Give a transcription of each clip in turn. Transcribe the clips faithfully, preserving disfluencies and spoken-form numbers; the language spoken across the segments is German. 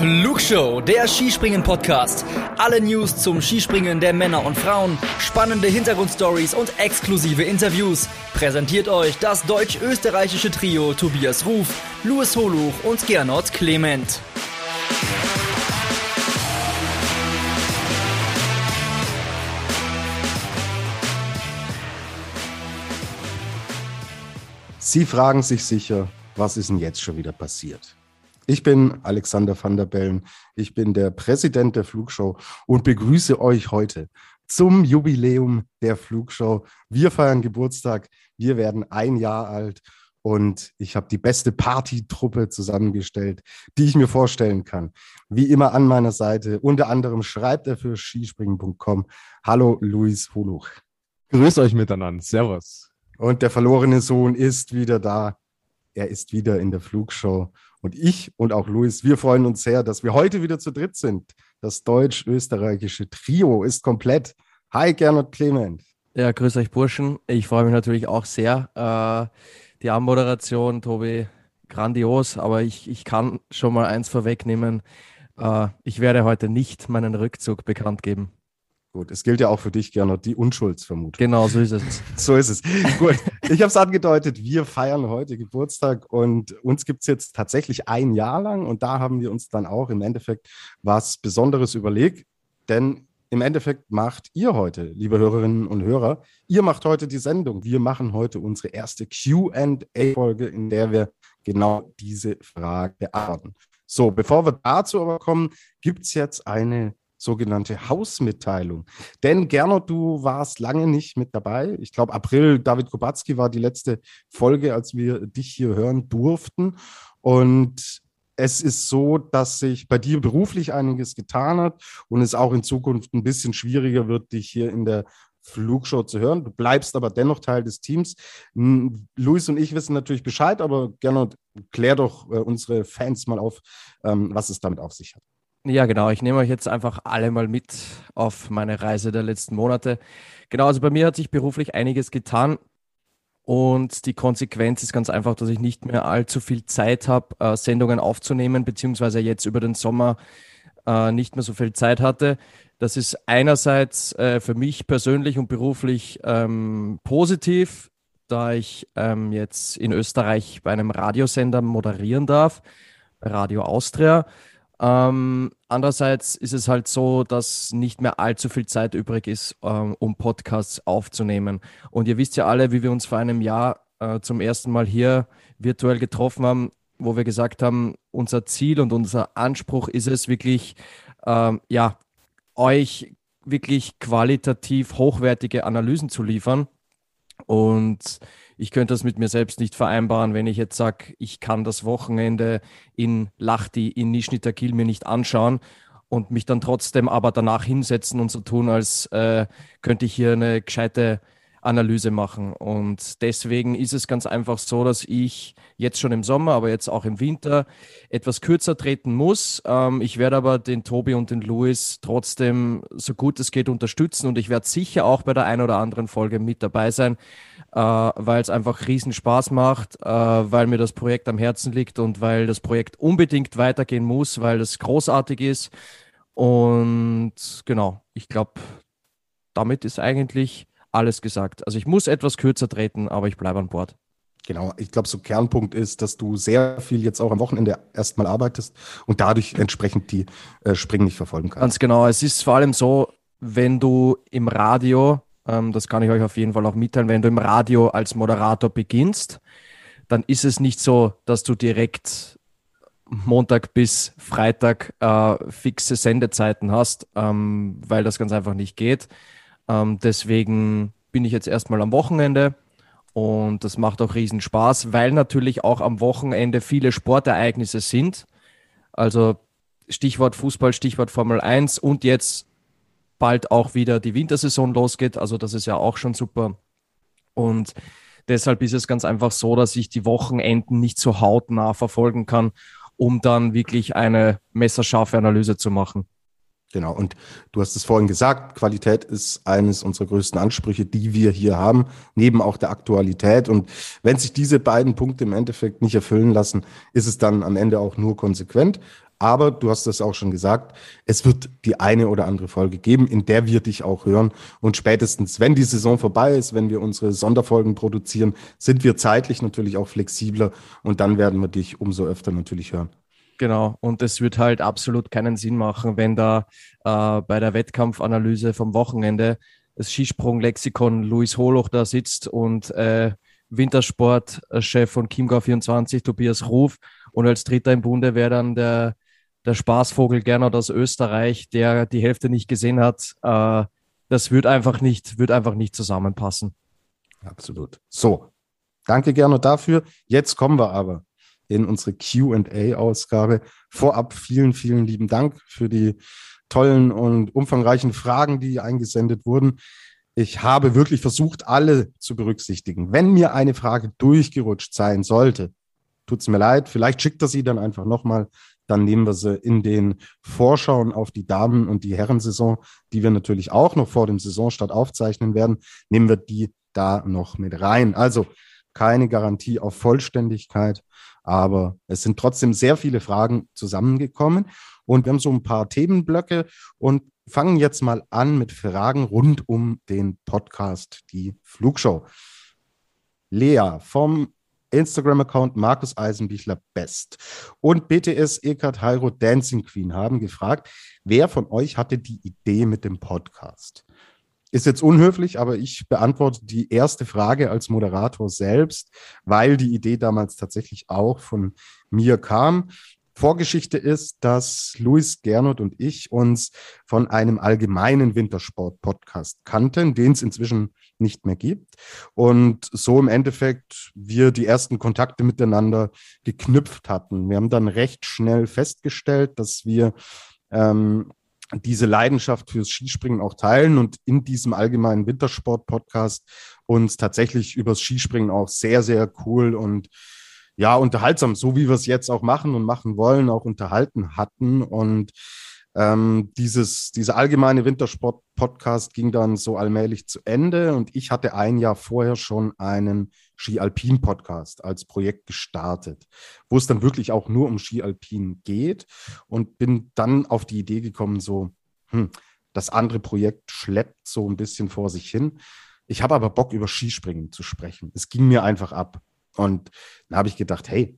Flugshow, der Skispringen-Podcast. Alle News zum Skispringen der Männer und Frauen, spannende Hintergrundstories und exklusive Interviews. Präsentiert euch das deutsch-österreichische Trio Tobias Ruf, Louis Holuch und Gernot Clement. Sie fragen sich sicher, was ist denn jetzt schon wieder passiert? Ich bin Alexander van der Bellen, ich bin der Präsident der Flugshow und begrüße euch heute zum Jubiläum der Flugshow. Wir feiern Geburtstag, wir werden ein Jahr alt und ich habe die beste Partytruppe zusammengestellt, die ich mir vorstellen kann. Wie immer an meiner Seite, unter anderem schreibt er für skispringen punkt com. Hallo Louis Holuch. Grüßt euch miteinander, servus. Und der verlorene Sohn ist wieder da. Er ist wieder in der Flugshow. Und ich und auch Louis, wir freuen uns sehr, dass wir heute wieder zu dritt sind. Das deutsch-österreichische Trio ist komplett. Hi, Gernot Clement. Ja, grüß euch Burschen. Ich freue mich natürlich auch sehr. Äh, die Anmoderation, Tobi, grandios. Aber ich, ich kann schon mal eins vorwegnehmen. Äh, ich werde heute nicht meinen Rückzug bekannt geben. Gut, es gilt ja auch für dich, Gernot, die Unschuldsvermutung. Genau, so ist es. So ist es. Gut, ich habe es angedeutet, wir feiern heute Geburtstag und uns gibt es jetzt tatsächlich ein Jahr lang und da haben wir uns dann auch im Endeffekt was Besonderes überlegt, denn im Endeffekt macht ihr heute, liebe Hörerinnen und Hörer, ihr macht heute die Sendung. Wir machen heute unsere erste Q and A-Folge, in der wir genau diese Frage beantworten. So, bevor wir dazu aber kommen, gibt es jetzt eine sogenannte Hausmitteilung. Denn Gernot, du warst lange nicht mit dabei. Ich glaube, April, David Kubacki war die letzte Folge, als wir dich hier hören durften. Und es ist so, dass sich bei dir beruflich einiges getan hat und es auch in Zukunft ein bisschen schwieriger wird, dich hier in der Flugshow zu hören. Du bleibst aber dennoch Teil des Teams. Louis und ich wissen natürlich Bescheid, aber Gernot, klär doch äh, unsere Fans mal auf, ähm, was es damit auf sich hat. Ja, genau. Ich nehme euch jetzt einfach alle mal mit auf meine Reise der letzten Monate. Genau, also bei mir hat sich beruflich einiges getan und die Konsequenz ist ganz einfach, dass ich nicht mehr allzu viel Zeit habe, äh, Sendungen aufzunehmen, beziehungsweise jetzt über den Sommer äh, nicht mehr so viel Zeit hatte. Das ist einerseits äh, für mich persönlich und beruflich ähm, positiv, da ich ähm, jetzt in Österreich bei einem Radiosender moderieren darf, bei Radio Austria. Ähm, andererseits ist es halt so, dass nicht mehr allzu viel Zeit übrig ist, ähm, um Podcasts aufzunehmen. Und ihr wisst ja alle, wie wir uns vor einem Jahr äh, zum ersten Mal hier virtuell getroffen haben, wo wir gesagt haben, unser Ziel und unser Anspruch ist es wirklich, ähm, ja, euch wirklich qualitativ hochwertige Analysen zu liefern. Und ich könnte das mit mir selbst nicht vereinbaren, wenn ich jetzt sage, ich kann das Wochenende in Lahti, in Nischni Tagil mir nicht anschauen und mich dann trotzdem aber danach hinsetzen und so tun, als äh, könnte ich hier eine gescheite Analyse machen. Und deswegen ist es ganz einfach so, dass ich jetzt schon im Sommer, aber jetzt auch im Winter etwas kürzer treten muss. Ähm, ich werde aber den Tobi und den Louis trotzdem so gut es geht unterstützen und ich werde sicher auch bei der einen oder anderen Folge mit dabei sein, äh, weil es einfach riesen Spaß macht, äh, weil mir das Projekt am Herzen liegt und weil das Projekt unbedingt weitergehen muss, weil es großartig ist. Und genau, ich glaube, damit ist eigentlich alles gesagt. Also ich muss etwas kürzer treten, aber ich bleibe an Bord. Genau, ich glaube, so Kernpunkt ist, dass du sehr viel jetzt auch am Wochenende erstmal arbeitest und dadurch entsprechend die äh, Springen nicht verfolgen kannst. Ganz genau. Es ist vor allem so, wenn du im Radio, ähm, das kann ich euch auf jeden Fall auch mitteilen, wenn du im Radio als Moderator beginnst, dann ist es nicht so, dass du direkt Montag bis Freitag äh, fixe Sendezeiten hast, ähm, weil das ganz einfach nicht geht. Ähm, deswegen bin ich jetzt erstmal am Wochenende und das macht auch riesen Spaß, weil natürlich auch am Wochenende viele Sportereignisse sind. Also Stichwort Fußball, Stichwort Formel eins und jetzt bald auch wieder die Wintersaison losgeht. Also das ist ja auch schon super. Und deshalb ist es ganz einfach so, dass ich die Wochenenden nicht so hautnah verfolgen kann, um dann wirklich eine messerscharfe Analyse zu machen. Genau, und du hast es vorhin gesagt, Qualität ist eines unserer größten Ansprüche, die wir hier haben, neben auch der Aktualität. Und wenn sich diese beiden Punkte im Endeffekt nicht erfüllen lassen, ist es dann am Ende auch nur konsequent. Aber du hast es auch schon gesagt, es wird die eine oder andere Folge geben, in der wir dich auch hören. Und spätestens, wenn die Saison vorbei ist, wenn wir unsere Sonderfolgen produzieren, sind wir zeitlich natürlich auch flexibler und dann werden wir dich umso öfter natürlich hören. Genau, und es wird halt absolut keinen Sinn machen, wenn da äh, bei der Wettkampfanalyse vom Wochenende das Skisprung-Lexikon Luis Holoch da sitzt und äh, Wintersportchef von Chiemgau vierundzwanzig, Tobias Ruf, und als Dritter im Bunde wäre dann der, der Spaßvogel Gernot aus Österreich, der die Hälfte nicht gesehen hat. Äh, das wird einfach nicht, wird einfach nicht zusammenpassen. Absolut. So, danke Gernot dafür. Jetzt kommen wir aber in unsere Q and A-Ausgabe. Vorab vielen, vielen lieben Dank für die tollen und umfangreichen Fragen, die eingesendet wurden. Ich habe wirklich versucht, alle zu berücksichtigen. Wenn mir eine Frage durchgerutscht sein sollte, tut es mir leid, vielleicht schickt er sie dann einfach nochmal, dann nehmen wir sie in den Vorschauen auf die Damen- und die Herrensaison, die wir natürlich auch noch vor dem Saisonstart aufzeichnen werden, nehmen wir die da noch mit rein. Also keine Garantie auf Vollständigkeit, aber es sind trotzdem sehr viele Fragen zusammengekommen und wir haben so ein paar Themenblöcke und fangen jetzt mal an mit Fragen rund um den Podcast, die Flugshow. Lea vom Instagram-Account Markus Eisenbichler Best und B T S Eckart Hairo Dancing Queen haben gefragt, wer von euch hatte die Idee mit dem Podcast? Ist jetzt unhöflich, aber ich beantworte die erste Frage als Moderator selbst, weil die Idee damals tatsächlich auch von mir kam. Vorgeschichte ist, dass Luis Gernot und ich uns von einem allgemeinen Wintersport-Podcast kannten, den es inzwischen nicht mehr gibt. Und so im Endeffekt wir die ersten Kontakte miteinander geknüpft hatten. Wir haben dann recht schnell festgestellt, dass wir ähm, diese Leidenschaft fürs Skispringen auch teilen und in diesem allgemeinen Wintersport-Podcast uns tatsächlich übers Skispringen auch sehr, sehr cool und ja, unterhaltsam, so wie wir es jetzt auch machen und machen wollen, auch unterhalten hatten. Und ähm, dieses, dieser allgemeine Wintersport-Podcast ging dann so allmählich zu Ende und ich hatte ein Jahr vorher schon einen Ski-Alpin-Podcast als Projekt gestartet, wo es dann wirklich auch nur um Ski-Alpin geht und bin dann auf die Idee gekommen, so, hm, das andere Projekt schleppt so ein bisschen vor sich hin. Ich habe aber Bock, über Skispringen zu sprechen. Es ging mir einfach ab. Und dann habe ich gedacht, hey,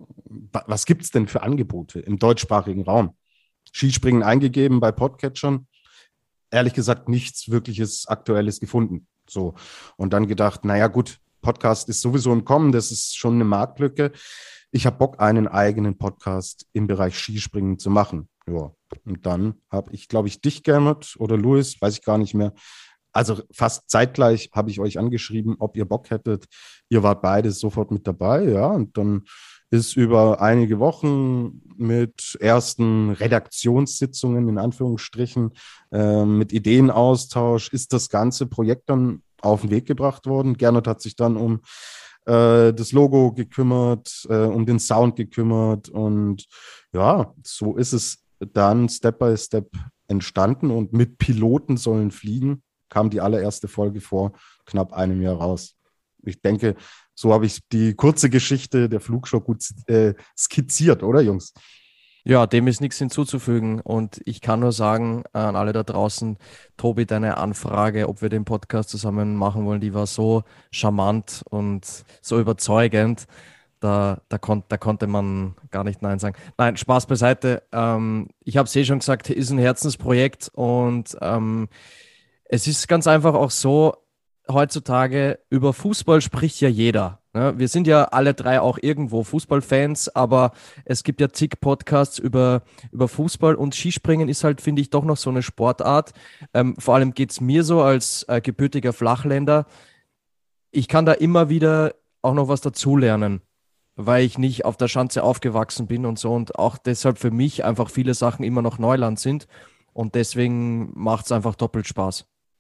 was gibt es denn für Angebote im deutschsprachigen Raum? Skispringen eingegeben bei Podcatchern, ehrlich gesagt nichts wirkliches Aktuelles gefunden. So. Und dann gedacht, naja gut, Podcast ist sowieso im Kommen, das ist schon eine Marktlücke. Ich habe Bock, einen eigenen Podcast im Bereich Skispringen zu machen. Ja. Und dann habe ich, glaube ich, dich, Gernot oder Luis, weiß ich gar nicht mehr. Also fast zeitgleich habe ich euch angeschrieben, ob ihr Bock hättet. Ihr wart beide sofort mit dabei, ja. Und dann ist über einige Wochen mit ersten Redaktionssitzungen, in Anführungsstrichen, äh, mit Ideenaustausch, ist das ganze Projekt dann auf den Weg gebracht worden. Gernot hat sich dann um äh, das Logo gekümmert, äh, um den Sound gekümmert. Und ja, so ist es dann Step by Step entstanden. Und mit Piloten sollen fliegen kam die allererste Folge vor knapp einem Jahr raus. Ich denke, so habe ich die kurze Geschichte der Flugshow gut äh, skizziert, oder Jungs? Ja, dem ist nichts hinzuzufügen und ich kann nur sagen an alle da draußen, Tobi, deine Anfrage, ob wir den Podcast zusammen machen wollen, die war so charmant und so überzeugend, da, da, kon- da konnte man gar nicht Nein sagen. Nein, Spaß beiseite. Ähm, ich habe es eh schon gesagt, ist ein Herzensprojekt und ähm, es ist ganz einfach auch so, heutzutage über Fußball spricht ja jeder. Ne? Wir sind ja alle drei auch irgendwo Fußballfans, aber es gibt ja zig Podcasts über, über Fußball und Skispringen ist halt, finde ich, doch noch so eine Sportart. Ähm, vor allem geht es mir so als äh, gebürtiger Flachländer. Ich kann da immer wieder auch noch was dazulernen, weil ich nicht auf der Schanze aufgewachsen bin und so und auch deshalb für mich einfach viele Sachen immer noch Neuland sind und deswegen macht es einfach doppelt Spaß.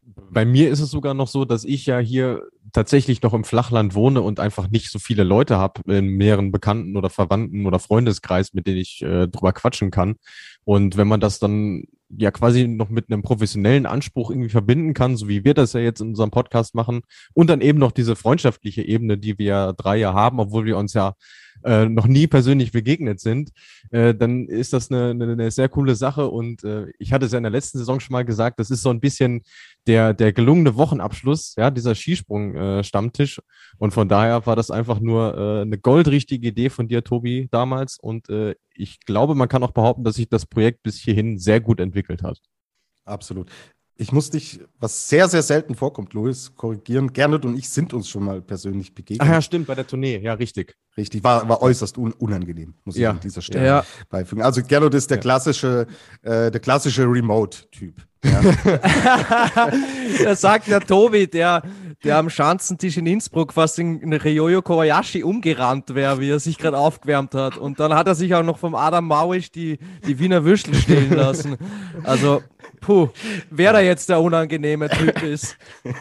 Bei mir ist es sogar noch so, dass ich ja hier tatsächlich noch im Flachland wohne und einfach nicht so viele Leute habe in mehreren Bekannten oder Verwandten oder Freundeskreis, mit denen ich äh, drüber quatschen kann. Und wenn man das dann ja quasi noch mit einem professionellen Anspruch irgendwie verbinden kann, so wie wir das ja jetzt in unserem Podcast machen, und dann eben noch diese freundschaftliche Ebene, die wir ja drei ja haben, obwohl wir uns ja äh, noch nie persönlich begegnet sind, äh, dann ist das eine, eine, eine sehr coole Sache. Und äh, ich hatte es ja in der letzten Saison schon mal gesagt, das ist so ein bisschen der, der gelungene Wochenabschluss, ja, dieser Skisprung-Stammtisch. Und von daher war das einfach nur äh, eine goldrichtige Idee von dir, Tobi, damals. Und äh, ich glaube, man kann auch behaupten, dass sich das Projekt bis hierhin sehr gut entwickelt hat. Absolut. Ich muss dich, was sehr, sehr selten vorkommt, Louis, korrigieren. Gernot und ich sind uns schon mal persönlich begegnet. Ach ja, stimmt, bei der Tournee, ja, richtig. Richtig, war, war äußerst un unangenehm, muss ich Ja. an dieser Stelle Ja. beifügen. Also Gernot ist der Ja. klassische, äh, der klassische Remote-Typ. Ja. Das sagt der Tobi, der, der am Schanzentisch in Innsbruck fast in Ryoyo Kobayashi umgerannt wäre, wie er sich gerade aufgewärmt hat. Und dann hat er sich auch noch vom Adam Mauisch die, die Wiener Würstel stehlen lassen. Also, puh, wer da jetzt der unangenehme Typ ist.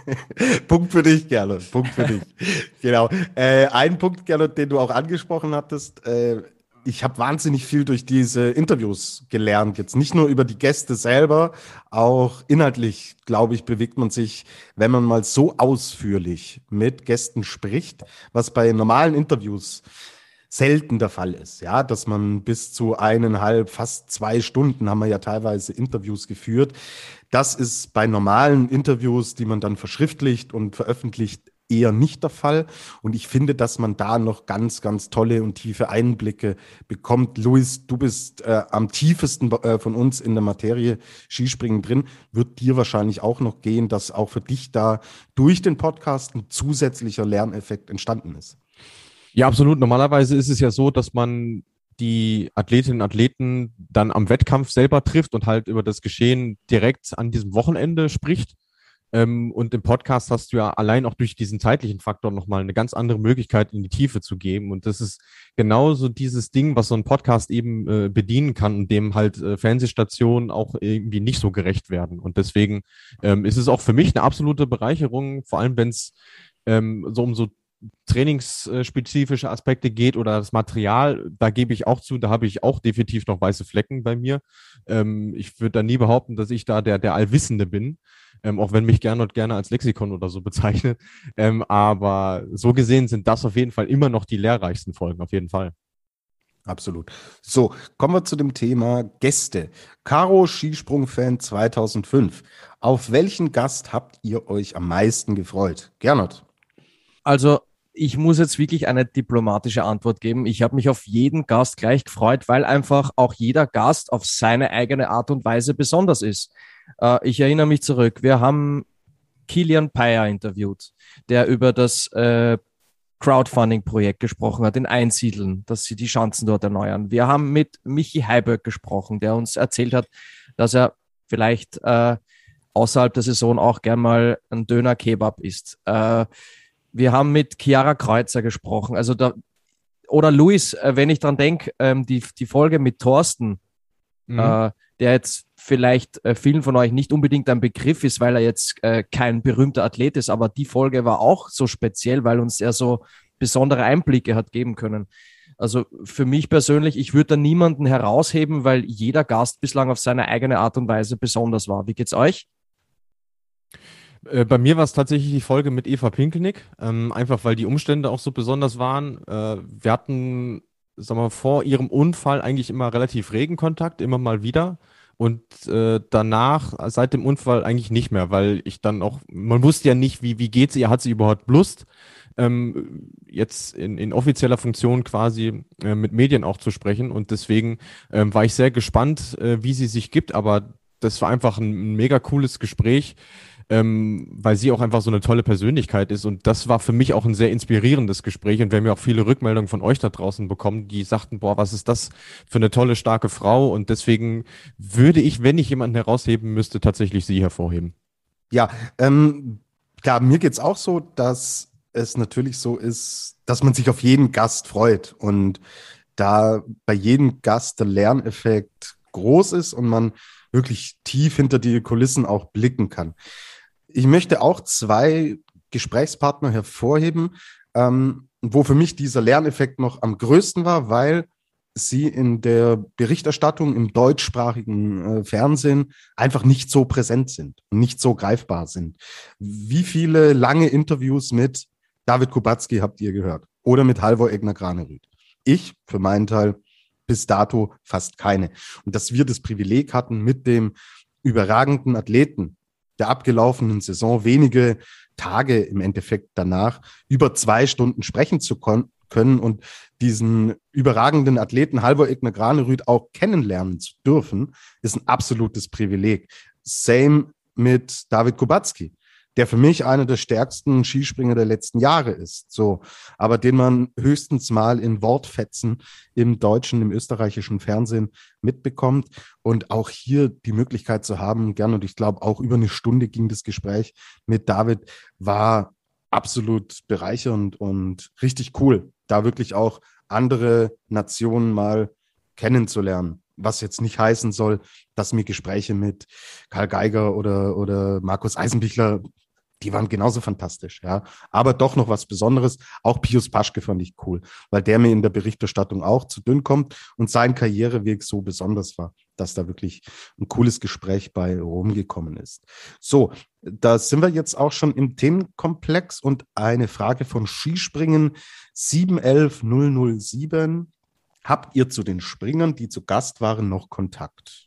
Punkt für dich, Gernot. Punkt für dich. Genau. Äh, ein Punkt, Gernot, den du auch angesprochen hattest. Äh, ich habe wahnsinnig viel durch diese Interviews gelernt. Jetzt nicht nur über die Gäste selber, auch inhaltlich, glaube ich, bewegt man sich, wenn man mal so ausführlich mit Gästen spricht, was bei normalen Interviews selten der Fall ist, ja, dass man bis zu eineinhalb, fast zwei Stunden haben wir ja teilweise Interviews geführt. Das ist bei normalen Interviews, die man dann verschriftlicht und veröffentlicht, eher nicht der Fall. Und ich finde, dass man da noch ganz, ganz tolle und tiefe Einblicke bekommt. Luis, du bist äh, am tiefesten äh, von uns in der Materie Skispringen drin. Wird dir wahrscheinlich auch noch gehen, dass auch für dich da durch den Podcast ein zusätzlicher Lerneffekt entstanden ist. Ja, absolut. Normalerweise ist es ja so, dass man die Athletinnen und Athleten dann am Wettkampf selber trifft und halt über das Geschehen direkt an diesem Wochenende spricht. Ähm, und im Podcast hast du ja allein auch durch diesen zeitlichen Faktor nochmal eine ganz andere Möglichkeit in die Tiefe zu geben. Und das ist genauso dieses Ding, was so ein Podcast eben äh, bedienen kann und dem halt äh, Fernsehstationen auch irgendwie nicht so gerecht werden. Und deswegen ähm, ist es auch für mich eine absolute Bereicherung, vor allem wenn es ähm, so um so trainingsspezifische Aspekte geht oder das Material, da gebe ich auch zu, da habe ich auch definitiv noch weiße Flecken bei mir. Ähm, ich würde da nie behaupten, dass ich da der, der Allwissende bin, ähm, auch wenn mich Gernot gerne als Lexikon oder so bezeichnet. Ähm, aber so gesehen sind das auf jeden Fall immer noch die lehrreichsten Folgen, auf jeden Fall. Absolut. So, kommen wir zu dem Thema Gäste. Karo Skisprung-Fan zweitausendfünf. Auf welchen Gast habt ihr euch am meisten gefreut? Gernot. Also, ich muss jetzt wirklich eine diplomatische Antwort geben. Ich habe mich auf jeden Gast gleich gefreut, weil einfach auch jeder Gast auf seine eigene Art und Weise besonders ist. Äh, ich erinnere mich zurück. Wir haben Kilian Payer interviewt, der über das äh, Crowdfunding-Projekt gesprochen hat in Einsiedeln, dass sie die Schanzen dort erneuern. Wir haben mit Michi Heiberg gesprochen, der uns erzählt hat, dass er vielleicht äh, außerhalb der Saison auch gern mal einen Döner-Kebab isst. Äh, Wir haben mit Chiara Kreuzer gesprochen. Also da, oder Luis, äh, wenn ich dran denke, ähm, die, die Folge mit Thorsten, mhm. äh, der jetzt vielleicht äh, vielen von euch nicht unbedingt ein Begriff ist, weil er jetzt äh, kein berühmter Athlet ist, aber die Folge war auch so speziell, weil uns er so besondere Einblicke hat geben können. Also für mich persönlich, ich würde da niemanden herausheben, weil jeder Gast bislang auf seine eigene Art und Weise besonders war. Wie geht's euch? Bei mir war es tatsächlich die Folge mit Eva Pinkelnick, ähm, einfach weil die Umstände auch so besonders waren. Äh, wir hatten, sagen wir mal, vor ihrem Unfall eigentlich immer relativ regen Kontakt, immer mal wieder. Und äh, danach, seit dem Unfall eigentlich nicht mehr, weil ich dann auch, man wusste ja nicht, wie, wie geht's ihr, hat sie überhaupt Lust, ähm, jetzt in, in offizieller Funktion quasi äh, mit Medien auch zu sprechen. Und deswegen ähm, war ich sehr gespannt, äh, wie sie sich gibt, aber das war einfach ein, ein mega cooles Gespräch. Ähm, weil sie auch einfach so eine tolle Persönlichkeit ist und das war für mich auch ein sehr inspirierendes Gespräch und wir haben ja auch viele Rückmeldungen von euch da draußen bekommen, die sagten, boah, was ist das für eine tolle, starke Frau und deswegen würde ich, wenn ich jemanden herausheben müsste, tatsächlich sie hervorheben. Ja, ähm, klar, mir geht's auch so, dass es natürlich so ist, dass man sich auf jeden Gast freut und da bei jedem Gast der Lerneffekt groß ist und man wirklich tief hinter die Kulissen auch blicken kann. Ich möchte auch zwei Gesprächspartner hervorheben, ähm, wo für mich dieser Lerneffekt noch am größten war, weil sie in der Berichterstattung im deutschsprachigen äh, Fernsehen einfach nicht so präsent sind, nicht so greifbar sind. Wie viele lange Interviews mit David Kubacki habt ihr gehört? Oder mit Halvor Egner Granerüth? Ich, für meinen Teil, bis dato fast keine. Und dass wir das Privileg hatten, mit dem überragenden Athleten der abgelaufenen Saison wenige Tage im Endeffekt danach über zwei Stunden sprechen zu kon- können und diesen überragenden Athleten Halvor Egner Granerüth auch kennenlernen zu dürfen, ist ein absolutes Privileg. Same mit David Kubacki, der für mich einer der stärksten Skispringer der letzten Jahre ist, so, aber den man höchstens mal in Wortfetzen im deutschen, im österreichischen Fernsehen mitbekommt und auch hier die Möglichkeit zu haben, gern, und ich glaube auch über eine Stunde ging das Gespräch mit David, war absolut bereichernd und richtig cool, da wirklich auch andere Nationen mal kennenzulernen. Was jetzt nicht heißen soll, dass mir Gespräche mit Karl Geiger oder, oder Markus Eisenbichler, die waren genauso fantastisch, ja. Aber doch noch was Besonderes. Auch Pius Paschke fand ich cool, weil der mir in der Berichterstattung auch zu dünn kommt und sein Karriereweg so besonders war, dass da wirklich ein cooles Gespräch bei rumgekommen ist. So, da sind wir jetzt auch schon im Themenkomplex und eine Frage von Skispringen sieben eins null null sieben. Habt ihr zu den Springern, die zu Gast waren, noch Kontakt?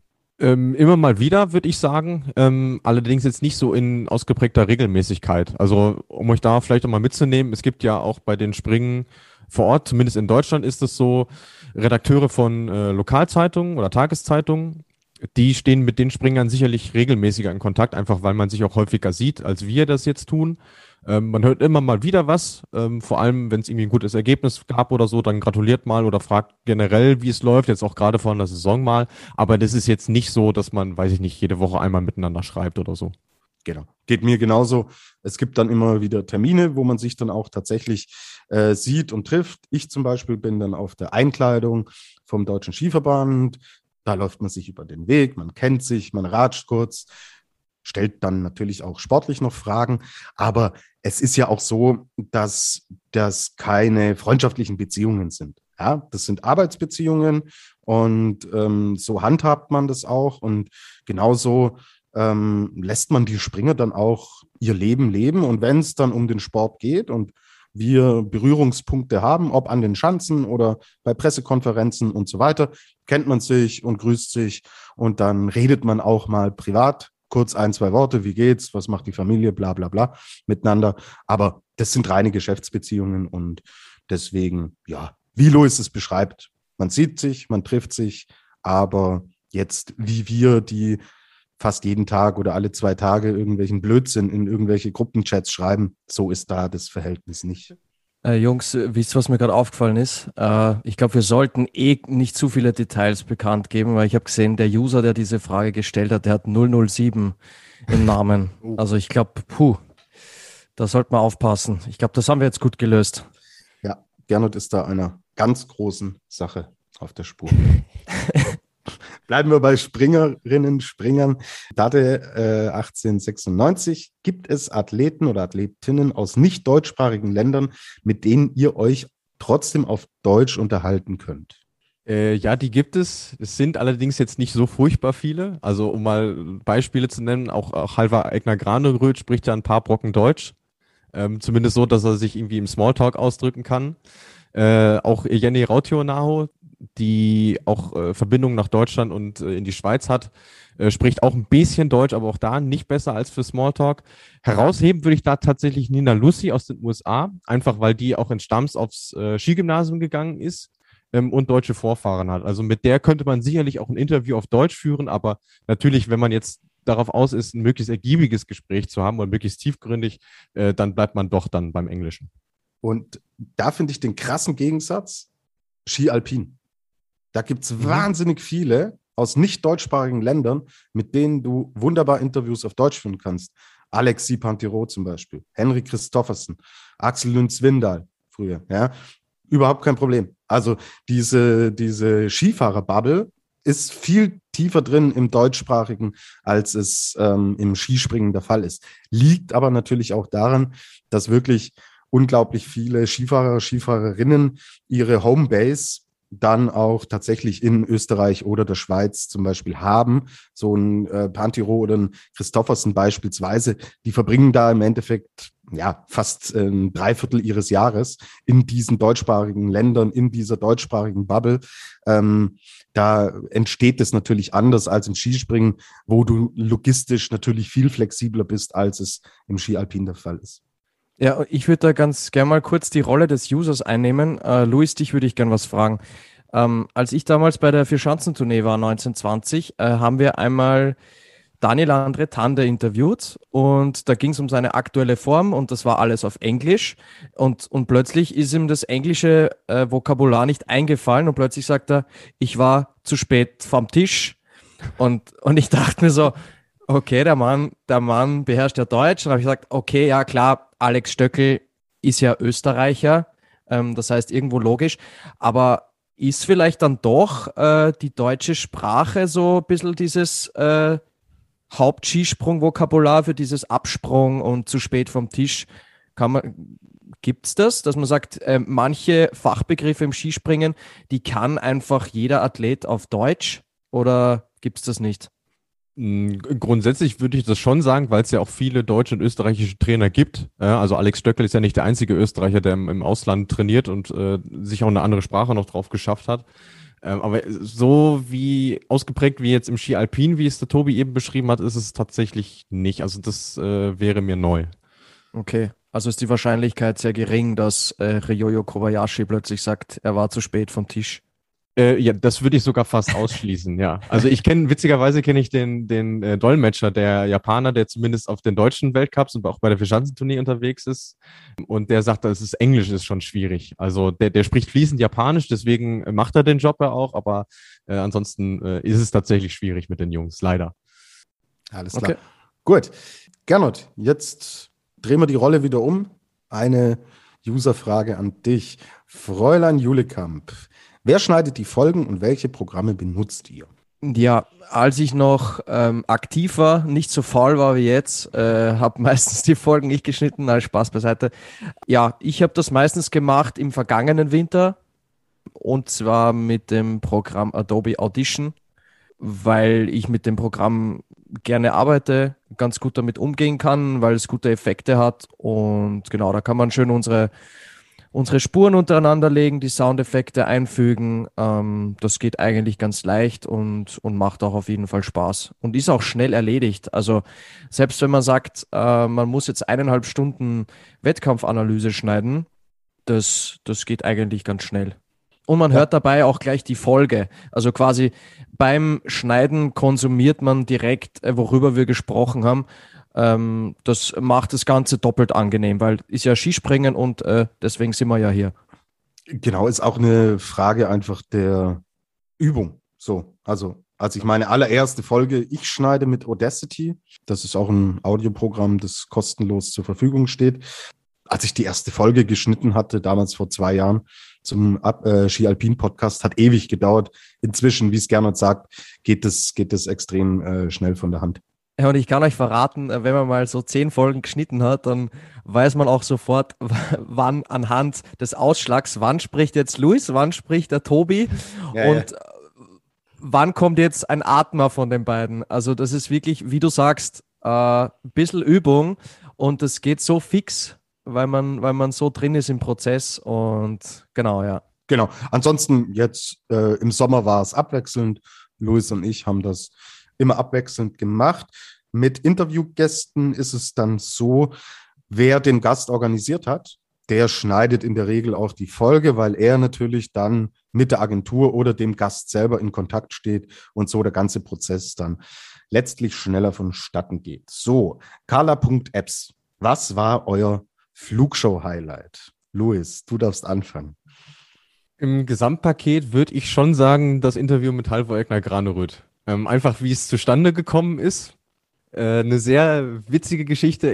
Ähm, immer mal wieder, würde ich sagen. Ähm, allerdings jetzt nicht so in ausgeprägter Regelmäßigkeit. Also, um euch da vielleicht auch mal mitzunehmen, es gibt ja auch bei den Springen vor Ort, zumindest in Deutschland ist es so, Redakteure von äh, Lokalzeitungen oder Tageszeitungen, die stehen mit den Springern sicherlich regelmäßiger in Kontakt, einfach weil man sich auch häufiger sieht, als wir das jetzt tun. Ähm, man hört immer mal wieder was, ähm, vor allem wenn es irgendwie ein gutes Ergebnis gab oder so, dann gratuliert mal oder fragt generell, wie es läuft, jetzt auch gerade vor einer Saison mal. Aber das ist jetzt nicht so, dass man, weiß ich nicht, jede Woche einmal miteinander schreibt oder so. Genau, geht mir genauso. Es gibt dann immer wieder Termine, wo man sich dann auch tatsächlich äh, sieht und trifft. Ich zum Beispiel bin dann auf der Einkleidung vom Deutschen Skiverband. Da läuft man sich über den Weg, man kennt sich, man ratscht kurz, stellt dann natürlich auch sportlich noch Fragen. Aber es ist ja auch so, dass das keine freundschaftlichen Beziehungen sind. Ja, das sind Arbeitsbeziehungen und ähm, so handhabt man das auch. Und genauso ähm, lässt man die Springer dann auch ihr Leben leben. Und wenn es dann um den Sport geht und wir Berührungspunkte haben, ob an den Schanzen oder bei Pressekonferenzen und so weiter, kennt man sich und grüßt sich und dann redet man auch mal privat kurz ein, zwei Worte, wie geht's, was macht die Familie, bla bla bla, miteinander. Aber das sind reine Geschäftsbeziehungen und deswegen, ja, wie Louis es beschreibt, man sieht sich, man trifft sich, aber jetzt wie wir, die fast jeden Tag oder alle zwei Tage irgendwelchen Blödsinn in irgendwelche Gruppenchats schreiben, so ist da das Verhältnis nicht. Äh, Jungs, wisst ihr, was mir gerade aufgefallen ist? Äh, ich glaube, wir sollten eh nicht zu viele Details bekannt geben, weil ich habe gesehen, der User, der diese Frage gestellt hat, der hat null null sieben im Namen. Oh. Also ich glaube, puh, da sollte man aufpassen. Ich glaube, das haben wir jetzt gut gelöst. Ja, Gernot ist da einer ganz großen Sache auf der Spur. Bleiben wir bei Springerinnen, Springern. Date äh, achtzehnhundertsechsundneunzig. Gibt es Athleten oder Athletinnen aus nicht deutschsprachigen Ländern, mit denen ihr euch trotzdem auf Deutsch unterhalten könnt? Äh, ja, die gibt es. Es sind allerdings jetzt nicht so furchtbar viele. Also um mal Beispiele zu nennen, auch, auch Halvor Egner Granerüth spricht ja ein paar Brocken Deutsch. Ähm, zumindest so, dass er sich irgendwie im Smalltalk ausdrücken kann. Äh, auch Jenny Rautionaho, die auch äh, Verbindungen nach Deutschland und äh, in die Schweiz hat, äh, spricht auch ein bisschen Deutsch, aber auch da nicht besser als für Smalltalk. Herausheben würde ich da tatsächlich Nina Lucy aus den U S A, einfach weil die auch in Stams aufs äh, Skigymnasium gegangen ist ähm, und deutsche Vorfahren hat. Also mit der könnte man sicherlich auch ein Interview auf Deutsch führen, aber natürlich, wenn man jetzt darauf aus ist, ein möglichst ergiebiges Gespräch zu haben oder möglichst tiefgründig, äh, dann bleibt man doch dann beim Englischen. Und da finde ich den krassen Gegensatz Ski Alpin. Da gibt es mhm. wahnsinnig viele aus nicht deutschsprachigen Ländern, mit denen du wunderbar Interviews auf Deutsch führen kannst. Alex Sipantiro zum Beispiel, Henrik Christoffersen, Axel Lund-Swindal früher. Ja, überhaupt kein Problem. Also diese, diese Skifahrer-Bubble ist viel tiefer drin im Deutschsprachigen, als es ähm, im Skispringen der Fall ist. Liegt aber natürlich auch daran, dass wirklich unglaublich viele Skifahrer, Skifahrerinnen ihre Homebase dann auch tatsächlich in Österreich oder der Schweiz zum Beispiel haben. So ein äh, Pantiro oder ein Christoffersen beispielsweise, die verbringen da im Endeffekt ja fast äh, ein Dreiviertel ihres Jahres in diesen deutschsprachigen Ländern, in dieser deutschsprachigen Bubble. Ähm, da entsteht es natürlich anders als im Skispringen, wo du logistisch natürlich viel flexibler bist, als es im Ski-Alpin der Fall ist. Ja, ich würde da ganz gerne mal kurz die Rolle des Users einnehmen. Äh, Luis, dich würde ich gerne was fragen. Ähm, als ich damals bei der Vierschanzentournee war, neunzehn zwanzig, äh, haben wir einmal Daniel André Tande interviewt und da ging es um seine aktuelle Form und das war alles auf Englisch und, und plötzlich ist ihm das englische äh, Vokabular nicht eingefallen und plötzlich sagt er, ich war zu spät vom Tisch und, und ich dachte mir so, okay, der Mann, der Mann beherrscht ja Deutsch. Und habe ich gesagt, okay, ja klar, Alex Stöckl ist ja Österreicher, ähm, das heißt irgendwo logisch, aber ist vielleicht dann doch äh, die deutsche Sprache so ein bisschen dieses äh, Hauptskisprung-Vokabular für dieses Absprung und zu spät vom Tisch? Kann man, gibt's das, dass man sagt, äh, manche Fachbegriffe im Skispringen, die kann einfach jeder Athlet auf Deutsch oder gibt's das nicht? Grundsätzlich würde ich das schon sagen, weil es ja auch viele deutsche und österreichische Trainer gibt. Ja, also Alex Stöckl ist ja nicht der einzige Österreicher, der im, im Ausland trainiert und äh, sich auch eine andere Sprache noch drauf geschafft hat. Ähm, aber so wie ausgeprägt wie jetzt im Ski Alpin, wie es der Tobi eben beschrieben hat, ist es tatsächlich nicht. Also das äh, wäre mir neu. Okay, also ist die Wahrscheinlichkeit sehr gering, dass äh, Ryoyo Kobayashi plötzlich sagt, er war zu spät vom Tisch. Äh, ja, das würde ich sogar fast ausschließen, ja. Also ich kenne, witzigerweise kenne ich den, den äh, Dolmetscher, der Japaner, der zumindest auf den deutschen Weltcups und auch bei der Vierschanzentournee unterwegs ist. Und der sagt, das ist Englisch ist schon schwierig. Also der, der spricht fließend Japanisch, deswegen macht er den Job ja auch, aber äh, ansonsten äh, ist es tatsächlich schwierig mit den Jungs, leider. Alles klar. Okay. Gut. Gernot, jetzt drehen wir die Rolle wieder um. Eine Userfrage an dich. Fräulein Julekamp. Wer schneidet die Folgen und welche Programme benutzt ihr? Ja, als ich noch ähm, aktiv war, nicht so faul war wie jetzt, äh, habe meistens die Folgen nicht geschnitten, als Spaß beiseite. Ja, ich habe das meistens gemacht im vergangenen Winter und zwar mit dem Programm Adobe Audition, weil ich mit dem Programm gerne arbeite, ganz gut damit umgehen kann, weil es gute Effekte hat und genau, da kann man schön unsere unsere Spuren untereinander legen, die Soundeffekte einfügen. Ähm, das geht eigentlich ganz leicht und, und macht auch auf jeden Fall Spaß. Und ist auch schnell erledigt. Also selbst wenn man sagt, äh, man muss jetzt eineinhalb Stunden Wettkampfanalyse schneiden, das, das geht eigentlich ganz schnell. Und man ja. hört dabei auch gleich die Folge. Also quasi beim Schneiden konsumiert man direkt, äh, worüber wir gesprochen haben. Ähm, das macht das Ganze doppelt angenehm, weil ist ja Skispringen und äh, deswegen sind wir ja hier. Genau, ist auch eine Frage einfach der Übung. So, also als ich meine allererste Folge, ich schneide mit Audacity, das ist auch ein Audioprogramm, das kostenlos zur Verfügung steht. Als ich die erste Folge geschnitten hatte, damals vor zwei Jahren, zum äh, Ski-Alpin-Podcast, hat ewig gedauert. Inzwischen, wie es Gernot sagt, geht es geht es extrem äh, schnell von der Hand. Ja, und ich kann euch verraten, wenn man mal so zehn Folgen geschnitten hat, dann weiß man auch sofort, wann anhand des Ausschlags, wann spricht jetzt Luis, wann spricht der Tobi ja, und ja. wann kommt jetzt ein Atmer von den beiden. Also das ist wirklich, wie du sagst, äh, ein bisschen Übung und das geht so fix, weil man, weil man so drin ist im Prozess und genau, ja. Genau, ansonsten jetzt äh, im Sommer war es abwechselnd. Luis und ich haben das immer abwechselnd gemacht. Mit Interviewgästen ist es dann so, wer den Gast organisiert hat, der schneidet in der Regel auch die Folge, weil er natürlich dann mit der Agentur oder dem Gast selber in Kontakt steht und so der ganze Prozess dann letztlich schneller vonstatten geht. So, Carla.apps, was war euer Flugshow-Highlight? Luis, du darfst anfangen. Im Gesamtpaket würde ich schon sagen, das Interview mit Halvor Egner-Graneröd. Ähm, einfach wie es zustande gekommen ist. Äh, eine sehr witzige Geschichte. Ich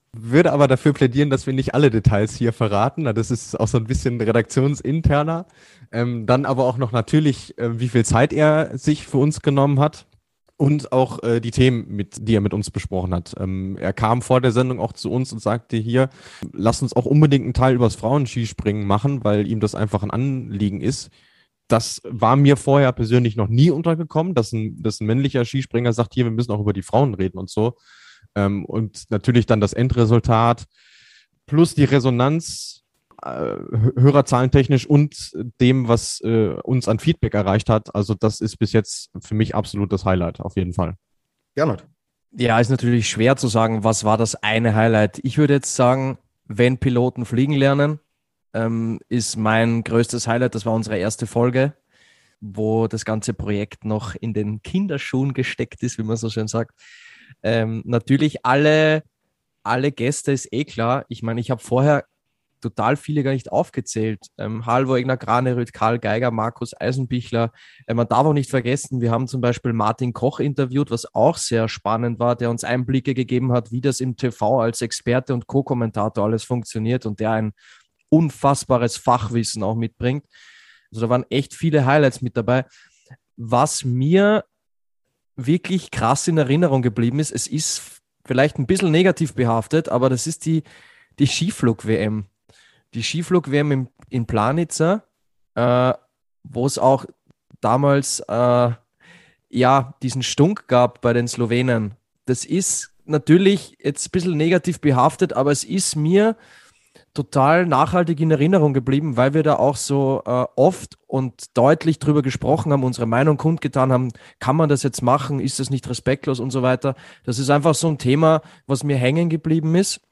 Würde aber dafür plädieren, dass wir nicht alle Details hier verraten. Na, das ist auch so ein bisschen redaktionsinterner. Ähm, dann aber auch noch natürlich, äh, wie viel Zeit er sich für uns genommen hat und auch äh, die Themen, mit, die er mit uns besprochen hat. Ähm, er kam vor der Sendung auch zu uns und sagte hier, lass uns auch unbedingt einen Teil übers Frauenskispringen machen, weil ihm das einfach ein Anliegen ist. Das war mir vorher persönlich noch nie untergekommen, dass ein, dass ein männlicher Skispringer sagt, hier, wir müssen auch über die Frauen reden und so. Ähm, und natürlich dann das Endresultat plus die Resonanz äh, hörerzahlentechnisch und dem, was äh, uns an Feedback erreicht hat. Also das ist bis jetzt für mich absolut das Highlight, auf jeden Fall. Gernot. Ja, ist natürlich schwer zu sagen, was war das eine Highlight. Ich würde jetzt sagen, wenn Piloten fliegen lernen, ähm, ist mein größtes Highlight. Das war unsere erste Folge, wo das ganze Projekt noch in den Kinderschuhen gesteckt ist, wie man so schön sagt. Ähm, natürlich alle, alle Gäste ist eh klar. Ich meine, ich habe vorher total viele gar nicht aufgezählt. Ähm, Halvor Egner Granerüth, Karl Geiger, Markus Eisenbichler. Äh, man darf auch nicht vergessen, wir haben zum Beispiel Martin Koch interviewt, was auch sehr spannend war, der uns Einblicke gegeben hat, wie das im T V als Experte und Co-Kommentator alles funktioniert und der ein unfassbares Fachwissen auch mitbringt. Also da waren echt viele Highlights mit dabei. Was mir wirklich krass in Erinnerung geblieben ist, es ist vielleicht ein bisschen negativ behaftet, aber das ist die, die Skiflug-W M. Die Skiflug-W M in, in Planica, äh, wo es auch damals äh, ja diesen Stunk gab bei den Slowenen. Das ist natürlich jetzt ein bisschen negativ behaftet, aber es ist mir total nachhaltig in Erinnerung geblieben, weil wir da auch so äh, oft und deutlich drüber gesprochen haben, unsere Meinung kundgetan haben, kann man das jetzt machen, ist das nicht respektlos und so weiter. Das ist einfach so ein Thema, was mir hängen geblieben ist.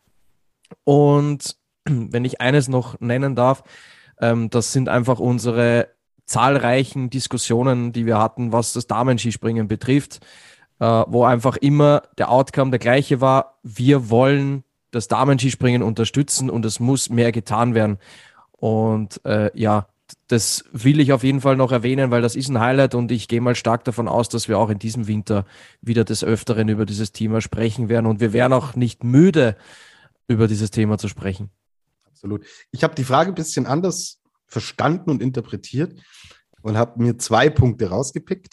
Und wenn ich eines noch nennen darf, ähm, das sind einfach unsere zahlreichen Diskussionen, die wir hatten, was das Damenskispringen betrifft, äh, wo einfach immer der Outcome der gleiche war, wir wollen das Damenskispringen unterstützen und es muss mehr getan werden. Und äh, ja, das will ich auf jeden Fall noch erwähnen, weil das ist ein Highlight und ich gehe mal stark davon aus, dass wir auch in diesem Winter wieder des Öfteren über dieses Thema sprechen werden und wir werden auch nicht müde, über dieses Thema zu sprechen. Absolut. Ich habe die Frage ein bisschen anders verstanden und interpretiert und habe mir zwei Punkte rausgepickt.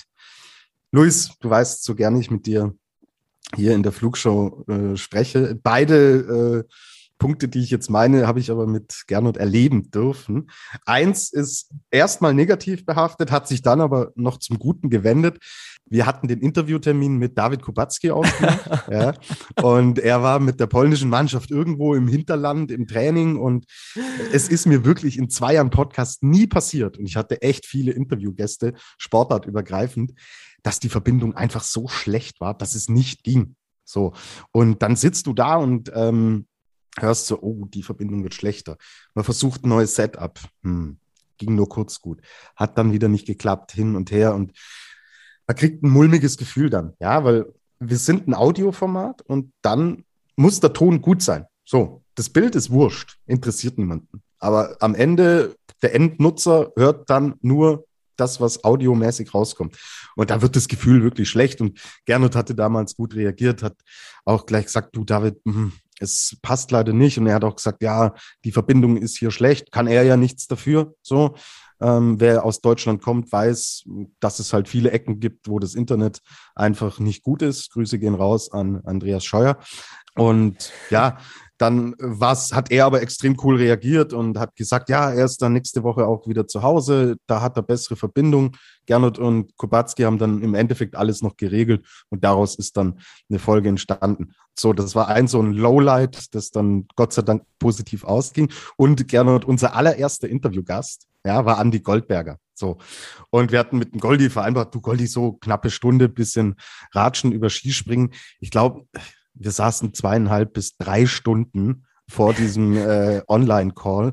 Luis, du weißt, so gerne ich mit dir hier in der Flugshow äh, spreche. Beide äh, Punkte, die ich jetzt meine, habe ich aber mit Gernot erleben dürfen. Eins ist erstmal negativ behaftet, hat sich dann aber noch zum Guten gewendet. Wir hatten den Interviewtermin mit David Kubacki ausgemacht. Ja, und er war mit der polnischen Mannschaft irgendwo im Hinterland im Training und es ist mir wirklich in zwei Jahren Podcast nie passiert und ich hatte echt viele Interviewgäste, sportartübergreifend, dass die Verbindung einfach so schlecht war, dass es nicht ging. So. Und dann sitzt du da und ähm, hörst so, oh, die Verbindung wird schlechter. Man versucht ein neues Setup. Hm, ging nur kurz gut. Hat dann wieder nicht geklappt, hin und her. Und man kriegt ein mulmiges Gefühl dann. Ja, weil wir sind ein Audioformat und dann muss der Ton gut sein. So, das Bild ist wurscht, interessiert niemanden. Aber am Ende, der Endnutzer hört dann nur das, was audiomäßig rauskommt. Und da wird das Gefühl wirklich schlecht. Und Gernot hatte damals gut reagiert, hat auch gleich gesagt, du David, mh, es passt leider nicht. Und er hat auch gesagt, ja, die Verbindung ist hier schlecht, kann er ja nichts dafür. So, ähm, wer aus Deutschland kommt, weiß, dass es halt viele Ecken gibt, wo das Internet einfach nicht gut ist. Grüße gehen raus an Andreas Scheuer. Und ja, dann was, hat er aber extrem cool reagiert und hat gesagt, ja, er ist dann nächste Woche auch wieder zu Hause, da hat er bessere Verbindung. Gernot und Kubacki haben dann im Endeffekt alles noch geregelt und daraus ist dann eine Folge entstanden. So, das war ein so ein Lowlight, das dann Gott sei Dank positiv ausging. Und Gernot, unser allererster Interviewgast, ja, war Andi Goldberger. So. Und wir hatten mit dem Goldi vereinbart, du Goldi, so knappe Stunde, bisschen Ratschen über Skispringen. Ich glaube, wir saßen zweieinhalb bis drei Stunden vor diesem äh, Online-Call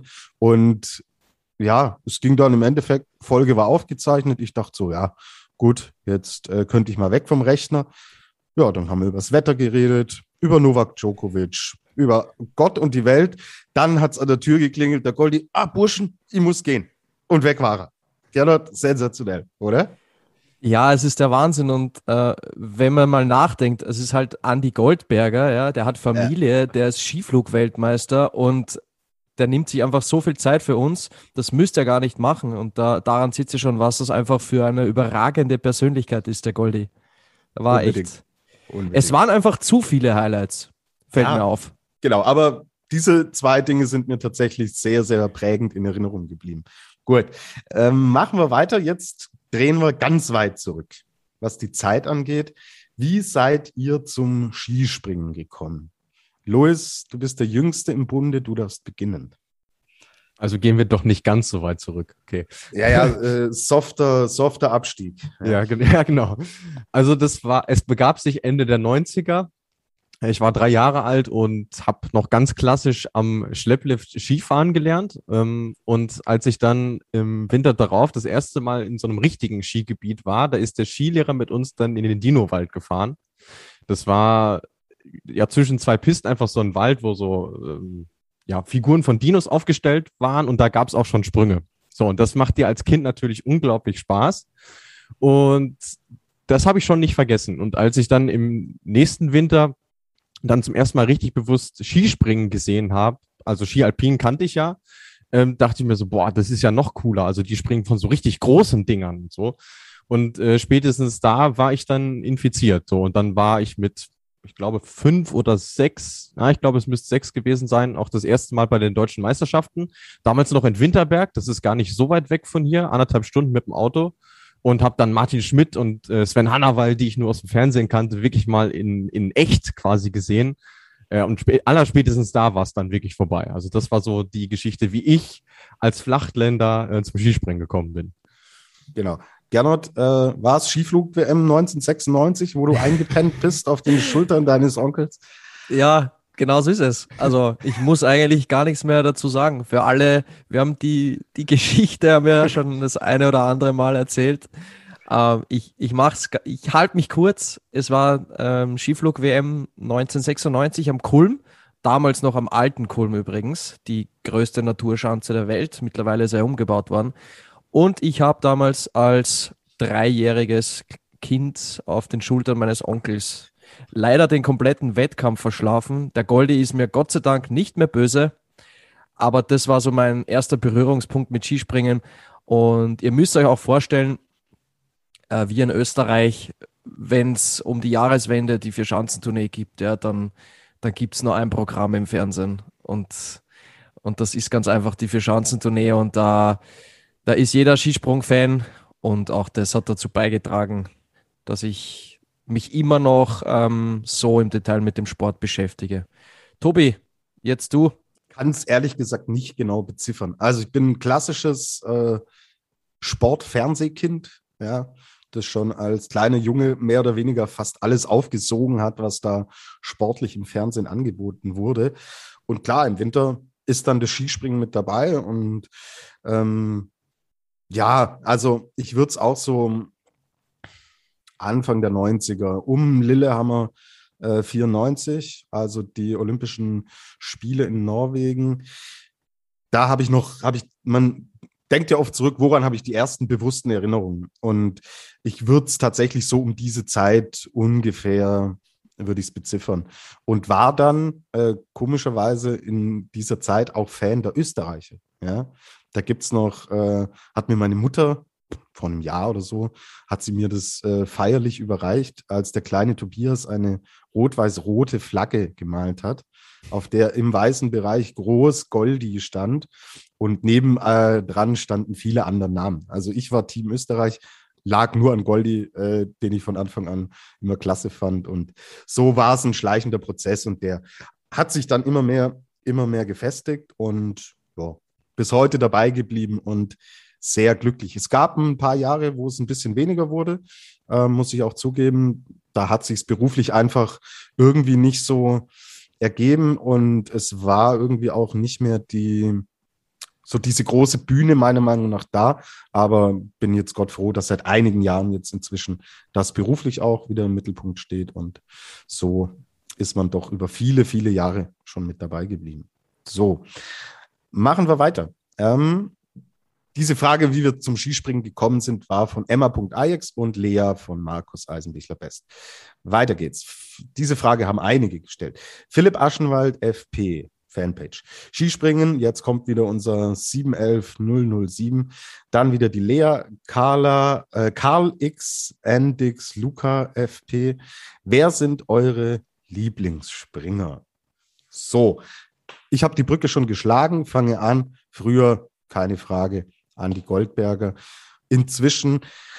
und ja, es ging dann im Endeffekt, Folge war aufgezeichnet. Ich dachte so, ja, gut, jetzt äh, könnte ich mal weg vom Rechner. Ja, dann haben wir über das Wetter geredet, über Novak Djokovic, über Gott und die Welt. Dann hat es an der Tür geklingelt, der Goldi, ah, Burschen, ich muss gehen. Und weg war er. Gernot, sensationell, oder? Ja, es ist der Wahnsinn und äh, wenn man mal nachdenkt, es ist halt Andi Goldberger, ja, der hat Familie, der ist Skiflug-Weltmeister und der nimmt sich einfach so viel Zeit für uns, das müsste er gar nicht machen und da, daran sieht sie schon, was das einfach für eine überragende Persönlichkeit ist, der Goldi. Da war Unbedingt. echt, Unbedingt. es waren einfach zu viele Highlights, fällt Ja. mir auf. Genau, aber diese zwei Dinge sind mir tatsächlich sehr, sehr prägend in Erinnerung geblieben. Gut, ähm, machen wir weiter. Jetzt drehen wir ganz weit zurück, was die Zeit angeht. Wie seid ihr zum Skispringen gekommen? Louis, du bist der Jüngste im Bunde, du darfst beginnen. Also gehen wir doch nicht ganz so weit zurück. Okay. Ja, ja, äh, softer, softer Abstieg. Ja, gen- ja, genau. Also das war, es begab sich Ende der neunziger. Ich war drei Jahre alt und habe noch ganz klassisch am Schlepplift Skifahren gelernt. Ähm, und als ich dann im Winter darauf das erste Mal in so einem richtigen Skigebiet war, da ist der Skilehrer mit uns dann in den Dinowald gefahren. Das war ja zwischen zwei Pisten einfach so ein Wald, wo so ähm, ja, Figuren von Dinos aufgestellt waren und da gab es auch schon Sprünge. So, und das macht dir als Kind natürlich unglaublich Spaß. Und das habe ich schon nicht vergessen. Und als ich dann im nächsten Winter dann zum ersten Mal richtig bewusst Skispringen gesehen habe, also Ski Alpin kannte ich ja, ähm, dachte ich mir so, boah, das ist ja noch cooler. Also die springen von so richtig großen Dingern und so. Und äh, spätestens da war ich dann infiziert. So, und dann war ich mit, ich glaube, fünf oder sechs, ja, ich glaube, es müsste sechs gewesen sein, auch das erste Mal bei den deutschen Meisterschaften. Damals noch in Winterberg, das ist gar nicht so weit weg von hier, anderthalb Stunden mit dem Auto. Und habe dann Martin Schmidt und äh, Sven Hannawald, die ich nur aus dem Fernsehen kannte, wirklich mal in, in echt quasi gesehen. Äh, und spä- allerspätestens da war es dann wirklich vorbei. Also das war so die Geschichte, wie ich als Flachländer äh, zum Skispringen gekommen bin. Genau. Gernot, äh, war es Skiflug-W M neunzehnhundertsechsundneunzig, wo du eingepennt bist auf den Schultern deines Onkels? Ja, genau so ist es. Also ich muss eigentlich gar nichts mehr dazu sagen. Für alle, wir haben die, die Geschichte, haben wir ja schon das eine oder andere Mal erzählt. Ähm, ich ich mach's, ga- ich halte mich kurz. Es war ähm, Skiflug-W M neunzehnhundertsechsundneunzig am Kulm. Damals noch am alten Kulm übrigens. Die größte Naturschanze der Welt. Mittlerweile ist er umgebaut worden. Und ich habe damals als dreijähriges Kind auf den Schultern meines Onkels leider den kompletten Wettkampf verschlafen. Der Goldi ist mir Gott sei Dank nicht mehr böse, aber das war so mein erster Berührungspunkt mit Skispringen. Und ihr müsst euch auch vorstellen, äh, wie in Österreich, wenn es um die Jahreswende die Vierschanzentournee gibt, ja, dann, dann gibt es nur ein Programm im Fernsehen. Und, und das ist ganz einfach die Vierschanzentournee. Und da, da ist jeder Skisprung-Fan. Und auch das hat dazu beigetragen, dass ich mich immer noch ähm, so im Detail mit dem Sport beschäftige. Tobi, jetzt du. Kann es ehrlich gesagt nicht genau beziffern. Also ich bin ein klassisches äh, Sport-Fernsehkind, ja, das schon als kleiner Junge mehr oder weniger fast alles aufgesogen hat, was da sportlich im Fernsehen angeboten wurde. Und klar, im Winter ist dann das Skispringen mit dabei. Und ähm, ja, also ich würde es auch so Anfang der neunziger, um Lillehammer äh, vierundneunzig, also die Olympischen Spiele in Norwegen. Da habe ich noch, habe ich, man denkt ja oft zurück, woran habe ich die ersten bewussten Erinnerungen? Und ich würde es tatsächlich so um diese Zeit ungefähr, würde ich es beziffern. Und war dann äh, komischerweise in dieser Zeit auch Fan der Österreicher. Ja? Da gibt es noch, äh, hat mir meine Mutter vor einem Jahr oder so, hat sie mir das äh, feierlich überreicht, als der kleine Tobias eine rot-weiß-rote Flagge gemalt hat, auf der im weißen Bereich groß Goldi stand und neben äh, dran standen viele andere Namen. Also ich war Team Österreich, lag nur an Goldi, äh, den ich von Anfang an immer klasse fand. Und so war es ein schleichender Prozess und der hat sich dann immer mehr, immer mehr gefestigt und ja, bis heute dabei geblieben und sehr glücklich. Es gab ein paar Jahre, wo es ein bisschen weniger wurde, äh, muss ich auch zugeben. Da hat sich es beruflich einfach irgendwie nicht so ergeben und es war irgendwie auch nicht mehr die, so diese große Bühne meiner Meinung nach da. Aber bin jetzt Gott froh, dass seit einigen Jahren jetzt inzwischen das beruflich auch wieder im Mittelpunkt steht und so ist man doch über viele, viele Jahre schon mit dabei geblieben. So, machen wir weiter. Ähm, Diese Frage, wie wir zum Skispringen gekommen sind, war von Emma.ajax und Lea von Markus Eisenbichler-Best. Weiter geht's. Diese Frage haben einige gestellt. Philipp Aschenwald, F P, Fanpage. Skispringen, jetzt kommt wieder unser sieben elf null null sieben. Dann wieder die Lea, Carla, äh, Karl X, Andix, Luca, F P. Wer sind eure Lieblingsspringer? So, ich habe die Brücke schon geschlagen, fange an. Früher, keine Frage, Andi Goldberger. Inzwischen,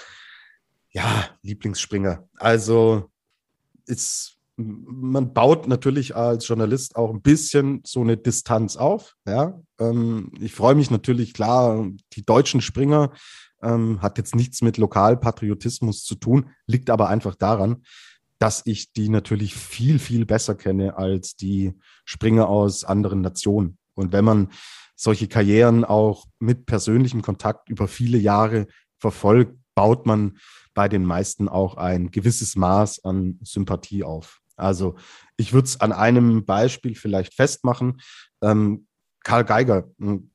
ja, Lieblingsspringer. Also ist, man baut natürlich als Journalist auch ein bisschen so eine Distanz auf. Ja? Ähm, ich freue mich natürlich, klar, die deutschen Springer ähm, hat jetzt nichts mit Lokalpatriotismus zu tun, liegt aber einfach daran, dass ich die natürlich viel, viel besser kenne als die Springer aus anderen Nationen. Und wenn man solche Karrieren auch mit persönlichem Kontakt über viele Jahre verfolgt, baut man bei den meisten auch ein gewisses Maß an Sympathie auf. Also ich würde es an einem Beispiel vielleicht festmachen. Ähm, Karl Geiger,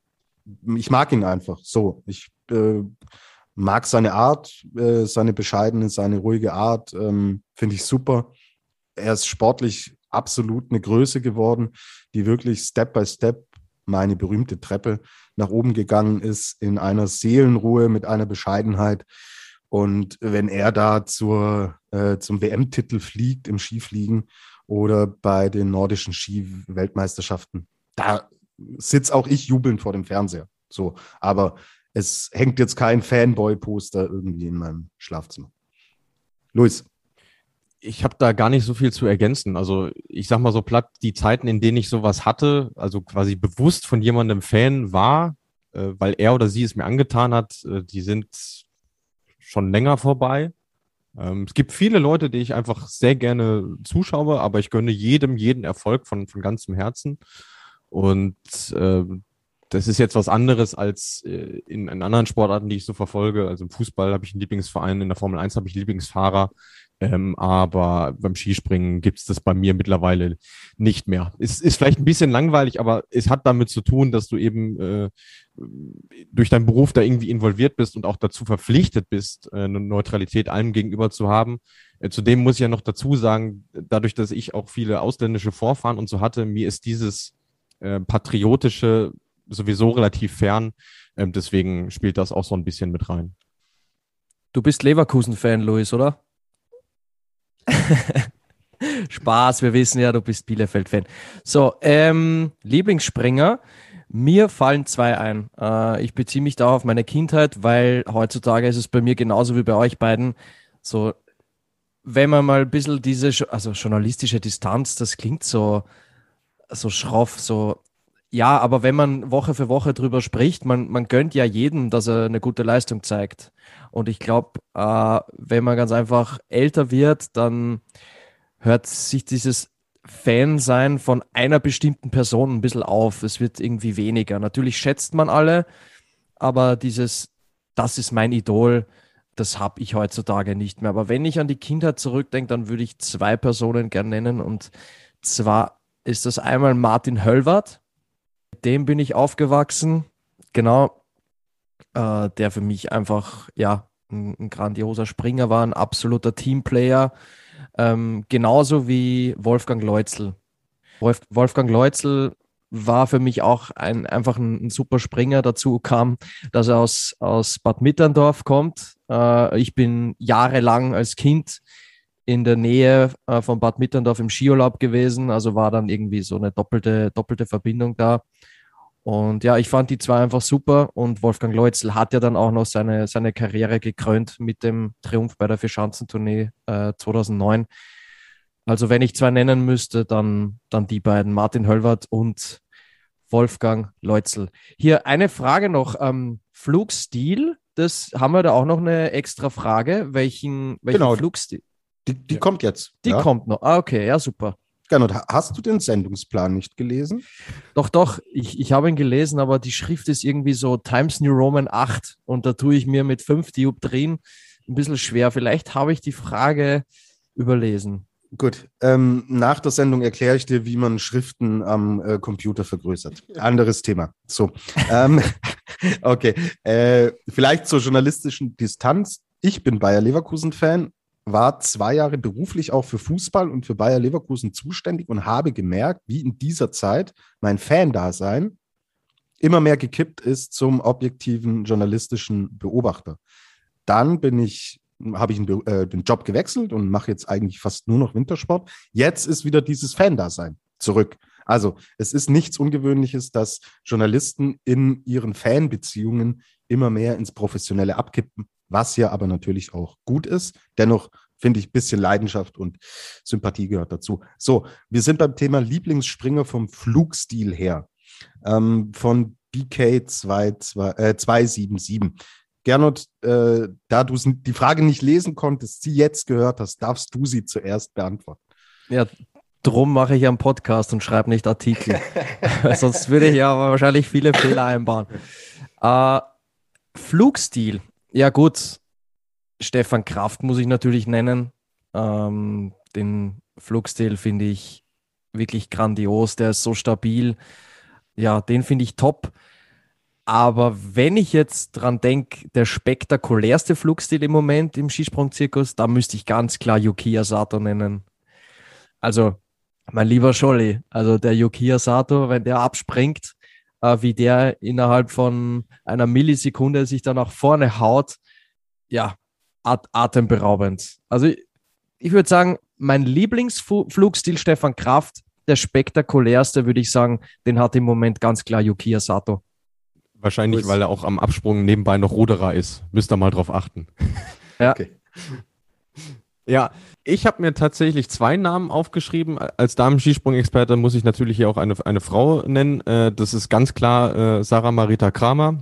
ich mag ihn einfach so. Ich äh, mag seine Art, äh, seine bescheidene, seine ruhige Art, ähm, finde ich super. Er ist sportlich absolut eine Größe geworden, die wirklich Step by Step meine berühmte Treppe nach oben gegangen ist, in einer Seelenruhe, mit einer Bescheidenheit. Und wenn er da zur, äh, zum W M-Titel fliegt im Skifliegen oder bei den nordischen Ski-Weltmeisterschaften, da sitze auch ich jubelnd vor dem Fernseher. So, aber es hängt jetzt kein Fanboy-Poster irgendwie in meinem Schlafzimmer. Luis. Ich habe da gar nicht so viel zu ergänzen. Also ich sag mal so platt, die Zeiten, in denen ich sowas hatte, also quasi bewusst von jemandem Fan war, äh, weil er oder sie es mir angetan hat, äh, die sind schon länger vorbei. Ähm, es gibt viele Leute, die ich einfach sehr gerne zuschaue, aber ich gönne jedem jeden Erfolg von, von ganzem Herzen. Und äh, das ist jetzt was anderes als äh, in, in anderen Sportarten, die ich so verfolge. Also im Fußball habe ich einen Lieblingsverein, in der Formel eins habe ich Lieblingsfahrer. Ähm, aber beim Skispringen gibt es das bei mir mittlerweile nicht mehr. Es ist vielleicht ein bisschen langweilig, aber es hat damit zu tun, dass du eben äh, durch deinen Beruf da irgendwie involviert bist und auch dazu verpflichtet bist, äh, eine Neutralität allem gegenüber zu haben. Äh, zudem muss ich ja noch dazu sagen, dadurch, dass ich auch viele ausländische Vorfahren und so hatte, mir ist dieses äh, patriotische sowieso relativ fern. Ähm, deswegen spielt das auch so ein bisschen mit rein. Du bist Leverkusen-Fan, Luis, oder? Spaß, wir wissen ja, du bist Bielefeld-Fan. So, ähm, Lieblingsspringer. Mir fallen zwei ein. Äh, ich beziehe mich da auf meine Kindheit, weil heutzutage ist es bei mir genauso wie bei euch beiden. So, wenn man mal ein bisschen diese, also journalistische Distanz, das klingt so, so schroff, so, ja, aber wenn man Woche für Woche drüber spricht, man, man gönnt ja jedem, dass er eine gute Leistung zeigt. Und ich glaube, äh, wenn man ganz einfach älter wird, dann hört sich dieses Fan-Sein von einer bestimmten Person ein bisschen auf. Es wird irgendwie weniger. Natürlich schätzt man alle, aber dieses, das ist mein Idol, das habe ich heutzutage nicht mehr. Aber wenn ich an die Kindheit zurückdenke, dann würde ich zwei Personen gern nennen. Und zwar ist das einmal Martin Höllwarth. Mit dem bin ich aufgewachsen. Genau. Äh, der für mich einfach, ja, ein, ein grandioser Springer war, ein absoluter Teamplayer. Ähm, genauso wie Wolfgang Leutzl. Wolf, Wolfgang Leutzl war für mich auch ein, einfach ein, ein super Springer. Dazu kam, dass er aus, aus Bad Mitterndorf kommt. Äh, ich bin jahrelang als Kind in der Nähe äh, von Bad Mitterndorf im Skiurlaub gewesen, also war dann irgendwie so eine doppelte, doppelte Verbindung da. Und ja, ich fand die zwei einfach super und Wolfgang Leutzl hat ja dann auch noch seine, seine Karriere gekrönt mit dem Triumph bei der Vierschanzentournee äh, zweitausendneun. Also wenn ich zwei nennen müsste, dann, dann die beiden, Martin Höllwarth und Wolfgang Leutzl. Hier eine Frage noch, ähm, Flugstil, das haben wir da auch noch eine extra Frage, welchen, welchen Genau. Flugstil? Die, die Ja. kommt jetzt. Die ja? kommt noch, ah okay, ja super. Genau. Hast du den Sendungsplan nicht gelesen? Doch, doch, ich, ich habe ihn gelesen, aber die Schrift ist irgendwie so Times New Roman acht und da tue ich mir mit fünf Dioptrien ein bisschen schwer. Vielleicht habe ich die Frage überlesen. Gut, ähm, nach der Sendung erkläre ich dir, wie man Schriften am äh, Computer vergrößert. Anderes Thema. So, ähm, Okay, äh, vielleicht zur journalistischen Distanz. Ich bin Bayer Leverkusen-Fan, war zwei Jahre beruflich auch für Fußball und für Bayer Leverkusen zuständig und habe gemerkt, wie in dieser Zeit mein Fan-Dasein immer mehr gekippt ist zum objektiven journalistischen Beobachter. Dann bin ich, habe ich einen, äh, den Job gewechselt und mache jetzt eigentlich fast nur noch Wintersport. Jetzt ist wieder dieses Fan-Dasein zurück. Also es ist nichts Ungewöhnliches, dass Journalisten in ihren Fanbeziehungen immer mehr ins Professionelle abkippen, was ja aber natürlich auch gut ist. Dennoch finde ich, ein bisschen Leidenschaft und Sympathie gehört dazu. So, wir sind beim Thema Lieblingsspringer vom Flugstil her, ähm, von B K zwei sieben sieben. Gernot, äh, da du die Frage nicht lesen konntest, sie jetzt gehört hast, darfst du sie zuerst beantworten. Ja, drum mache ich einen Podcast und schreibe nicht Artikel. Sonst würde ich ja wahrscheinlich viele Fehler einbauen. Äh, Flugstil, ja gut, Stefan Kraft muss ich natürlich nennen. Ähm, den Flugstil finde ich wirklich grandios, der ist so stabil. Ja, den finde ich top. Aber wenn ich jetzt dran denke, der spektakulärste Flugstil im Moment im Skisprung-Zirkus, da müsste ich ganz klar Yukiya Sato nennen. Also, mein lieber Scholli, also der Yukiya Sato, wenn der abspringt, äh, wie der innerhalb von einer Millisekunde sich da nach vorne haut, ja, at- atemberaubend. Also ich, ich würde sagen, mein Lieblingsflugstil Stefan Kraft, der spektakulärste, würde ich sagen, den hat im Moment ganz klar Yukiya Sato. Wahrscheinlich, weil er auch am Absprung nebenbei noch Ruderer ist. Müsst ihr mal drauf achten. Ja. Okay. Ja, ich habe mir tatsächlich zwei Namen aufgeschrieben. Als Damen-Skisprung-Experte muss ich natürlich hier auch eine, eine Frau nennen. Äh, das ist ganz klar äh, Sarah Marita Kramer.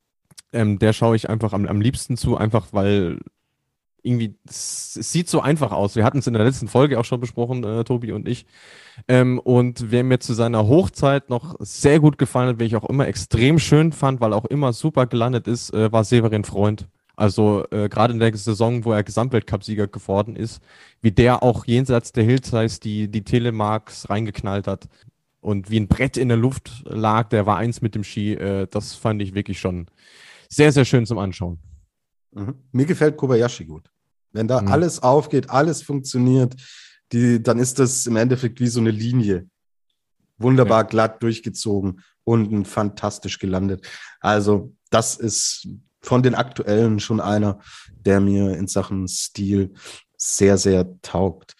Ähm, der schaue ich einfach am, am liebsten zu, einfach weil irgendwie, es, es sieht so einfach aus. Wir hatten es in der letzten Folge auch schon besprochen, äh, Tobi und ich. Ähm, und wer mir zu seiner Hochzeit noch sehr gut gefallen hat, wen ich auch immer extrem schön fand, weil auch immer super gelandet ist, äh, war Severin Freund. Also äh, gerade in der Saison, wo er Gesamtweltcup-Sieger geworden ist, wie der auch jenseits der Hillsides die, die Telemarks reingeknallt hat und wie ein Brett in der Luft lag, der war eins mit dem Ski. Äh, das fand ich wirklich schon sehr, sehr schön zum Anschauen. Mhm. Mir gefällt Kobayashi gut. Wenn da Mhm. alles aufgeht, alles funktioniert, die, dann ist das im Endeffekt wie so eine Linie. Wunderbar Ja. glatt durchgezogen, unten fantastisch gelandet. Also das ist von den aktuellen schon einer, der mir in Sachen Stil sehr, sehr taugt.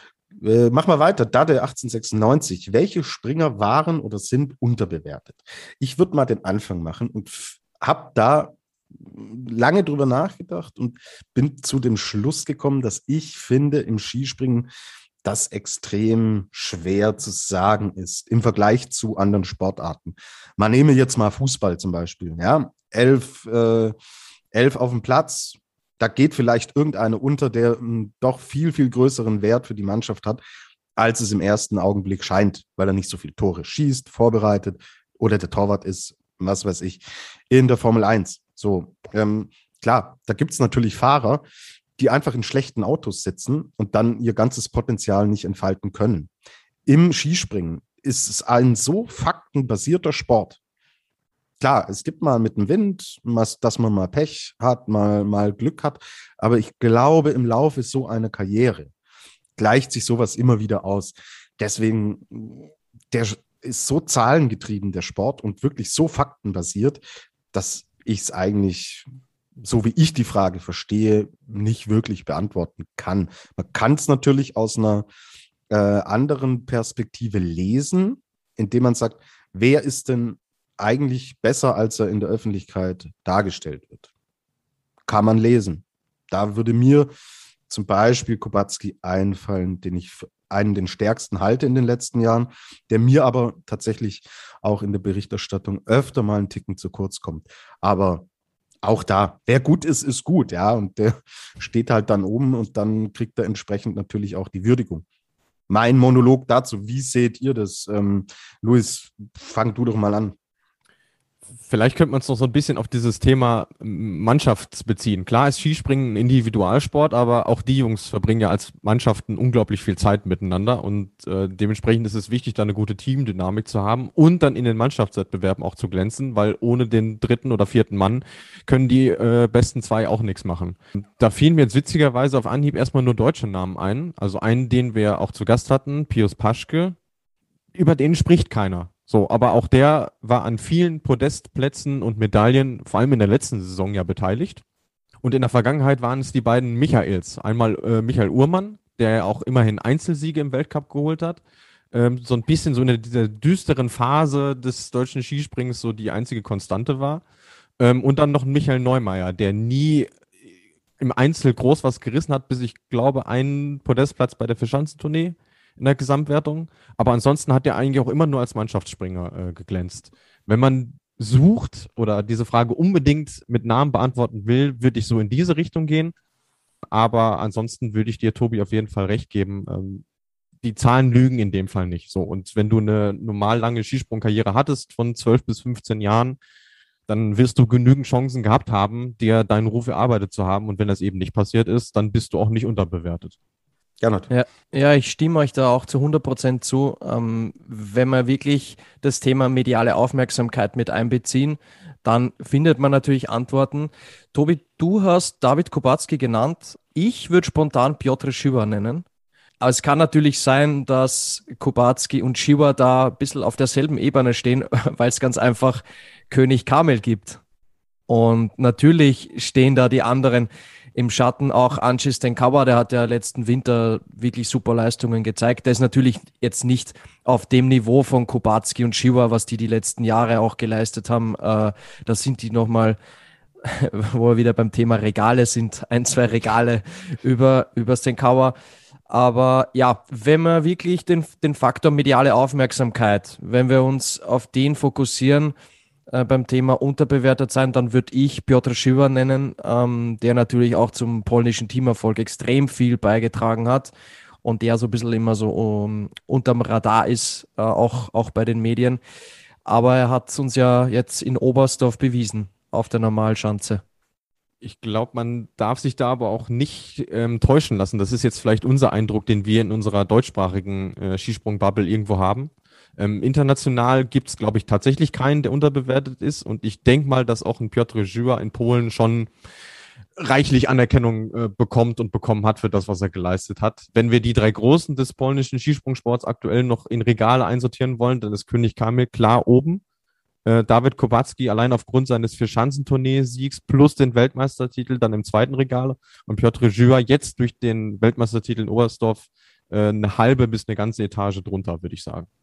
Äh, mach mal weiter. Dade achtzehnhundertsechsundneunzig. Welche Springer waren oder sind unterbewertet? Ich würde mal den Anfang machen und habe da lange drüber nachgedacht und bin zu dem Schluss gekommen, dass ich finde, im Skispringen das extrem schwer zu sagen ist im Vergleich zu anderen Sportarten. Man nehme jetzt mal Fußball zum Beispiel. Ja? Elf, äh, elf auf dem Platz, da geht vielleicht irgendeiner unter, der einen doch viel, viel größeren Wert für die Mannschaft hat, als es im ersten Augenblick scheint, weil er nicht so viele Tore schießt, vorbereitet oder der Torwart ist, was weiß ich, in der Formel eins. So, ähm, klar, da gibt es natürlich Fahrer, die einfach in schlechten Autos sitzen und dann ihr ganzes Potenzial nicht entfalten können. Im Skispringen ist es ein so faktenbasierter Sport. Klar, es gibt mal mit dem Wind, was, dass man mal Pech hat, mal, mal Glück hat, aber ich glaube, im Laufe so einer Karriere gleicht sich sowas immer wieder aus. Deswegen, der ist so zahlengetrieben, der Sport, und wirklich so faktenbasiert, dass ich es eigentlich, so wie ich die Frage verstehe, nicht wirklich beantworten kann. Man kann es natürlich aus einer äh, anderen Perspektive lesen, indem man sagt, wer ist denn eigentlich besser, als er in der Öffentlichkeit dargestellt wird? Kann man lesen. Da würde mir zum Beispiel Kubacki einfallen, den ich für einen den stärksten halte in den letzten Jahren, der mir aber tatsächlich auch in der Berichterstattung öfter mal einen Ticken zu kurz kommt. Aber auch da, wer gut ist, ist gut, ja, und der steht halt dann oben und dann kriegt er entsprechend natürlich auch die Würdigung. Mein Monolog dazu, wie seht ihr das? Ähm, Luis, fang du doch mal an. Vielleicht könnte man es noch so ein bisschen auf dieses Thema Mannschaft beziehen. Klar ist Skispringen ein Individualsport, aber auch die Jungs verbringen ja als Mannschaften unglaublich viel Zeit miteinander und äh, dementsprechend ist es wichtig, da eine gute Teamdynamik zu haben und dann in den Mannschaftswettbewerben auch zu glänzen, weil ohne den dritten oder vierten Mann können die äh, besten zwei auch nichts machen. Da fielen mir jetzt witzigerweise auf Anhieb erstmal nur deutsche Namen ein. Also einen, den wir auch zu Gast hatten, Pius Paschke, über den spricht keiner. So, aber auch der war an vielen Podestplätzen und Medaillen, vor allem in der letzten Saison ja beteiligt. Und in der Vergangenheit waren es die beiden Michaels. Einmal äh, Michael Uhrmann, der ja auch immerhin Einzelsiege im Weltcup geholt hat. Ähm, so ein bisschen so in dieser düsteren Phase des deutschen Skisprings so die einzige Konstante war. Ähm, und dann noch Michael Neumeier, der nie im Einzel groß was gerissen hat, bis ich glaube, einen Podestplatz bei der Vierschanzentournee in der Gesamtwertung. Aber ansonsten hat er eigentlich auch immer nur als Mannschaftsspringer äh, geglänzt. Wenn man sucht oder diese Frage unbedingt mit Namen beantworten will, würde ich so in diese Richtung gehen. Aber ansonsten würde ich dir, Tobi, auf jeden Fall recht geben. Ähm, die Zahlen lügen in dem Fall nicht. So. Und wenn du eine normal lange Skisprungkarriere hattest von zwölf bis fünfzehn Jahren, dann wirst du genügend Chancen gehabt haben, dir deinen Ruf erarbeitet zu haben. Und wenn das eben nicht passiert ist, dann bist du auch nicht unterbewertet. Ja, ja, ich stimme euch da auch zu hundert Prozent zu. Ähm, wenn wir wirklich das Thema mediale Aufmerksamkeit mit einbeziehen, dann findet man natürlich Antworten. Tobi, du hast David Kubacki genannt. Ich würde spontan Piotr Szywa nennen. Aber es kann natürlich sein, dass Kubacki und Szywa da ein bisschen auf derselben Ebene stehen, weil es ganz einfach König Kamil gibt. Und natürlich stehen da die anderen im Schatten, auch Andrzej Stenkawa, der hat ja letzten Winter wirklich super Leistungen gezeigt. Der ist natürlich jetzt nicht auf dem Niveau von Kubacki und Szywa, was die die letzten Jahre auch geleistet haben. Äh, da sind die nochmal, wo wir wieder beim Thema Regale sind, ein, zwei Regale über, über Stenkawa. Aber ja, wenn wir wirklich den, den Faktor mediale Aufmerksamkeit, wenn wir uns auf den fokussieren, beim Thema unterbewertet sein, dann würde ich Piotr Szywa nennen, ähm, der natürlich auch zum polnischen Teamerfolg extrem viel beigetragen hat und der so ein bisschen immer so um, unterm Radar ist, äh, auch, auch bei den Medien. Aber er hat uns ja jetzt in Oberstdorf bewiesen, auf der Normalschanze. Ich glaube, man darf sich da aber auch nicht ähm, täuschen lassen. Das ist jetzt vielleicht unser Eindruck, den wir in unserer deutschsprachigen äh, Skisprung-Bubble irgendwo haben. Ähm, international gibt es, glaube ich, tatsächlich keinen, der unterbewertet ist. Und ich denke mal, dass auch ein Piotr Szywa in Polen schon reichlich Anerkennung äh, bekommt und bekommen hat für das, was er geleistet hat. Wenn wir die drei Großen des polnischen Skisprungsports aktuell noch in Regale einsortieren wollen, dann ist König Kamil klar oben. Äh, David Kubacki allein aufgrund seines Vierschanzentournee-Siegs plus den Weltmeistertitel dann im zweiten Regal. Und Piotr Szywa jetzt durch den Weltmeistertitel in Oberstdorf äh, eine halbe bis eine ganze Etage drunter, würde ich sagen.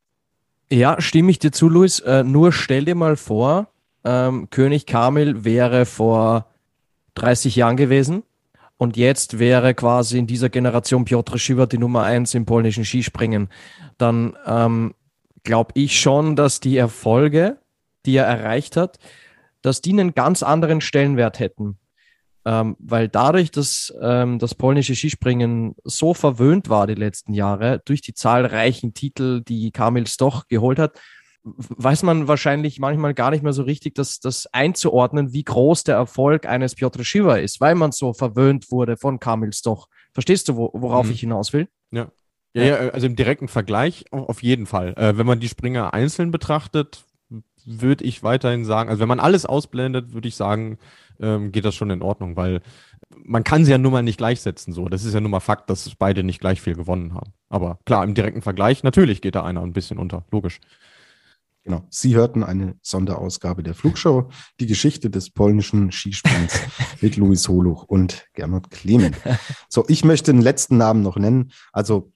Ja, stimme ich dir zu, Luis. Äh, nur stell dir mal vor, ähm, König Kamil wäre vor dreißig Jahren gewesen und jetzt wäre quasi in dieser Generation Piotr Szywa die Nummer eins im polnischen Skispringen. Dann ähm, glaube ich schon, dass die Erfolge, die er erreicht hat, dass die einen ganz anderen Stellenwert hätten. Ähm, weil dadurch, dass ähm, das polnische Skispringen so verwöhnt war die letzten Jahre, durch die zahlreichen Titel, die Kamil Stoch geholt hat, weiß man wahrscheinlich manchmal gar nicht mehr so richtig, das, das einzuordnen, wie groß der Erfolg eines Piotr Szywa ist, weil man so verwöhnt wurde von Kamil Stoch. Verstehst du, wo, worauf mhm. ich hinaus will? Ja. Ja, ja, also im direkten Vergleich auf jeden Fall. Äh, wenn man die Springer einzeln betrachtet, würde ich weiterhin sagen, also wenn man alles ausblendet, würde ich sagen, ähm, geht das schon in Ordnung, weil man kann sie ja nun mal nicht gleichsetzen. So, das ist ja nun mal Fakt, dass beide nicht gleich viel gewonnen haben. Aber klar, im direkten Vergleich, natürlich geht da einer ein bisschen unter, logisch. Genau. Sie hörten eine Sonderausgabe der Flugshow, die Geschichte des polnischen Skisprings mit Luis Holuch und Gernot Clement. So, ich möchte den letzten Namen noch nennen. Also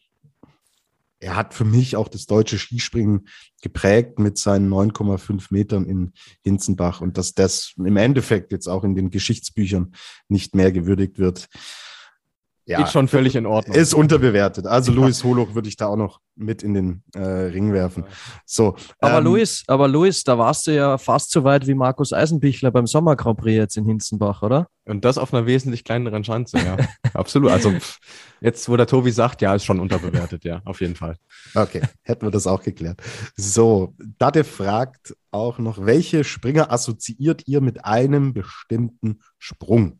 er hat für mich auch das deutsche Skispringen geprägt mit seinen neun Komma fünf Metern in Hinzenbach und dass das im Endeffekt jetzt auch in den Geschichtsbüchern nicht mehr gewürdigt wird. Ja, geht schon völlig in Ordnung. Ist unterbewertet. Also Louis Holoch würde ich da auch noch mit in den äh, Ring werfen. So, Aber ähm, Luis, aber Luis, da warst du ja fast so weit wie Markus Eisenbichler beim Sommer Grand Prix jetzt in Hinzenbach, oder? Und das auf einer wesentlich kleineren Schanze, ja. Absolut. Also jetzt, wo der Tobi sagt, ja, ist schon unterbewertet, ja, auf jeden Fall. Okay, hätten wir das auch geklärt. So, Dade fragt auch noch, welche Springer assoziiert ihr mit einem bestimmten Sprung?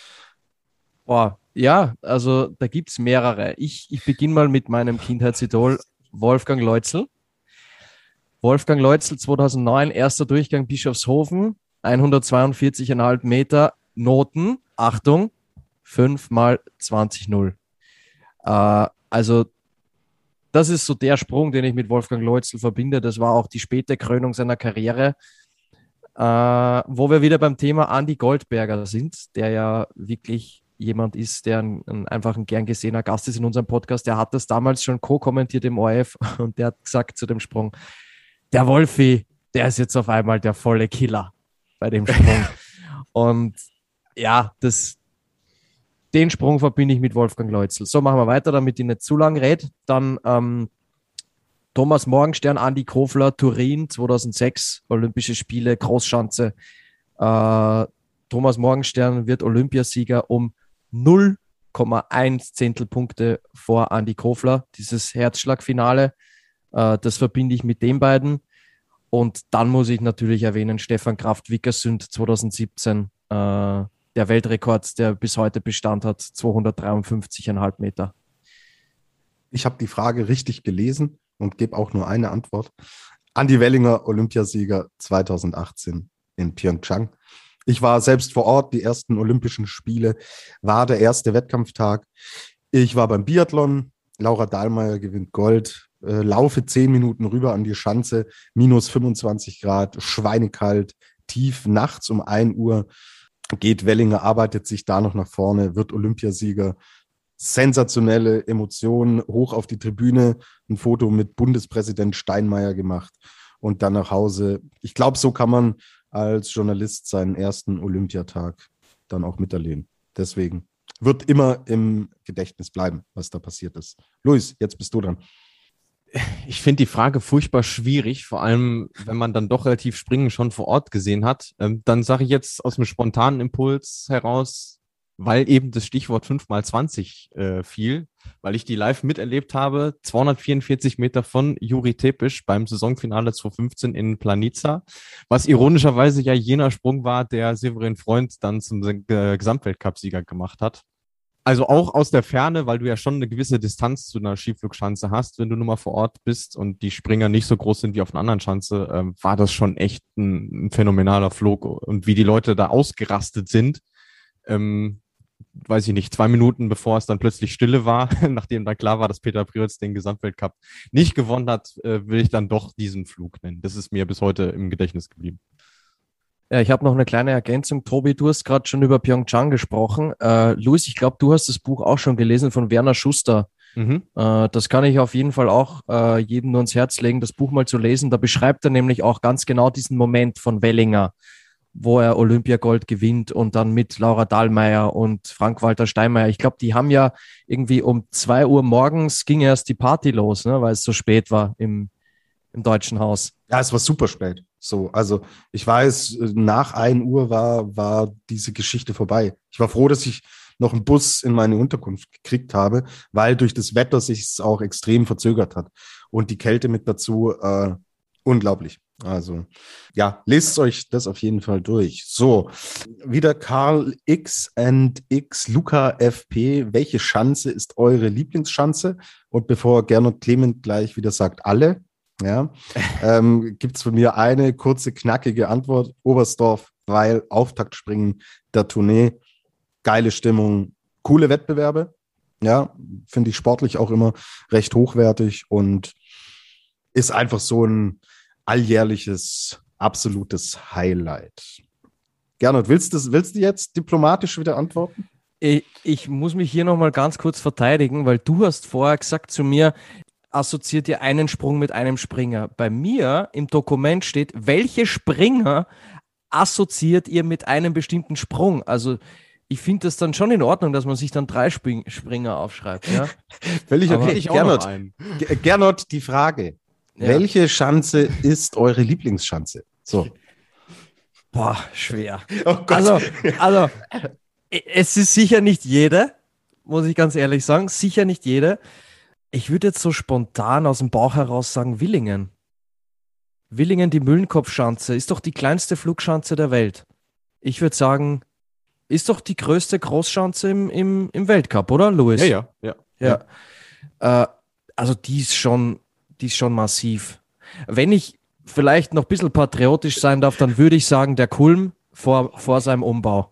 Boah, ja, also da gibt es mehrere. Ich, ich beginne mal mit meinem Kindheitsidol Wolfgang Leutzl. Wolfgang Leutzl, zweitausendneun, erster Durchgang Bischofshofen, hundertzweiundvierzig Komma fünf Meter, Noten, Achtung, fünf mal zwanzig null. Äh, also das ist so der Sprung, den ich mit Wolfgang Leutzl verbinde. Das war auch die späte Krönung seiner Karriere. Äh, wo wir wieder beim Thema Andi Goldberger sind, der ja wirklich jemand ist, der ein, ein, einfach ein gern gesehener Gast ist in unserem Podcast. Der hat das damals schon co-kommentiert im O R F und der hat gesagt zu dem Sprung, der Wolfi, der ist jetzt auf einmal der volle Killer bei dem Sprung. Und ja, das, den Sprung verbinde ich mit Wolfgang Leutzl. So, machen wir weiter, damit ich nicht zu lang rede. Dann ähm, Thomas Morgenstern, Andi Kofler, Turin, zweitausendsechs, Olympische Spiele, Großschanze. Äh, Thomas Morgenstern wird Olympiasieger um null Komma eins Zehntelpunkte vor Andi Kofler. Dieses Herzschlagfinale, äh, das verbinde ich mit den beiden. Und dann muss ich natürlich erwähnen, Stefan Kraft-Wickersund zweitausendsiebzehn, äh, der Weltrekord, der bis heute Bestand hat, zweihundertdreiundfünfzig Komma fünf Meter. Ich habe die Frage richtig gelesen und gebe auch nur eine Antwort. Andi Wellinger, Olympiasieger zweitausendachtzehn in Pyeongchang. Ich war selbst vor Ort, die ersten Olympischen Spiele, war der erste Wettkampftag. Ich war beim Biathlon, Laura Dahlmeier gewinnt Gold, äh, laufe zehn Minuten rüber an die Schanze, minus fünfundzwanzig Grad, schweinekalt, tief, nachts um ein Uhr geht Wellinger, arbeitet sich da noch nach vorne, wird Olympiasieger. Sensationelle Emotionen, hoch auf die Tribüne, ein Foto mit Bundespräsident Steinmeier gemacht und dann nach Hause. Ich glaube, so kann man als Journalist seinen ersten Olympiatag dann auch miterleben. Deswegen wird immer im Gedächtnis bleiben, was da passiert ist. Luis, jetzt bist du dran. Ich finde die Frage furchtbar schwierig, vor allem, wenn man dann doch relativ Springen schon vor Ort gesehen hat. Ähm, dann sage ich jetzt aus dem spontanen Impuls heraus, weil eben das Stichwort fünf mal zwanzig äh, fiel, weil ich die live miterlebt habe, zweihundertvierundvierzig Meter von Juri Tepisch beim Saisonfinale zweitausendfünfzehn in Planica, was ironischerweise ja jener Sprung war, der Severin Freund dann zum äh, Gesamtweltcup-Sieger gemacht hat. Also auch aus der Ferne, weil du ja schon eine gewisse Distanz zu einer Skiflugschanze hast, wenn du nun mal vor Ort bist und die Springer nicht so groß sind wie auf einer anderen Schanze, äh, war das schon echt ein, ein phänomenaler Flug. Und wie die Leute da ausgerastet sind, ähm, weiß ich nicht, zwei Minuten bevor es dann plötzlich Stille war, nachdem dann klar war, dass Peter Prioritz den Gesamtweltcup nicht gewonnen hat, äh, will ich dann doch diesen Flug nennen. Das ist mir bis heute im Gedächtnis geblieben. Ja, ich habe noch eine kleine Ergänzung. Tobi, du hast gerade schon über Pyeongchang gesprochen. Äh, Luis, ich glaube, du hast das Buch auch schon gelesen von Werner Schuster. Mhm. Äh, das kann ich auf jeden Fall auch äh, jedem nur ans Herz legen, das Buch mal zu lesen. Da beschreibt er nämlich auch ganz genau diesen Moment von Wellinger, wo er Olympiagold gewinnt und dann mit Laura Dahlmeier und Frank-Walter Steinmeier. Ich glaube, die haben ja irgendwie um zwei Uhr morgens ging erst die Party los, ne, weil es so spät war im, im Deutschen Haus. Ja, es war super spät. So, also ich weiß, nach ein Uhr war, war diese Geschichte vorbei. Ich war froh, dass ich noch einen Bus in meine Unterkunft gekriegt habe, weil durch das Wetter sich es auch extrem verzögert hat. Und die Kälte mit dazu, äh, unglaublich. Also, ja, lest euch das auf jeden Fall durch. So, wieder Karl X and X, Luca F P. Welche Schanze ist eure Lieblingsschanze? Und bevor Gernot Clement gleich wieder sagt, alle, ja, ähm, gibt es von mir eine kurze, knackige Antwort. Oberstdorf, weil Auftaktspringen der Tournee, geile Stimmung, coole Wettbewerbe. Ja, finde ich sportlich auch immer recht hochwertig und ist einfach so ein alljährliches, absolutes Highlight. Gernot, willst du, willst du jetzt diplomatisch wieder antworten? Ich, ich muss mich hier nochmal ganz kurz verteidigen, weil du hast vorher gesagt zu mir, assoziiert ihr einen Sprung mit einem Springer. Bei mir im Dokument steht, welche Springer assoziiert ihr mit einem bestimmten Sprung? Also ich finde das dann schon in Ordnung, dass man sich dann drei Spring Springer aufschreibt. Ja? Völlig Aber okay. ich auch Gernot, noch einen. G- Gernot, die Frage. Ja. Welche Schanze ist eure Lieblingsschanze? So. Boah, schwer. Oh Gott. Also, also, es ist sicher nicht jede, muss ich ganz ehrlich sagen. Sicher nicht jede. Ich würde jetzt so spontan aus dem Bauch heraus sagen Willingen. Willingen, die Mühlenkopfschanze, ist doch die kleinste Flugschanze der Welt. Ich würde sagen, ist doch die größte Großschanze im, im, im Weltcup, oder, Louis? Ja, ja, ja. Ja. Äh, also die ist schon, die ist schon massiv. Wenn ich vielleicht noch ein bisschen patriotisch sein darf, dann würde ich sagen, der Kulm vor, vor seinem Umbau.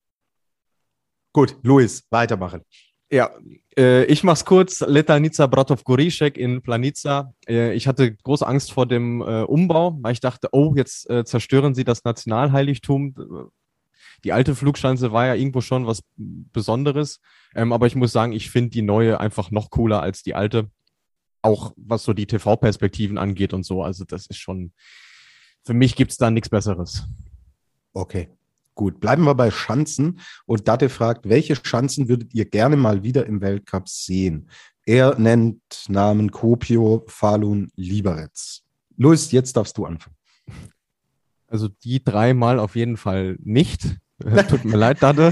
Gut, Luis, weitermachen. Ja, äh, ich mach's kurz. Letanica Bratov Goríšek in Planica. Äh, ich hatte große Angst vor dem äh, Umbau, weil ich dachte, oh, jetzt äh, zerstören sie das Nationalheiligtum. Die alte Flugschanze war ja irgendwo schon was Besonderes. Ähm, aber ich muss sagen, ich finde die neue einfach noch cooler als die alte. Auch was so die T V-Perspektiven angeht und so. Also das ist schon, für mich gibt's da nichts Besseres. Okay, gut. Bleiben wir bei Schanzen. Und Date fragt, welche Schanzen würdet ihr gerne mal wieder im Weltcup sehen? Er nennt Namen Kuopio, Falun, Liberec. Luis, jetzt darfst du anfangen. Also die dreimal auf jeden Fall nicht. Tut mir leid, Date.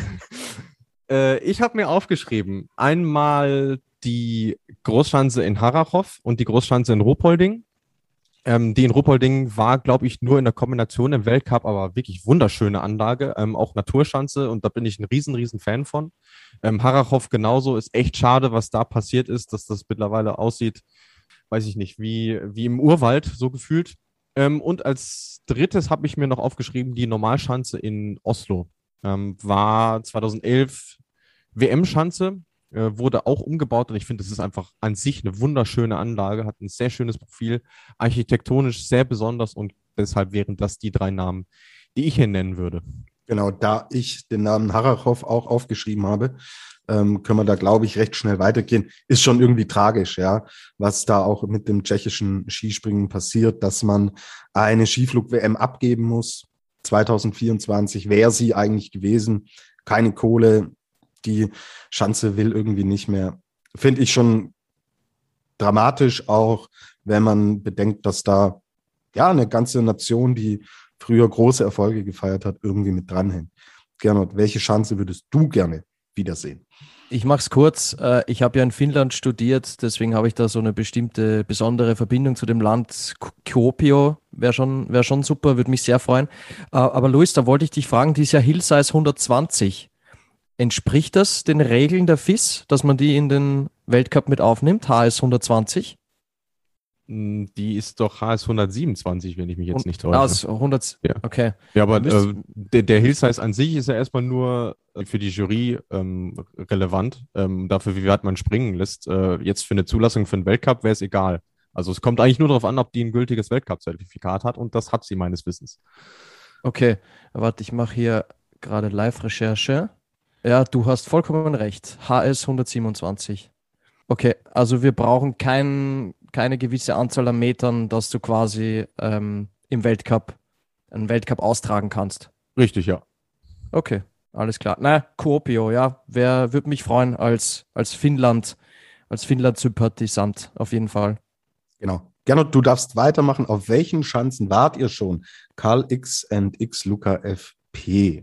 Äh, ich habe mir aufgeschrieben, einmal die Großschanze in Harrachov und die Großschanze in Ruhpolding. Ähm, die in Ruhpolding war, glaube ich, nur in der Kombination im Weltcup, aber wirklich wunderschöne Anlage, ähm, auch Naturschanze und da bin ich ein riesen, riesen Fan von. Ähm, Harrachov genauso, ist echt schade, was da passiert ist, dass das mittlerweile aussieht, weiß ich nicht, wie, wie im Urwald, so gefühlt. Ähm, und als drittes habe ich mir noch aufgeschrieben, die Normalschanze in Oslo. Ähm, war zweitausendelf W M-Schanze, äh, wurde auch umgebaut und ich finde, das ist einfach an sich eine wunderschöne Anlage, hat ein sehr schönes Profil, architektonisch sehr besonders und deshalb wären das die drei Namen, die ich hier nennen würde. Genau, da ich den Namen Harrachov auch aufgeschrieben habe, ähm, können wir da, glaube ich, recht schnell weitergehen. Ist schon irgendwie tragisch, ja, was da auch mit dem tschechischen Skispringen passiert, dass man eine Skiflug-W M abgeben muss. zwanzig vierundzwanzig wäre sie eigentlich gewesen. Keine Kohle, die Schanze will irgendwie nicht mehr. Finde ich schon dramatisch, auch wenn man bedenkt, dass da ja eine ganze Nation, die früher große Erfolge gefeiert hat, irgendwie mit dranhängt. Gernot, welche Schanze würdest du gerne wiedersehen? Ich mache es kurz. Äh, Ich habe ja in Finnland studiert, deswegen habe ich da so eine bestimmte besondere Verbindung zu dem Land. Kuopio wäre schon, wär schon super, würde mich sehr freuen. Äh, Aber Luis, da wollte ich dich fragen, die ist ja Hill Size hundertzwanzig. Entspricht das den Regeln der F I S, dass man die in den Weltcup mit aufnimmt, H S hundertzwanzig? Die ist doch H S hundertsiebenundzwanzig, wenn ich mich jetzt nicht Ah, täusche. aus hundert, Ja. okay. Ja, aber Müsst- äh, der, der Hill-Size an sich ist ja erstmal nur äh, für die Jury ähm, relevant, ähm, dafür, wie weit man springen lässt. Äh, jetzt für eine Zulassung für den Weltcup wäre es egal. Also es kommt eigentlich nur darauf an, ob die ein gültiges Weltcup-Zertifikat hat und das hat sie meines Wissens. Okay, warte, ich mache hier gerade Live-Recherche. Ja, du hast vollkommen recht. H S hundertsiebenundzwanzig. Okay, also wir brauchen kein, keine gewisse Anzahl an Metern, dass du quasi ähm, im Weltcup einen Weltcup austragen kannst. Richtig, ja. Okay, alles klar. Na, Kuopio, ja, wer würde mich freuen als, als Finnland, als Finnland-Sympathisant, auf jeden Fall. Genau. Gernot, du darfst weitermachen. Auf welchen Schanzen wart ihr schon? Karl X und X Luca F P.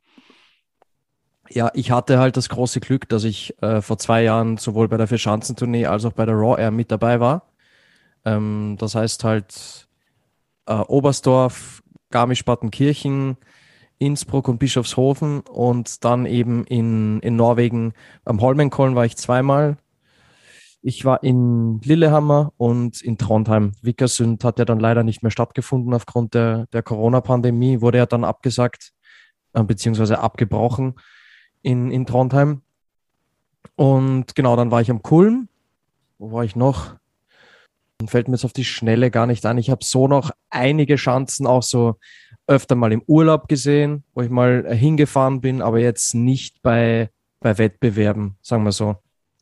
Ja, ich hatte halt das große Glück, dass ich äh, vor zwei Jahren sowohl bei der Vierschanzentournee als auch bei der Raw Air mit dabei war. Ähm, das heißt halt äh, Oberstdorf, Garmisch-Partenkirchen, Innsbruck und Bischofshofen und dann eben in, in Norwegen am Holmenkollen war ich zweimal. Ich war in Lillehammer und in Trondheim. Vikersund hat ja dann leider nicht mehr stattgefunden aufgrund der, der Corona-Pandemie, wurde ja dann abgesagt, äh, beziehungsweise abgebrochen in, in Trondheim. Und genau, dann war ich am Kulm. Wo war ich noch? Fällt mir jetzt auf die Schnelle gar nicht ein. Ich habe so noch einige Schanzen auch so öfter mal im Urlaub gesehen, wo ich mal hingefahren bin, aber jetzt nicht bei, bei Wettbewerben, sagen wir so.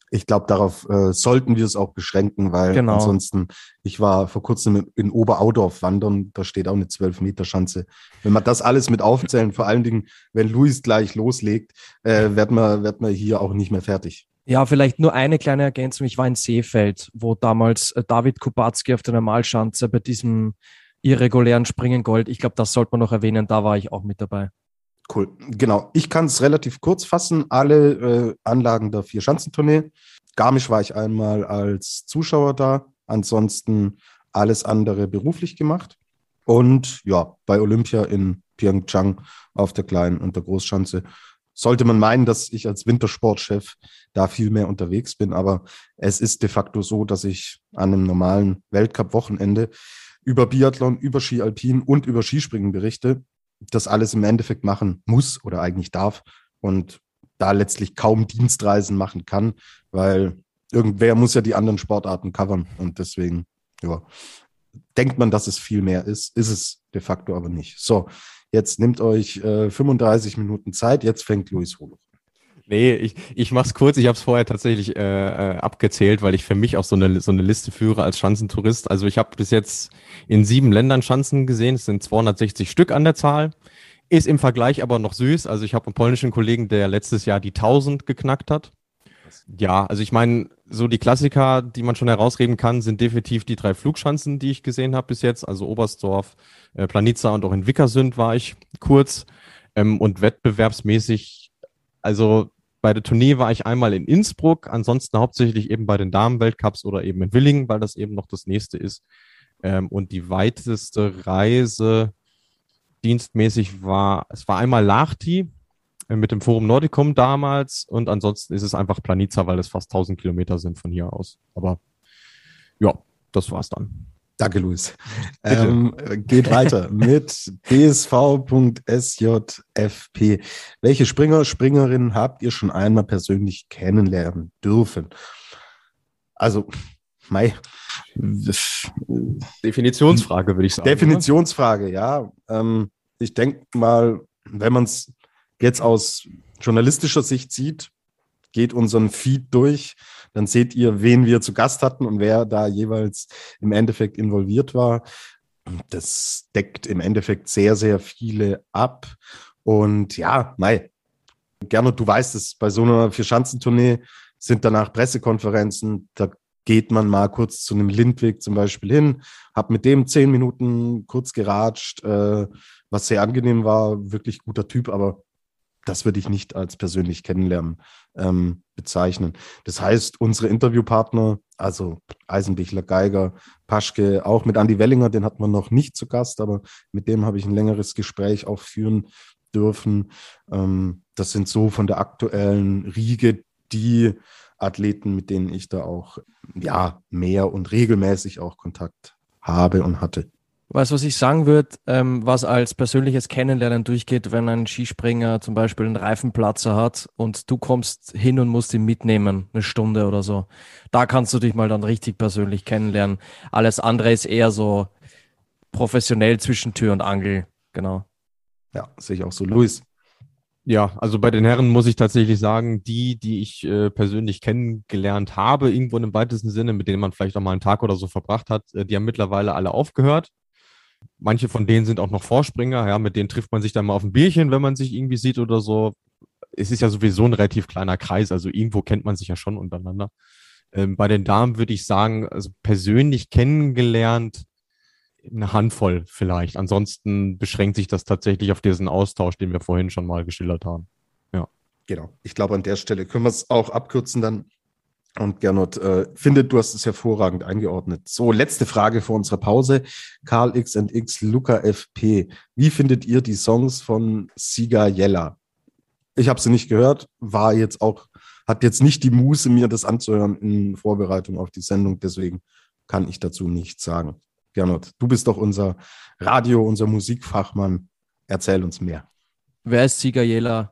Ich glaube, darauf äh, sollten wir es auch beschränken, weil Genau. ansonsten, ich war vor kurzem in Oberaudorf wandern, da steht auch eine zwölf-Meter-Schanze. Wenn wir das alles mit aufzählen, vor allen Dingen, wenn Luis gleich loslegt, äh, werden wir, werden wir hier auch nicht mehr fertig. Ja, vielleicht nur eine kleine Ergänzung. Ich war in Seefeld, wo damals äh, David Kubacki auf der Normalschanze bei diesem irregulären Springen Gold, ich glaube, das sollte man noch erwähnen, da war ich auch mit dabei. Cool, genau. Ich kann es relativ kurz fassen. Alle äh, Anlagen der Vier-Schanzentournee. Garmisch war ich einmal als Zuschauer da. Ansonsten alles andere beruflich gemacht. Und ja, bei Olympia in Pyeongchang auf der Kleinen und der Großschanze. Sollte man meinen, dass ich als Wintersportchef da viel mehr unterwegs bin. Aber es ist de facto so, dass ich an einem normalen Weltcup-Wochenende über Biathlon, über Ski Alpin und über Skispringen berichte. Das alles im Endeffekt machen muss oder eigentlich darf und da letztlich kaum Dienstreisen machen kann, weil irgendwer muss ja die anderen Sportarten covern und deswegen, ja, denkt man, dass es viel mehr ist, ist es de facto aber nicht. So, jetzt nehmt euch äh, fünfunddreißig Minuten Zeit, jetzt fängt Luis Holo. Nee, ich, ich mach's kurz. Ich habe es vorher tatsächlich äh, äh, abgezählt, weil ich für mich auch so eine so eine Liste führe als Schanzentourist. Also ich habe bis jetzt in sieben Ländern Schanzen gesehen. Es sind zweihundertsechzig Stück an der Zahl. Ist im Vergleich aber noch süß. Also ich habe einen polnischen Kollegen, der letztes Jahr die tausend geknackt hat. Ja, also ich meine, so die Klassiker, die man schon herausreden kann, sind definitiv die drei Flugschanzen, die ich gesehen habe bis jetzt. Also Oberstdorf, äh, Planica und auch in Vikersund war ich kurz. Ähm, und wettbewerbsmäßig, also bei der Tournee war ich einmal in Innsbruck, ansonsten hauptsächlich eben bei den Damenweltcups oder eben in Willingen, weil das eben noch das nächste ist. Ähm, und die weiteste Reise dienstmäßig war, es war einmal Lahti äh, mit dem Forum Nordicum damals und ansonsten ist es einfach Planica, weil es fast tausend Kilometer sind von hier aus. Aber ja, das war's dann. Danke, Luis. Ähm, geht weiter mit b s v punkt s j f p. Welche Springer, Springerinnen habt ihr schon einmal persönlich kennenlernen dürfen? Also, mei. Definitionsfrage, würde ich sagen. Definitionsfrage, ja. Ähm, ich denke mal, wenn man es jetzt aus journalistischer Sicht sieht, geht unseren Feed durch, dann seht ihr, wen wir zu Gast hatten und wer da jeweils im Endeffekt involviert war. Das deckt im Endeffekt sehr, sehr viele ab. Und ja, mei, Gernot, du weißt es, bei so einer Vier-Schanzentournee sind danach Pressekonferenzen, da geht man mal kurz zu einem Lindwig zum Beispiel hin, hab mit dem zehn Minuten kurz geratscht, äh, was sehr angenehm war, wirklich guter Typ, aber das würde ich nicht als persönlich kennenlernen ähm, bezeichnen. Das heißt, unsere Interviewpartner, also Eisenbichler, Geiger, Paschke, auch mit Andi Wellinger, den hat man noch nicht zu Gast, aber mit dem habe ich ein längeres Gespräch auch führen dürfen. Ähm, das sind so von der aktuellen Riege die Athleten, mit denen ich da auch ja mehr und regelmäßig auch Kontakt habe und hatte. Weißt du, was ich sagen würde, ähm, was als persönliches Kennenlernen durchgeht, wenn ein Skispringer zum Beispiel einen Reifenplatzer hat und du kommst hin und musst ihn mitnehmen, eine Stunde oder so. Da kannst du dich mal dann richtig persönlich kennenlernen. Alles andere ist eher so professionell zwischen Tür und Angel, genau. Ja, sehe ich auch so. Luis. Ja, also bei den Herren muss ich tatsächlich sagen, die, die ich äh, persönlich kennengelernt habe, irgendwo in im weitesten Sinne, mit denen man vielleicht auch mal einen Tag oder so verbracht hat, äh, die haben mittlerweile alle aufgehört. Manche von denen sind auch noch Vorspringer, ja, mit denen trifft man sich dann mal auf ein Bierchen, wenn man sich irgendwie sieht oder so. Es ist ja sowieso ein relativ kleiner Kreis, also irgendwo kennt man sich ja schon untereinander. Ähm, bei den Damen würde ich sagen, also persönlich kennengelernt, eine Handvoll vielleicht. Ansonsten beschränkt sich das tatsächlich auf diesen Austausch, den wir vorhin schon mal geschildert haben. Ja. Genau. Ich glaube, an der Stelle können wir es auch abkürzen dann. Und Gernot, äh, finde, du hast es hervorragend eingeordnet. So, letzte Frage vor unserer Pause. Karl X and X, Luca F P. Wie findet ihr die Songs von Siga Jella? Ich habe sie nicht gehört, war jetzt auch, hat jetzt nicht die Muße, mir das anzuhören in Vorbereitung auf die Sendung. Deswegen kann ich dazu nichts sagen. Gernot, du bist doch unser Radio, unser Musikfachmann. Erzähl uns mehr. Wer ist Siga Jella?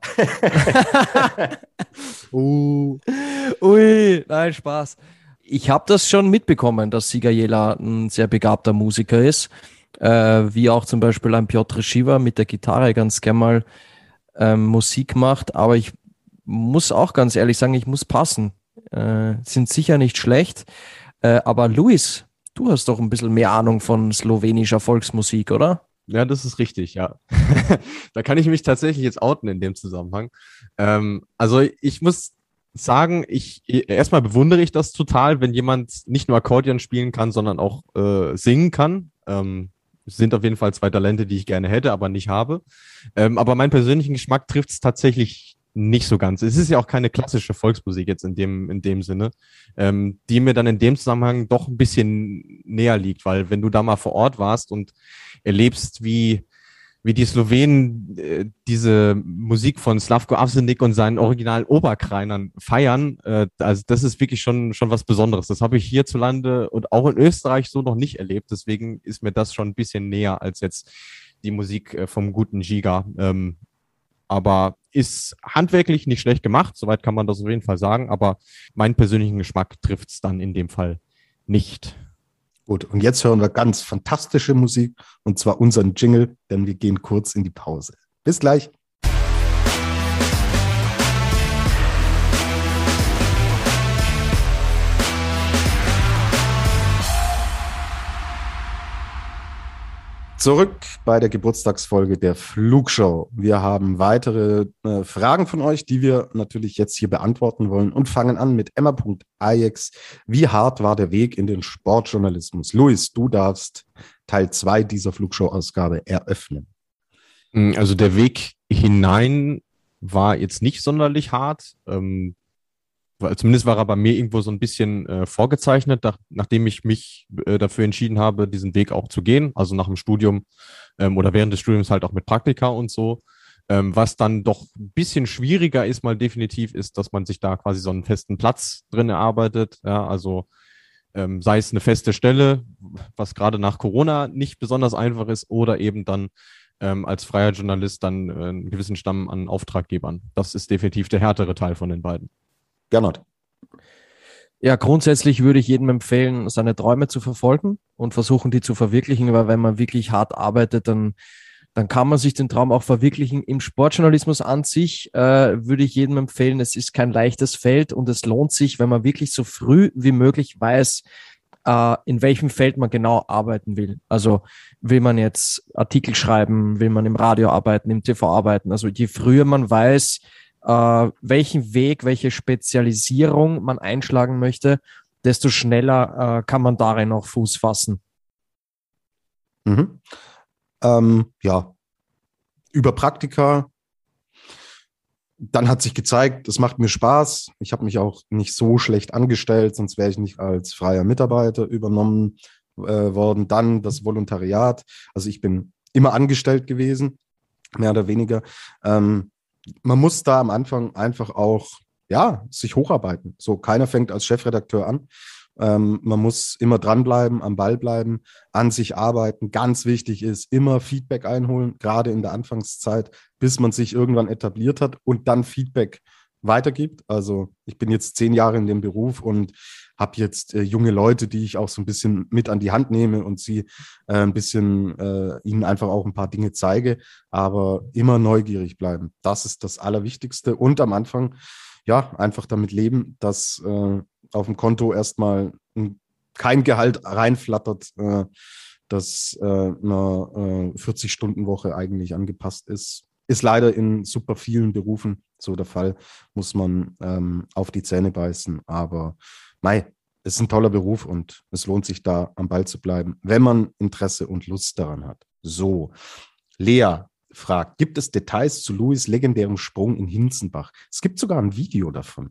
uh. Ui, nein, Spaß. Ich habe das schon mitbekommen, dass Siga Jella ein sehr begabter Musiker ist. Äh, wie auch zum Beispiel ein Piotr Shiva mit der Gitarre ganz gerne mal ähm, Musik macht. Aber ich muss auch ganz ehrlich sagen, ich muss passen. äh, sind sicher nicht schlecht. Äh, aber Luis, du hast doch ein bisschen mehr Ahnung von slowenischer Volksmusik, oder? Ja, das ist richtig, ja. Da kann ich mich tatsächlich jetzt outen in dem Zusammenhang. Ähm, also ich muss sagen, ich erstmal bewundere ich das total, wenn jemand nicht nur Akkordeon spielen kann, sondern auch äh, singen kann. Ähm, sind auf jeden Fall zwei Talente, die ich gerne hätte, aber nicht habe. Ähm, aber meinen persönlichen Geschmack trifft es tatsächlich nicht so ganz. Es ist ja auch keine klassische Volksmusik jetzt in dem, in dem Sinne, ähm, die mir dann in dem Zusammenhang doch ein bisschen näher liegt, weil wenn du da mal vor Ort warst und erlebst, wie wie die Slowenen äh, diese Musik von Slavko Avsenik und seinen originalen Oberkreinern feiern, äh, also das ist wirklich schon schon was Besonderes. Das habe ich hierzulande und auch in Österreich so noch nicht erlebt. Deswegen ist mir das schon ein bisschen näher als jetzt die Musik äh, vom guten Giga. Ähm, aber ist handwerklich nicht schlecht gemacht, soweit kann man das auf jeden Fall sagen. Aber meinen persönlichen Geschmack trifft es dann in dem Fall nicht. Gut, und jetzt hören wir ganz fantastische Musik, und zwar unseren Jingle, denn wir gehen kurz in die Pause. Bis gleich. Zurück bei der Geburtstagsfolge der Flugshow. Wir haben weitere äh, Fragen von euch, die wir natürlich jetzt hier beantworten wollen, und fangen an mit Emma.ajax. Wie hart war der Weg in den Sportjournalismus? Luis, du darfst Teil zwei dieser Flugshow-Ausgabe eröffnen. Also der Weg hinein war jetzt nicht sonderlich hart. Ähm, Zumindest war er bei mir irgendwo so ein bisschen äh, vorgezeichnet, nach, nachdem ich mich äh, dafür entschieden habe, diesen Weg auch zu gehen, also nach dem Studium ähm, oder während des Studiums halt auch mit Praktika und so. Ähm, was dann doch ein bisschen schwieriger ist, mal definitiv, ist, dass man sich da quasi so einen festen Platz drin erarbeitet. Ja, also ähm, sei es eine feste Stelle, was gerade nach Corona nicht besonders einfach ist, oder eben dann ähm, als freier Journalist dann äh, einen gewissen Stamm an Auftraggebern. Das ist definitiv der härtere Teil von den beiden. Gernot. Ja, grundsätzlich würde ich jedem empfehlen, seine Träume zu verfolgen und versuchen, die zu verwirklichen, weil wenn man wirklich hart arbeitet, dann, dann kann man sich den Traum auch verwirklichen. Im Sportjournalismus an sich äh, würde ich jedem empfehlen, es ist kein leichtes Feld und es lohnt sich, wenn man wirklich so früh wie möglich weiß, äh, in welchem Feld man genau arbeiten will. Also will man jetzt Artikel schreiben, will man im Radio arbeiten, im T V arbeiten. Also je früher man weiß, Uh, welchen Weg, welche Spezialisierung man einschlagen möchte, desto schneller uh, kann man darin auch Fuß fassen. Mhm. Ähm, ja, über Praktika, dann hat sich gezeigt, es macht mir Spaß. Ich habe mich auch nicht so schlecht angestellt, sonst wäre ich nicht als freier Mitarbeiter übernommen äh, worden. Dann das Volontariat, also ich bin immer angestellt gewesen, mehr oder weniger. Ähm, Man muss da am Anfang einfach auch, ja, sich hocharbeiten. So, keiner fängt als Chefredakteur an. Ähm, man muss immer dranbleiben, am Ball bleiben, an sich arbeiten. Ganz wichtig ist, immer Feedback einholen, gerade in der Anfangszeit, bis man sich irgendwann etabliert hat und dann Feedback weitergibt. Also ich bin jetzt zehn Jahre in dem Beruf und habe jetzt äh, junge Leute, die ich auch so ein bisschen mit an die Hand nehme und sie äh, ein bisschen äh, ihnen einfach auch ein paar Dinge zeige, aber immer neugierig bleiben. Das ist das Allerwichtigste, und am Anfang ja einfach damit leben, dass äh, auf dem Konto erstmal ein, kein Gehalt reinflattert, äh, dass äh, eine äh, vierzig-Stunden-Woche eigentlich angepasst ist. Ist leider in super vielen Berufen so der Fall, muss man ähm, auf die Zähne beißen, aber mei, es ist ein toller Beruf und es lohnt sich da am Ball zu bleiben, wenn man Interesse und Lust daran hat. So, Lea fragt, gibt es Details zu Luis' legendärem Sprung in Hinzenbach? Es gibt sogar ein Video davon.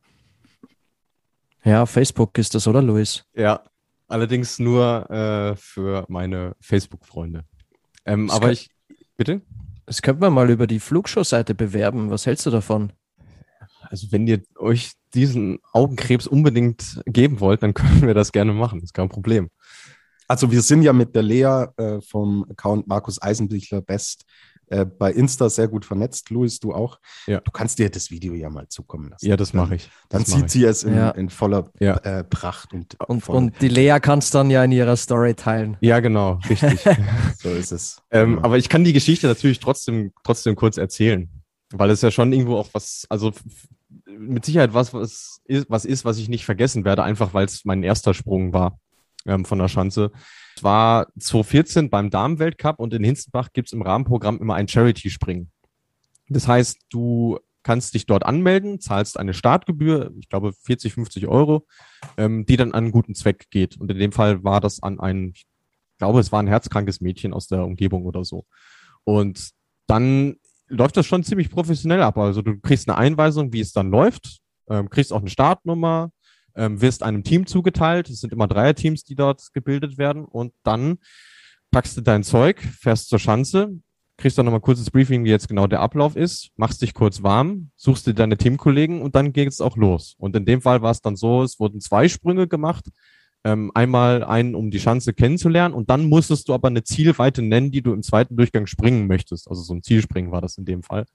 Ja, Facebook ist das, oder Luis? Ja, allerdings nur äh, für meine Facebook-Freunde. Ähm, aber ich, bitte? Das könnte man mal über die Flugshow-Seite bewerben. Was hältst du davon? Also wenn ihr euch diesen Augenkrebs unbedingt geben wollt, dann können wir das gerne machen. Das ist kein Problem. Also wir sind ja mit der Lea äh, vom Account Markus Eisenbichler Best äh, bei Insta sehr gut vernetzt. Luis, du auch. Ja. Du kannst dir das Video ja mal zukommen lassen. Ja, das mache ich. Dann das sieht mach sie es in, ja. in voller ja. äh, Pracht. Und, und, voller und die Lea kann es dann ja in ihrer Story teilen. Ja, genau, richtig. So ist es. ähm, genau. Aber ich kann die Geschichte natürlich trotzdem, trotzdem kurz erzählen, weil es ja schon irgendwo auch was, also mit Sicherheit was, was ist, was ist, was ich nicht vergessen werde, einfach weil es mein erster Sprung war ähm, von der Schanze. Es war zwanzig vierzehn beim Damenweltcup und in Hinzenbach gibt es im Rahmenprogramm immer ein Charity-Springen. Das heißt, du kannst dich dort anmelden, zahlst eine Startgebühr, ich glaube vierzig, fünfzig Euro, ähm, die dann an einen guten Zweck geht. Und in dem Fall war das an ein, ich glaube, es war ein herzkrankes Mädchen aus der Umgebung oder so. Und dann läuft das schon ziemlich professionell ab. Also du kriegst eine Einweisung, wie es dann läuft, ähm, kriegst auch eine Startnummer, ähm, wirst einem Team zugeteilt. Es sind immer Dreierteams, die dort gebildet werden. Und dann packst du dein Zeug, fährst zur Schanze, kriegst dann nochmal ein kurzes Briefing, wie jetzt genau der Ablauf ist, machst dich kurz warm, suchst dir deine Teamkollegen und dann geht es auch los. Und in dem Fall war es dann so, es wurden zwei Sprünge gemacht, ähm, einmal einen, um die Schanze kennenzulernen und dann musstest du aber eine Zielweite nennen, die du im zweiten Durchgang springen möchtest. Also so ein Zielspringen war das in dem Fall.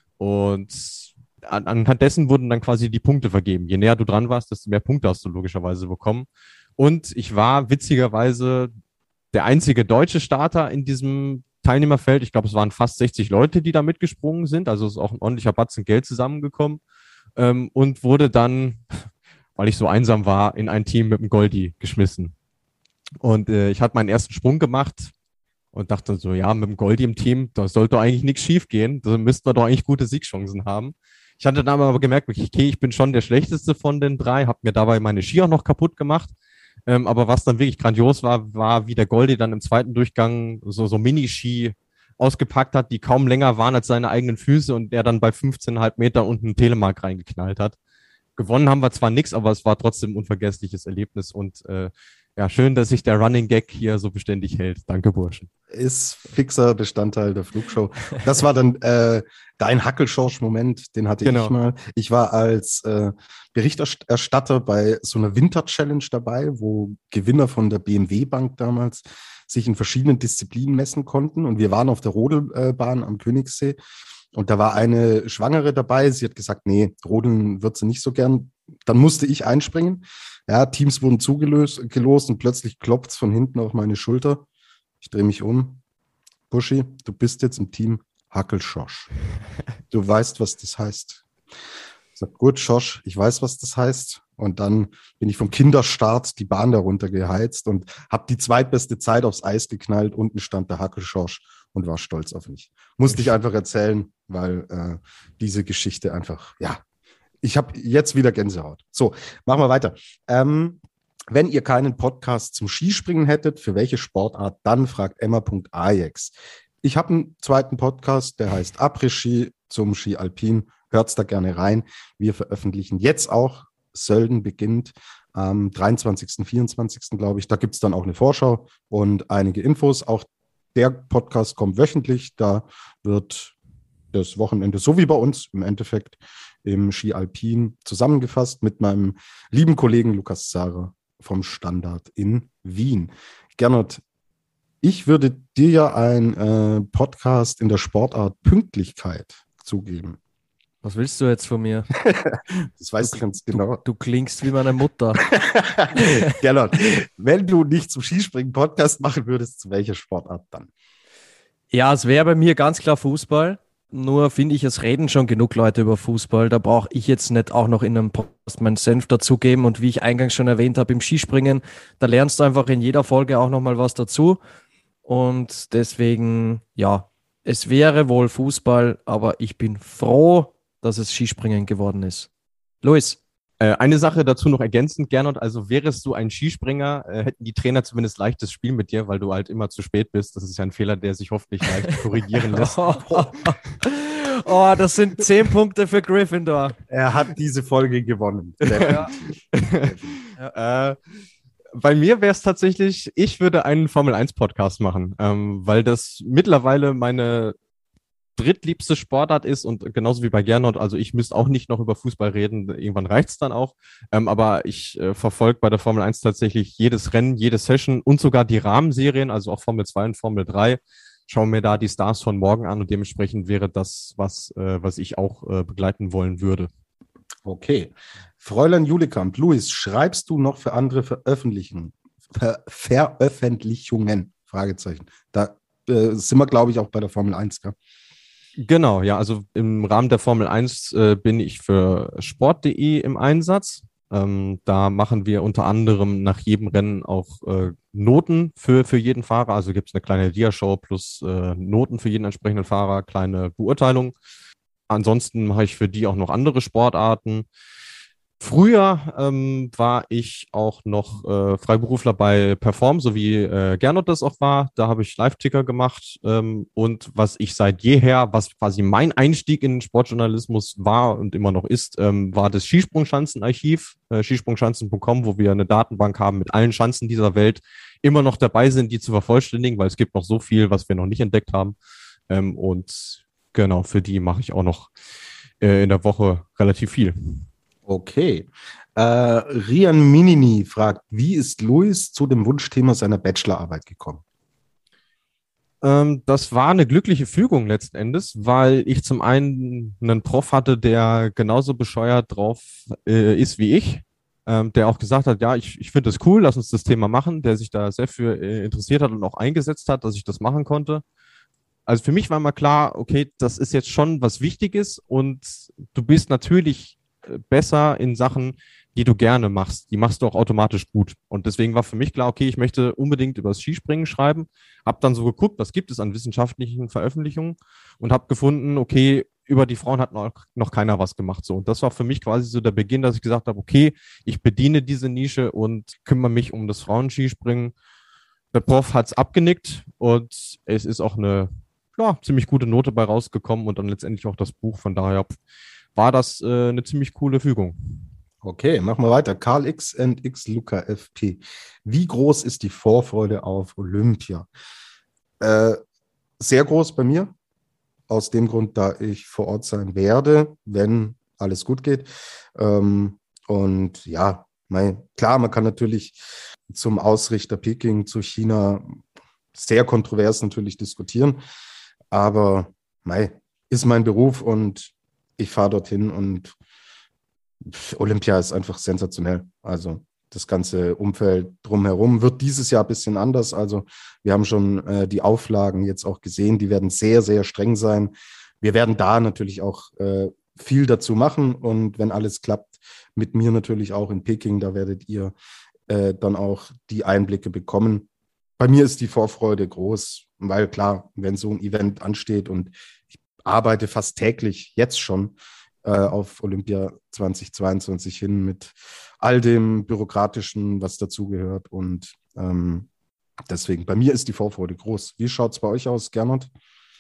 Und an, anhand dessen wurden dann quasi die Punkte vergeben. Je näher du dran warst, desto mehr Punkte hast du logischerweise bekommen. Und ich war witzigerweise der einzige deutsche Starter in diesem Teilnehmerfeld. Ich glaube, es waren fast sechzig Leute, die da mitgesprungen sind. Also ist auch ein ordentlicher Batzen Geld zusammengekommen. Ähm, und wurde dann, weil ich so einsam war, in ein Team mit dem Goldi geschmissen. Und äh, ich hatte meinen ersten Sprung gemacht und dachte so, ja, mit dem Goldi im Team, da sollte doch eigentlich nichts schief gehen. Da müssten wir doch eigentlich gute Siegchancen haben. Ich hatte dann aber gemerkt, okay, ich bin schon der Schlechteste von den drei, habe mir dabei meine Ski auch noch kaputt gemacht. Ähm, aber was dann wirklich grandios war, war, wie der Goldi dann im zweiten Durchgang so, so Mini-Ski ausgepackt hat, die kaum länger waren als seine eigenen Füße und der dann bei fünfzehn Komma fünf Meter unten einen Telemark reingeknallt hat. Gewonnen haben wir zwar nichts, aber es war trotzdem ein unvergessliches Erlebnis und äh, ja, schön, dass sich der Running Gag hier so beständig hält. Danke, Burschen. Ist fixer Bestandteil der Flugshow. Das war dann äh, dein Hackelschorsch-Moment, den hatte Genau. ich mal. Ich war als äh, Berichterstatter bei so einer Winter-Challenge dabei, wo Gewinner von der B M W-Bank damals sich in verschiedenen Disziplinen messen konnten. Und wir waren auf der Rodelbahn am Königssee. Und da war eine Schwangere dabei. Sie hat gesagt, nee, rodeln wird sie nicht so gern. Dann musste ich einspringen. Ja, Teams wurden zugelost gelost und plötzlich klopft's von hinten auf meine Schulter. Ich drehe mich um. Buschi, du bist jetzt im Team Hackel-Schorsch. Du weißt, was das heißt. Ich sag, gut, Schorsch, ich weiß, was das heißt. Und dann bin ich vom Kinderstart die Bahn darunter geheizt und habe die zweitbeste Zeit aufs Eis geknallt. Unten stand der Hackel-Schorsch und war stolz auf mich. Musste ich einfach erzählen, weil äh, diese Geschichte einfach, ja, ich habe jetzt wieder Gänsehaut. So, machen wir weiter. Ähm, wenn ihr keinen Podcast zum Skispringen hättet, für welche Sportart, dann fragt emma.ajax. Ich habe einen zweiten Podcast, der heißt Après-Ski zum Ski Alpin. Hört's da gerne rein. Wir veröffentlichen jetzt auch, Sölden beginnt am dreiundzwanzigsten, vierundzwanzigsten glaube ich. Da gibt's dann auch eine Vorschau und einige Infos. Auch der Podcast kommt wöchentlich. Da wird das Wochenende, so wie bei uns im Endeffekt, im Ski Alpin zusammengefasst mit meinem lieben Kollegen Lukas Zahrer vom Standard in Wien. Gernot, ich würde dir ja einen äh, Podcast in der Sportart Pünktlichkeit zugeben. Was willst du jetzt von mir? Das weißt du ganz genau. Du, du klingst wie meine Mutter. Gernot, wenn du nicht zum Skispringen-Podcast machen würdest, zu welcher Sportart dann? Ja, es wäre bei mir ganz klar Fußball. Nur finde ich, es reden schon genug Leute über Fußball. Da brauche ich jetzt nicht auch noch in einem Podcast meinen Senf dazugeben. Und wie ich eingangs schon erwähnt habe, im Skispringen, da lernst du einfach in jeder Folge auch nochmal was dazu. Und deswegen, ja, es wäre wohl Fußball, aber ich bin froh, dass es Skispringen geworden ist. Luis. Äh, eine Sache dazu noch ergänzend, Gernot, also wärest du ein Skispringer, äh, hätten die Trainer zumindest leichtes Spiel mit dir, weil du halt immer zu spät bist. Das ist ja ein Fehler, der sich hoffentlich leicht korrigieren lässt. Oh, oh, das sind zehn Punkte für Gryffindor. Er hat diese Folge gewonnen. Ja. Ja. Äh, bei mir wäre es tatsächlich, ich würde einen Formel eins Podcast machen, ähm, weil das mittlerweile meine drittliebste Sportart ist und genauso wie bei Gernot, also ich müsste auch nicht noch über Fußball reden, irgendwann reicht's dann auch, ähm, aber ich äh, verfolge bei der Formel eins tatsächlich jedes Rennen, jede Session und sogar die Rahmenserien, also auch Formel zwei und Formel drei, schaue mir da die Stars von morgen an und dementsprechend wäre das, was, äh, was ich auch äh, begleiten wollen würde. Okay. Fräulein Julikamp, Luis, schreibst du noch für andere Veröffentlichungen? Ver Veröffentlichungen? Fragezeichen. Da äh, sind wir, glaube ich, auch bei der Formel eins, gell? Genau, ja, also im Rahmen der Formel eins äh, bin ich für sport punkt de im Einsatz. Ähm, da machen wir unter anderem nach jedem Rennen auch äh, Noten für, für jeden Fahrer. Also gibt es eine kleine Diashow plus äh, Noten für jeden entsprechenden Fahrer, kleine Beurteilung. Ansonsten mache ich für die auch noch andere Sportarten. Früher ähm, war ich auch noch äh, Freiberufler bei Perform, so wie äh, Gernot das auch war. Da habe ich Live-Ticker gemacht. Ähm, und was ich seit jeher, was quasi mein Einstieg in den Sportjournalismus war und immer noch ist, ähm, war das Skisprungschanzenarchiv, äh, skisprungschanzen punkt com, wo wir eine Datenbank haben mit allen Schanzen dieser Welt, immer noch dabei sind, die zu vervollständigen, weil es gibt noch so viel, was wir noch nicht entdeckt haben. Ähm, und genau, für die mache ich auch noch äh, in der Woche relativ viel. Okay. Äh, Rian Minini fragt, wie ist Luis zu dem Wunschthema seiner Bachelorarbeit gekommen? Ähm, das war eine glückliche Fügung letzten Endes, weil ich zum einen einen Prof hatte, der genauso bescheuert drauf äh, ist wie ich, ähm, der auch gesagt hat, ja, ich, ich finde das cool, lass uns das Thema machen, der sich da sehr für äh, interessiert hat und auch eingesetzt hat, dass ich das machen konnte. Also für mich war mal klar, okay, das ist jetzt schon was Wichtiges und du bist natürlich besser in Sachen, die du gerne machst. Die machst du auch automatisch gut. Und deswegen war für mich klar, okay, ich möchte unbedingt über das Skispringen schreiben. Hab dann so geguckt, was gibt es an wissenschaftlichen Veröffentlichungen und habe gefunden, okay, über die Frauen hat noch, noch keiner was gemacht. So. Und das war für mich quasi so der Beginn, dass ich gesagt habe, okay, ich bediene diese Nische und kümmere mich um das Frauenskispringen. Der Prof hat es abgenickt und es ist auch eine ja, ziemlich gute Note bei rausgekommen und dann letztendlich auch das Buch. Von daher war das äh, eine ziemlich coole Fügung. Okay, machen wir weiter. Karl X und X Luca F P. Wie groß ist die Vorfreude auf Olympia? Äh, sehr groß bei mir. Aus dem Grund, da ich vor Ort sein werde, wenn alles gut geht. Ähm, und ja, mein, klar, man kann natürlich zum Ausrichter Peking, zu China sehr kontrovers natürlich diskutieren. Aber mei, ist mein Beruf und ich fahre dorthin und Olympia ist einfach sensationell. Also das ganze Umfeld drumherum wird dieses Jahr ein bisschen anders. Also wir haben schon äh, die Auflagen jetzt auch gesehen, die werden sehr, sehr streng sein. Wir werden da natürlich auch äh, viel dazu machen und wenn alles klappt, mit mir natürlich auch in Peking, da werdet ihr äh, dann auch die Einblicke bekommen. Bei mir ist die Vorfreude groß, weil klar, wenn so ein Event ansteht und ich arbeite fast täglich jetzt schon äh, auf Olympia zweitausendzweiundzwanzig hin mit all dem Bürokratischen, was dazugehört. Und ähm, deswegen, bei mir ist die Vorfreude groß. Wie schaut es bei euch aus, Gernot?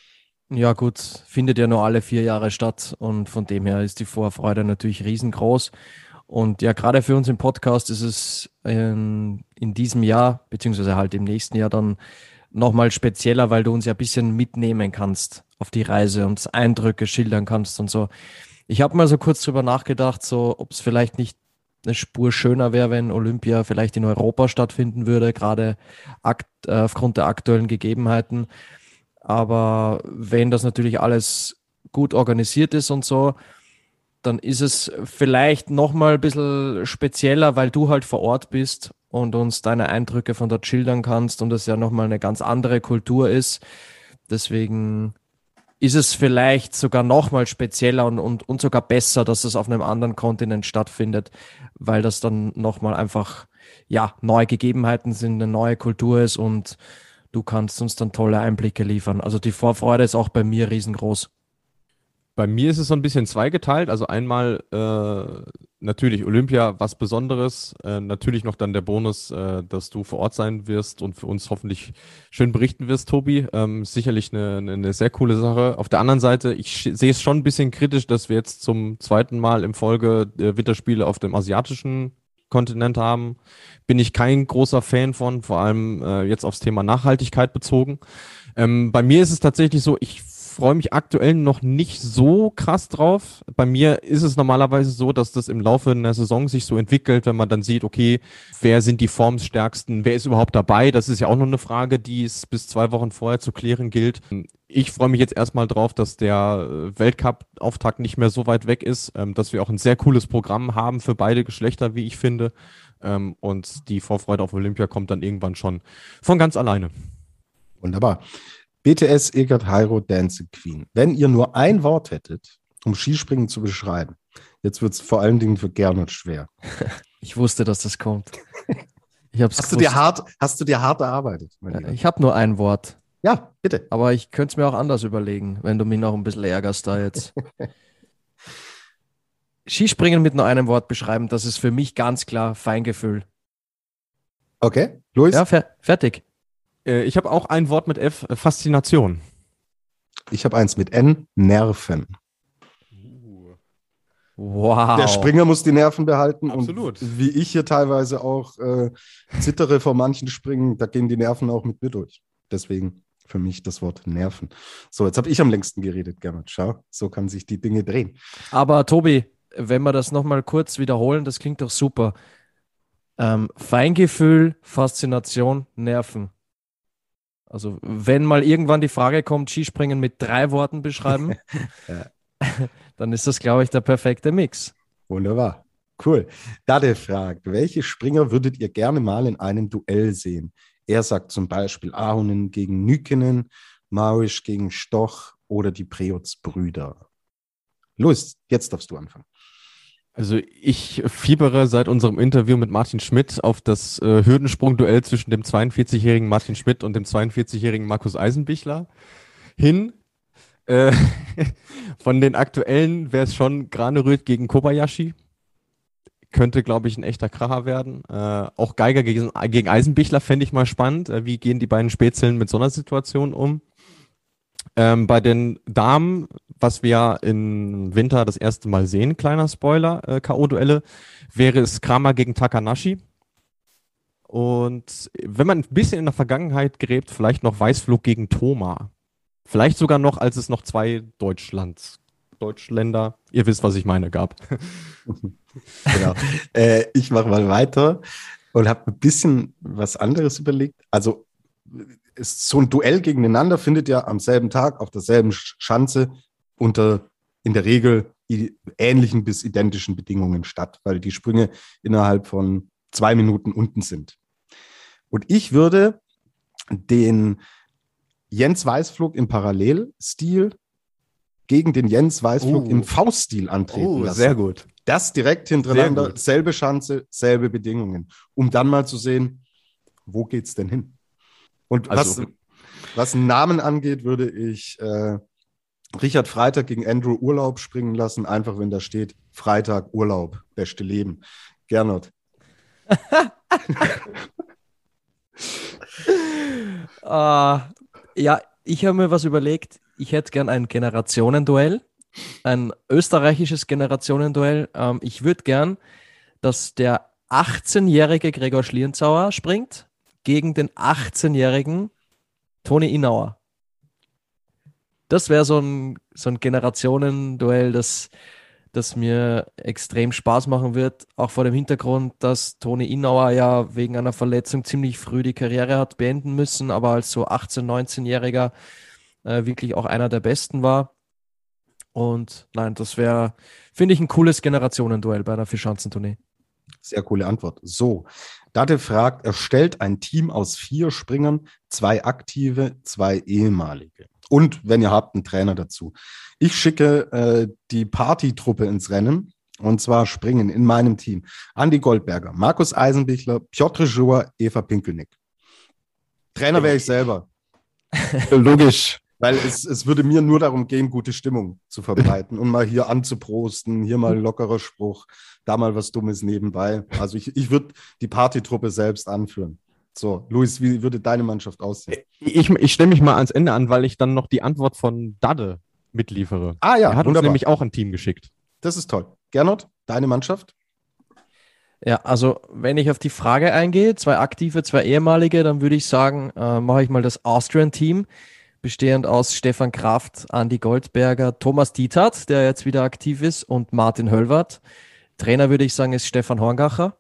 Ja gut, findet ja nur alle vier Jahre statt und von dem her ist die Vorfreude natürlich riesengroß. Und ja, gerade für uns im Podcast ist es in, in diesem Jahr, beziehungsweise halt im nächsten Jahr dann nochmal spezieller, weil du uns ja ein bisschen mitnehmen kannst auf die Reise und Eindrücke schildern kannst und so. Ich habe mal so kurz drüber nachgedacht, so ob es vielleicht nicht eine Spur schöner wäre, wenn Olympia vielleicht in Europa stattfinden würde, gerade akt, äh, aufgrund der aktuellen Gegebenheiten. Aber wenn das natürlich alles gut organisiert ist und so, dann ist es vielleicht nochmal ein bisschen spezieller, weil du halt vor Ort bist und uns deine Eindrücke von dort schildern kannst und es ja nochmal eine ganz andere Kultur ist. Deswegen ist es vielleicht sogar nochmal spezieller und, und, und sogar besser, dass es auf einem anderen Kontinent stattfindet, weil das dann nochmal einfach, ja, neue Gegebenheiten sind, eine neue Kultur ist und du kannst uns dann tolle Einblicke liefern. Also die Vorfreude ist auch bei mir riesengroß. Bei mir ist es so ein bisschen zweigeteilt. Also einmal äh, natürlich Olympia, was Besonderes. Äh, natürlich noch dann der Bonus, äh, dass du vor Ort sein wirst und für uns hoffentlich schön berichten wirst, Tobi. Ähm, sicherlich eine, eine, eine sehr coole Sache. Auf der anderen Seite, ich sehe es schon ein bisschen kritisch, dass wir jetzt zum zweiten Mal in Folge äh, Winterspiele auf dem asiatischen Kontinent haben. Bin ich kein großer Fan von, vor allem äh, jetzt aufs Thema Nachhaltigkeit bezogen. Ähm, bei mir ist es tatsächlich so, ich freue mich aktuell noch nicht so krass drauf. Bei mir ist es normalerweise so, dass das im Laufe einer Saison sich so entwickelt, wenn man dann sieht, okay, wer sind die formstärksten, wer ist überhaupt dabei? Das ist ja auch noch eine Frage, die es bis zwei Wochen vorher zu klären gilt. Ich freue mich jetzt erstmal drauf, dass der Weltcup-Auftakt nicht mehr so weit weg ist, dass wir auch ein sehr cooles Programm haben für beide Geschlechter, wie ich finde. Und die Vorfreude auf Olympia kommt dann irgendwann schon von ganz alleine. Wunderbar. B T S, Eggert, Hairo, Dancing Queen. Wenn ihr nur ein Wort hättet, um Skispringen zu beschreiben, jetzt wird es vor allen Dingen für Gernot schwer. Ich wusste, dass das kommt. Ich hab's Hast du dir hart, hast du dir hart erarbeitet? mein Lieber? Ich habe nur ein Wort, Ja, bitte. aber ich könnte es mir auch anders überlegen, wenn du mich noch ein bisschen ärgerst da jetzt. Skispringen mit nur einem Wort beschreiben, das ist für mich ganz klar Feingefühl. Okay, Luis? Ja, fer fertig. Äh, ich habe auch ein Wort mit F, äh, Faszination. Ich habe eins mit N, Nerven. Wow. Der Springer muss die Nerven behalten. Absolut. Und wie ich hier teilweise auch äh, zittere vor manchen Springen, da gehen die Nerven auch mit mir durch. Deswegen für mich das Wort Nerven. So, jetzt habe ich am längsten geredet, Gernot. Schau, so kann sich die Dinge drehen. Aber Tobi, wenn wir das nochmal kurz wiederholen, das klingt doch super. Ähm, Feingefühl, Faszination, Nerven. Also wenn mal irgendwann die Frage kommt, Skispringen mit drei Worten beschreiben, Ja. dann ist das, glaube ich, der perfekte Mix. Wunderbar. Cool. Dade fragt, welche Springer würdet ihr gerne mal in einem Duell sehen? Er sagt zum Beispiel Ahonen gegen Nykinen, Maurisch gegen Stoch oder die Preutz-Brüder. Luis, jetzt darfst du anfangen. Also ich fiebere seit unserem Interview mit Martin Schmidt auf das äh, Hürdensprung-Duell zwischen dem zweiundvierzigjährigen Martin Schmidt und dem zweiundvierzig-jährigen Markus Eisenbichler hin. Äh, von den aktuellen wäre es schon Graneröd gegen Kobayashi. Könnte, glaube ich, ein echter Kracher werden. Äh, auch Geiger gegen, gegen Eisenbichler fände ich mal spannend. Äh, wie gehen die beiden Spätzeln mit so einer Situation um? Ähm, bei den Damen, was wir im Winter das erste Mal sehen, kleiner Spoiler, äh, K O-Duelle, wäre es Kramer gegen Takanashi. Und wenn man ein bisschen in der Vergangenheit gräbt, vielleicht noch Weißflug gegen Thoma. Vielleicht sogar noch, als es noch zwei Deutschlands, Deutschländer, ihr wisst, was ich meine, gab. Genau. äh, ich mache mal weiter und habe ein bisschen was anderes überlegt. Also ist so ein Duell gegeneinander findet ja am selben Tag auf derselben Schanze unter in der Regel ähnlichen bis identischen Bedingungen statt, weil die Sprünge innerhalb von zwei Minuten unten sind. Und ich würde den Jens Weißflug im Parallelstil gegen den Jens Weißflug Oh. im V-Stil antreten Oh, lassen. sehr gut. Das direkt hintereinander, Sehr gut. selbe Schanze, selbe Bedingungen, um dann mal zu sehen, wo geht's denn hin? Und Also- was, was einen Namen angeht, würde ich äh, Richard Freitag gegen Andrew Urlaub springen lassen, einfach wenn da steht, Freitag, Urlaub, beste Leben. Gernot. Äh, ja, ich habe mir was überlegt. Ich hätte gern ein Generationenduell, ein österreichisches Generationenduell. Ähm, ich würde gern, dass der achtzehnjährige Gregor Schlierenzauer springt gegen den achtzehnjährigen Toni Inauer. Das wäre so ein, so ein Generationenduell, das, das mir extrem Spaß machen wird. Auch vor dem Hintergrund, dass Toni Inauer ja wegen einer Verletzung ziemlich früh die Karriere hat beenden müssen, aber als so achtzehn-, neunzehnjähriger äh, wirklich auch einer der Besten war. Und nein, das wäre, finde ich, ein cooles Generationenduell bei einer Vierschanzentournee. Sehr coole Antwort. So, Date fragt, erstellt ein Team aus vier Springern, zwei aktive, zwei ehemalige. Und wenn ihr habt, einen Trainer dazu. Ich schicke äh, die Partytruppe ins Rennen. Und zwar springen in meinem Team Andi Goldberger, Markus Eisenbichler, Piotr Joa, Eva Pinkelnick. Trainer wäre ich selber. Logisch. Weil es, es würde mir nur darum gehen, gute Stimmung zu verbreiten und mal hier anzuprosten, hier mal ein lockerer Spruch, da mal was Dummes nebenbei. Also ich, ich würde die Partytruppe selbst anführen. So, Luis, wie würde deine Mannschaft aussehen? Ich, ich stelle mich mal ans Ende an, weil ich dann noch die Antwort von Dade mitliefere. Ah ja, er hat uns wunderbar. nämlich auch ein Team geschickt. Das ist toll. Gernot, deine Mannschaft? Ja, also wenn ich auf die Frage eingehe, zwei aktive, zwei ehemalige, dann würde ich sagen, äh, mache ich mal das Austrian-Team, bestehend aus Stefan Kraft, Andi Goldberger, Thomas Dietert, der jetzt wieder aktiv ist, und Martin Höllwarth. Trainer würde ich sagen, ist Stefan Horngacher.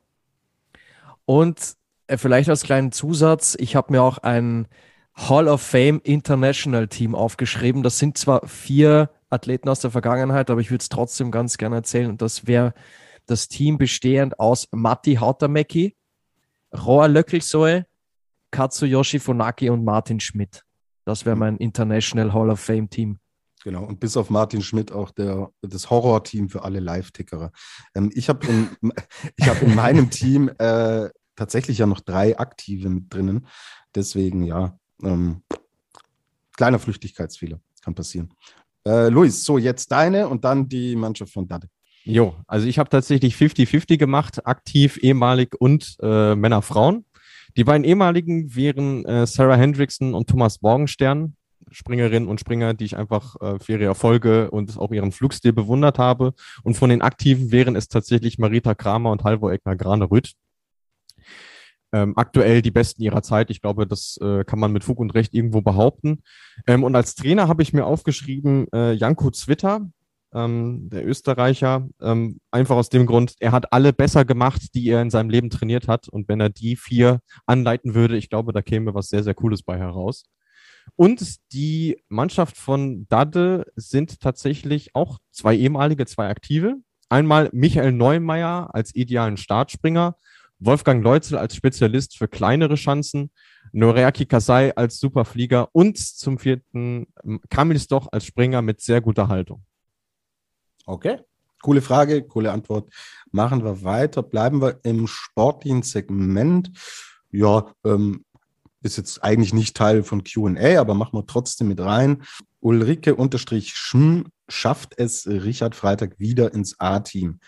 Und äh, vielleicht als kleinen Zusatz, ich habe mir auch ein Hall of Fame International Team aufgeschrieben. Das sind zwar vier Athleten aus der Vergangenheit, aber ich würde es trotzdem ganz gerne erzählen. Und das wäre das Team bestehend aus Matti Hautamäki, Roa Löckelsoe, Katsuyoshi Funaki und Martin Schmidt. Das wäre mein International Hall of Fame Team. Genau, und bis auf Martin Schmidt auch der, das Horror-Team für alle Live-Tickerer. Ähm, ich habe in, ich hab in meinem Team äh, tatsächlich ja noch drei Aktive mit drinnen. Deswegen, ja, ähm, kleiner Flüchtigkeitsfehler kann passieren. Äh, Luis, so jetzt deine und dann die Mannschaft von Dade. Jo, also ich habe tatsächlich fünfzig fünfzig gemacht, aktiv, ehemalig und äh, Männer, Frauen. Die beiden ehemaligen wären äh, Sarah Hendrickson und Thomas Morgenstern, Springerinnen und Springer, die ich einfach äh, für ihre Erfolge und auch ihren Flugstil bewundert habe. Und von den Aktiven wären es tatsächlich Marita Kramer und Halvor Egner Granerüth. Ähm, aktuell die Besten ihrer Zeit. Ich glaube, das äh, kann man mit Fug und Recht irgendwo behaupten. Ähm, und als Trainer habe ich mir aufgeschrieben, äh, Janko Zwitter, ähm, der Österreicher, ähm, einfach aus dem Grund, er hat alle besser gemacht, die er in seinem Leben trainiert hat. Und wenn er die vier anleiten würde, ich glaube, da käme was sehr, sehr Cooles bei heraus. Und die Mannschaft von Dade sind tatsächlich auch zwei ehemalige, zwei aktive. Einmal Michael Neumeier als idealen Startspringer, Wolfgang Leutzel als Spezialist für kleinere Schanzen, Noreaki Kasai als Superflieger und zum vierten Kamil Stoch als Springer mit sehr guter Haltung. Okay, coole Frage, coole Antwort. Machen wir weiter, bleiben wir im sportlichen Segment. Ja, ähm, ist jetzt eigentlich nicht Teil von Q und A, aber machen wir trotzdem mit rein. Ulrike unterstrich Schm schafft es Richard Freitag wieder ins A-Team.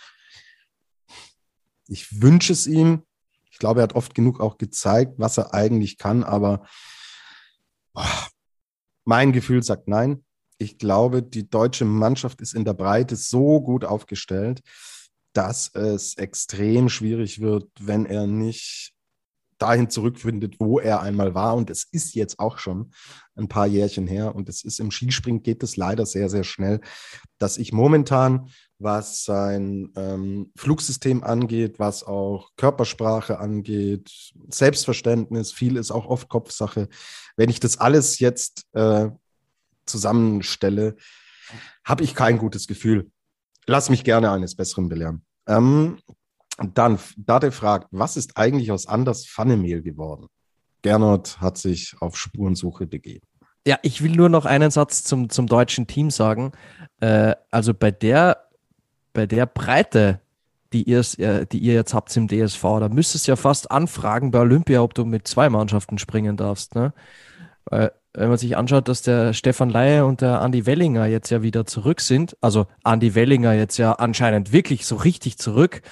Ich wünsche es ihm. Ich glaube, er hat oft genug auch gezeigt, was er eigentlich kann, aber oh, mein Gefühl sagt nein. Ich glaube, die deutsche Mannschaft ist in der Breite so gut aufgestellt, dass es extrem schwierig wird, wenn er nicht dahin zurückfindet, wo er einmal war. Und es ist jetzt auch schon ein paar Jährchen her. Und es ist im Skispringen geht es leider sehr, sehr schnell, dass ich momentan, was sein ähm, Flugsystem angeht, was auch Körpersprache angeht, Selbstverständnis, viel ist auch oft Kopfsache. Wenn ich das alles jetzt äh, zusammenstelle, habe ich kein gutes Gefühl. Lass mich gerne eines Besseren belehren. Ähm, Dann, Dade fragt, was ist eigentlich aus Anders Pfannemehl geworden? Gernot hat sich auf Spurensuche begeben. Ja, ich will nur noch einen Satz zum, zum deutschen Team sagen. Äh, also bei der, bei der Breite, die, äh, die ihr jetzt habt im D S V, da müsstest du ja fast anfragen bei Olympia, ob du mit zwei Mannschaften springen darfst. Ne? Weil, wenn man sich anschaut, dass der Stefan Laie und der Andi Wellinger jetzt ja wieder zurück sind, also Andi Wellinger jetzt ja anscheinend wirklich so richtig zurück,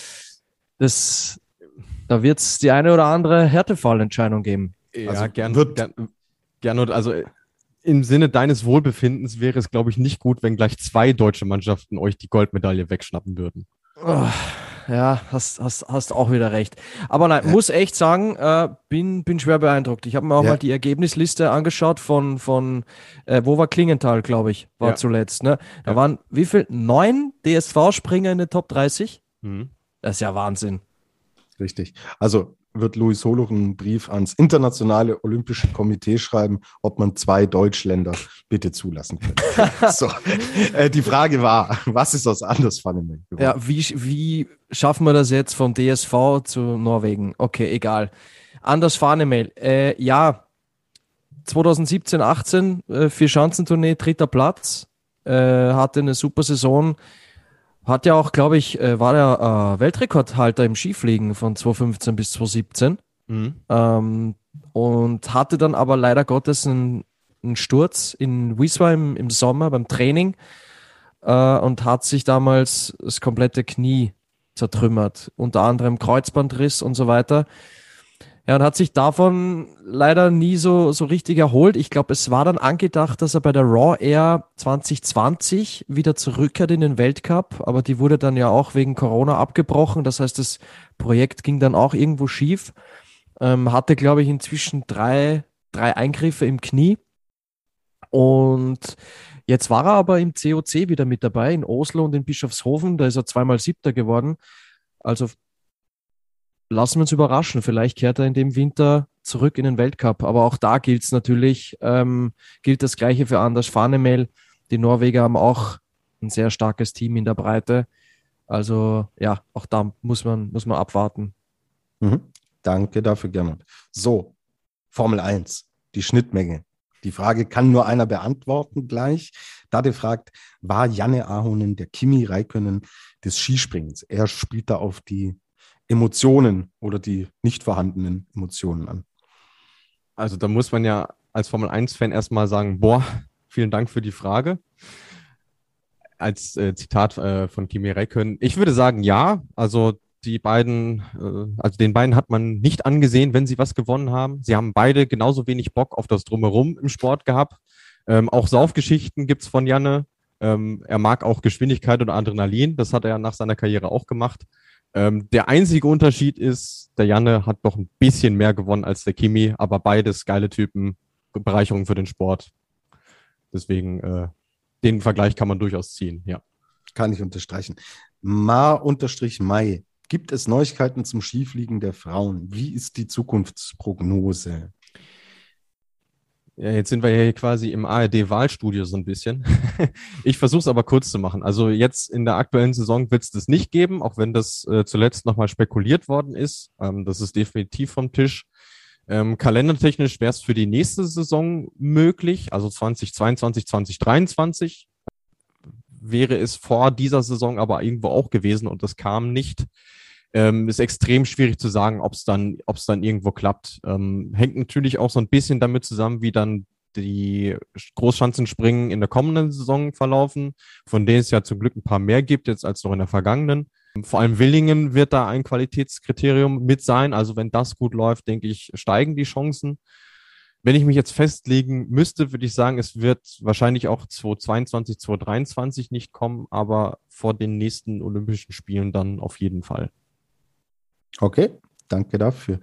Das, da wird es die eine oder andere Härtefallentscheidung geben. Ja, Also gern, wird- gern, Gernot, also im Sinne deines Wohlbefindens wäre es, glaube ich, nicht gut, wenn gleich zwei deutsche Mannschaften euch die Goldmedaille wegschnappen würden. Oh, ja, hast, hast, hast auch wieder recht. Aber nein, muss echt sagen, äh, bin, bin schwer beeindruckt. Ich habe mir auch Ja. mal die Ergebnisliste angeschaut von, von äh, wo war Klingenthal, glaube ich, war Ja. zuletzt. Ne? Da Ja. waren wie viel? Neun D S V-Springer in der Top dreißig? Mhm. Das ist ja Wahnsinn. Richtig. Also wird Louis Holuch einen Brief ans Internationale Olympische Komitee schreiben, ob man zwei Deutschländer bitte zulassen könnte. so, äh, die Frage war, was ist aus Anders Pfannemehl geworden? Ja, wie, wie schaffen wir das jetzt von D S V zu Norwegen? Okay, egal. Anders Farnemehl. Äh, ja, zwanzig siebzehn, achtzehn, äh, Vier-Schanzentournee, dritter Platz. Äh, hatte eine super Saison. Hat ja auch, glaube ich, äh, war der äh, Weltrekordhalter im Skifliegen von zwanzig fünfzehn bis zwanzig siebzehn. Mhm. Ähm, und hatte dann aber leider Gottes einen, einen Sturz in Wisła im, im Sommer beim Training äh, und hat sich damals das komplette Knie zertrümmert, unter anderem Kreuzbandriss und so weiter. Ja, und hat sich davon leider nie so, so richtig erholt. Ich glaube, es war dann angedacht, dass er bei der Raw Air zwanzig zwanzig wieder zurückkehrt in den Weltcup, aber die wurde dann ja auch wegen Corona abgebrochen. Das heißt, das Projekt ging dann auch irgendwo schief. Ähm, hatte, glaube ich, inzwischen drei, drei Eingriffe im Knie. Und jetzt war er aber im C O C wieder mit dabei, in Oslo und in Bischofshofen. Da ist er zweimal Siebter geworden. Also lassen wir uns überraschen. Vielleicht kehrt er in dem Winter zurück in den Weltcup. Aber auch da gilt es natürlich, ähm, gilt das Gleiche für Anders Farnemehl. Die Norweger haben auch ein sehr starkes Team in der Breite. Also ja, auch da muss man, muss man abwarten. Mhm. Danke dafür, Gernot. So, Formel eins, die Schnittmenge. Die Frage kann nur einer beantworten gleich. Dade fragt, war Janne Ahonen der Kimi Räikkönen des Skispringens? Er spielt da auf die Emotionen oder die nicht vorhandenen Emotionen an. Also da muss man ja als Formel eins Fan erstmal sagen, boah, vielen Dank für die Frage. Als äh, Zitat äh, von Kimi Räikkönen. Ich würde sagen, ja. Also die beiden, äh, also den beiden hat man nicht angesehen, wenn sie was gewonnen haben. Sie haben beide genauso wenig Bock auf das Drumherum im Sport gehabt. Ähm, auch Saufgeschichten gibt's von Janne. Ähm, er mag auch Geschwindigkeit und Adrenalin. Das hat er ja nach seiner Karriere auch gemacht. Ähm, der einzige Unterschied ist, der Janne hat doch ein bisschen mehr gewonnen als der Kimi, aber beides geile Typen, Bereicherung für den Sport. Deswegen, äh, den Vergleich kann man durchaus ziehen, ja. Kann ich unterstreichen. Mar-Mai. Gibt es Neuigkeiten zum Skifliegen der Frauen? Wie ist die Zukunftsprognose? Ja, jetzt sind wir ja hier quasi im A R D-Wahlstudio so ein bisschen. Ich versuche es aber kurz zu machen. Also jetzt in der aktuellen Saison wird es das nicht geben, auch wenn das äh, zuletzt nochmal spekuliert worden ist. Ähm, das ist definitiv vom Tisch. Ähm, kalendertechnisch wäre es für die nächste Saison möglich, also zwanzig zweiundzwanzig, zwanzig dreiundzwanzig wäre es vor dieser Saison aber irgendwo auch gewesen und das kam nicht. Ähm, ist extrem schwierig zu sagen, ob es dann, ob es dann irgendwo klappt. Ähm, hängt natürlich auch so ein bisschen damit zusammen, wie dann die Großschanzenspringen in der kommenden Saison verlaufen, von denen es ja zum Glück ein paar mehr gibt jetzt als noch in der vergangenen. Vor allem Willingen wird da ein Qualitätskriterium mit sein. Also wenn das gut läuft, denke ich, steigen die Chancen. Wenn ich mich jetzt festlegen müsste, würde ich sagen, es wird wahrscheinlich auch zwanzig zweiundzwanzig, zwanzig dreiundzwanzig nicht kommen, aber vor den nächsten Olympischen Spielen dann auf jeden Fall. Okay, danke dafür.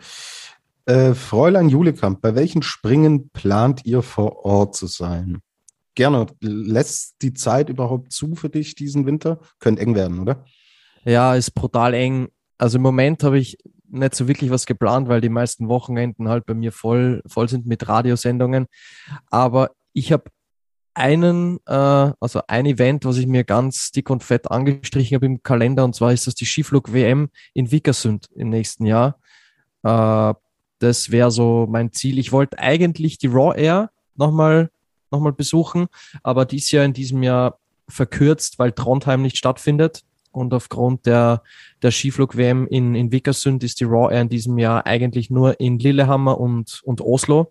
Äh, Fräulein Julekamp, bei welchen Springen plant ihr vor Ort zu sein? Gerne, lässt die Zeit überhaupt zu für dich diesen Winter? Könnte eng werden, oder? Ja, ist brutal eng. Also im Moment habe ich nicht so wirklich was geplant, weil die meisten Wochenenden halt bei mir voll, voll sind mit Radiosendungen. Aber ich habe einen, äh, also ein Event, was ich mir ganz dick und fett angestrichen habe im Kalender, und zwar ist das die Skiflug-W M in Vikersund im nächsten Jahr. Äh, das wäre so mein Ziel. Ich wollte eigentlich die Raw Air nochmal noch mal besuchen, aber dies Jahr in diesem Jahr verkürzt, weil Trondheim nicht stattfindet. Und aufgrund der, der Skiflug-W M in, in Vikersund ist die Raw Air in diesem Jahr eigentlich nur in Lillehammer und, und Oslo.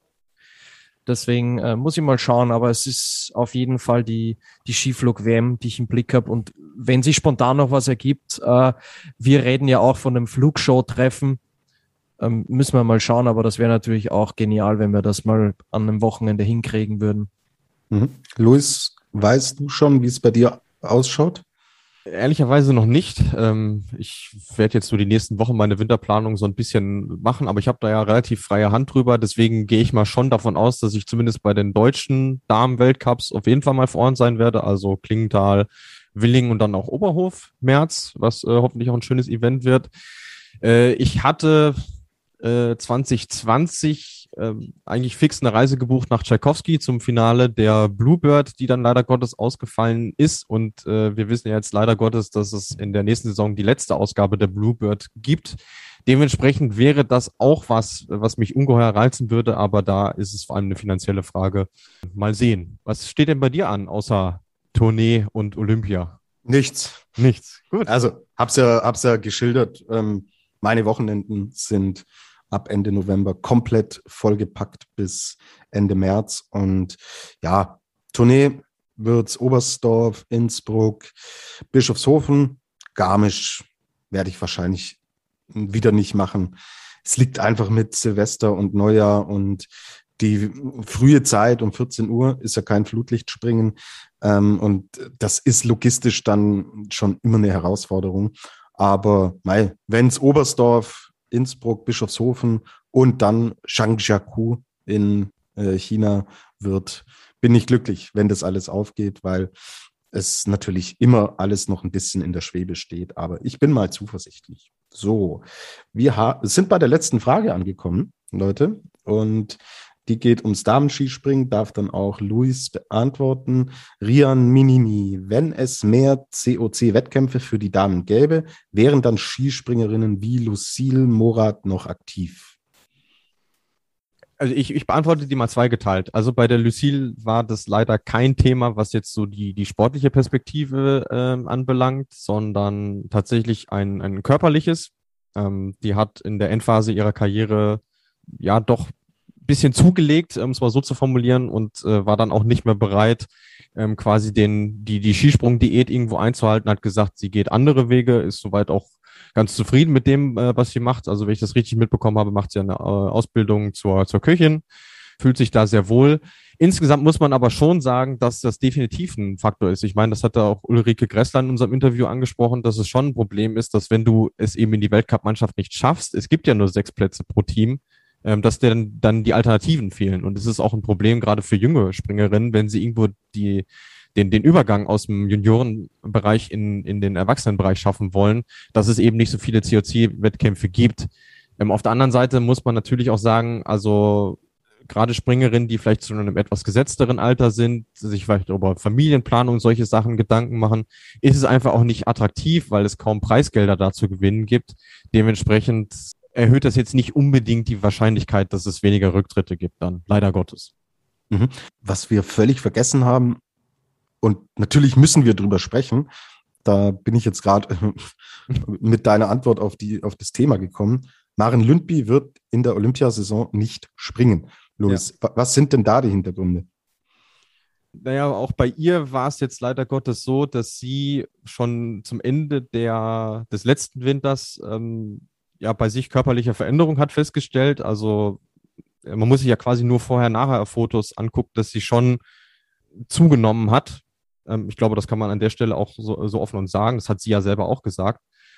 Deswegen äh, muss ich mal schauen, aber es ist auf jeden Fall die, die Skiflug-W M, die ich im Blick habe. Und wenn sich spontan noch was ergibt, äh, wir reden ja auch von einem Flugshow-Treffen, ähm, müssen wir mal schauen, aber das wäre natürlich auch genial, wenn wir das mal an einem Wochenende hinkriegen würden. Mhm. Luis, weißt du schon, wie es bei dir ausschaut? Ehrlicherweise noch nicht. Ähm, ich werde jetzt so die nächsten Wochen meine Winterplanung so ein bisschen machen, aber ich habe da ja relativ freie Hand drüber. Deswegen gehe ich mal schon davon aus, dass ich zumindest bei den deutschen Damen-Weltcups auf jeden Fall mal vor Ort sein werde. Also Klingenthal, Willingen und dann auch Oberhof, März, was äh, hoffentlich auch ein schönes Event wird. Äh, ich hatte äh, zwanzig zwanzig äh, eigentlich fix eine Reise gebucht nach Tschaikowski zum Finale der Bluebird, die dann leider Gottes ausgefallen ist. Und äh, wir wissen ja jetzt leider Gottes, dass es in der nächsten Saison die letzte Ausgabe der Bluebird gibt. Dementsprechend wäre das auch was, was mich ungeheuer reizen würde, aber da ist es vor allem eine finanzielle Frage. Mal sehen. Was steht denn bei dir an, außer Tournee und Olympia? Nichts. Nichts. Gut. Also, hab's ja, hab's ja geschildert. Ähm, meine Wochenenden sind ab Ende November komplett vollgepackt bis Ende März. Und ja, Tournee wird's Oberstdorf, Innsbruck, Bischofshofen, Garmisch werde ich wahrscheinlich wieder nicht machen. Es liegt einfach mit Silvester und Neujahr und die frühe Zeit um vierzehn Uhr ist ja kein Flutlichtspringen. Ähm, und das ist logistisch dann schon immer eine Herausforderung. Aber wenn es Oberstdorf, Innsbruck, Bischofshofen und dann Zhangjiakou in äh, China wird, bin ich glücklich, wenn das alles aufgeht, weil es natürlich immer alles noch ein bisschen in der Schwebe steht. Aber ich bin mal zuversichtlich. So, wir ha- sind bei der letzten Frage angekommen, Leute. Und die geht ums Damenskispringen, darf dann auch Luis beantworten. Rian Minimi, wenn es mehr C O C-Wettkämpfe für die Damen gäbe, wären dann Skispringerinnen wie Lucille Morat noch aktiv? Also ich, ich beantworte die mal zweigeteilt. Also bei der Lucille war das leider kein Thema, was jetzt so die, die sportliche Perspektive ähm, anbelangt, sondern tatsächlich ein, ein körperliches. Ähm, die hat in der Endphase ihrer Karriere ja doch ein bisschen zugelegt, um es mal so zu formulieren, und äh, war dann auch nicht mehr bereit, ähm, quasi den, die, die Skisprung-Diät irgendwo einzuhalten, hat gesagt, sie geht andere Wege, ist soweit auch ganz zufrieden mit dem, äh, was sie macht. Also wenn ich das richtig mitbekommen habe, macht sie eine äh, Ausbildung zur, zur Köchin, fühlt sich da sehr wohl. Insgesamt muss man aber schon sagen, dass das definitiv ein Faktor ist. Ich meine, das hatte auch Ulrike Gressler in unserem Interview angesprochen, dass es schon ein Problem ist, dass wenn du es eben in die Weltcup-Mannschaft nicht schaffst, es gibt ja nur sechs Plätze pro Team, ähm, dass dann, dann die Alternativen fehlen. Und es ist auch ein Problem gerade für junge Springerinnen, wenn sie irgendwo die Den, den Übergang aus dem Juniorenbereich in, in den Erwachsenenbereich schaffen wollen, dass es eben nicht so viele C O C-Wettkämpfe gibt. Ähm, auf der anderen Seite muss man natürlich auch sagen, also gerade Springerinnen, die vielleicht zu einem etwas gesetzteren Alter sind, sich vielleicht über Familienplanung, solche Sachen Gedanken machen, ist es einfach auch nicht attraktiv, weil es kaum Preisgelder da zu gewinnen gibt. Dementsprechend erhöht das jetzt nicht unbedingt die Wahrscheinlichkeit, dass es weniger Rücktritte gibt dann, leider Gottes. Mhm. Was wir völlig vergessen haben, und natürlich müssen wir drüber sprechen. Da bin ich jetzt gerade mit deiner Antwort auf die, auf das Thema gekommen. Maren Lündby wird in der Olympiasaison nicht springen. Louis, ja. Was sind denn da die Hintergründe? Naja, auch bei ihr war es jetzt leider Gottes so, dass sie schon zum Ende der, des letzten Winters ähm, ja bei sich körperliche Veränderung hat festgestellt. Also man muss sich ja quasi nur Vorher-Nachher-Fotos angucken, dass sie schon zugenommen hat. Ich glaube, das kann man an der Stelle auch so, so offen und sagen. Das hat sie ja selber auch gesagt.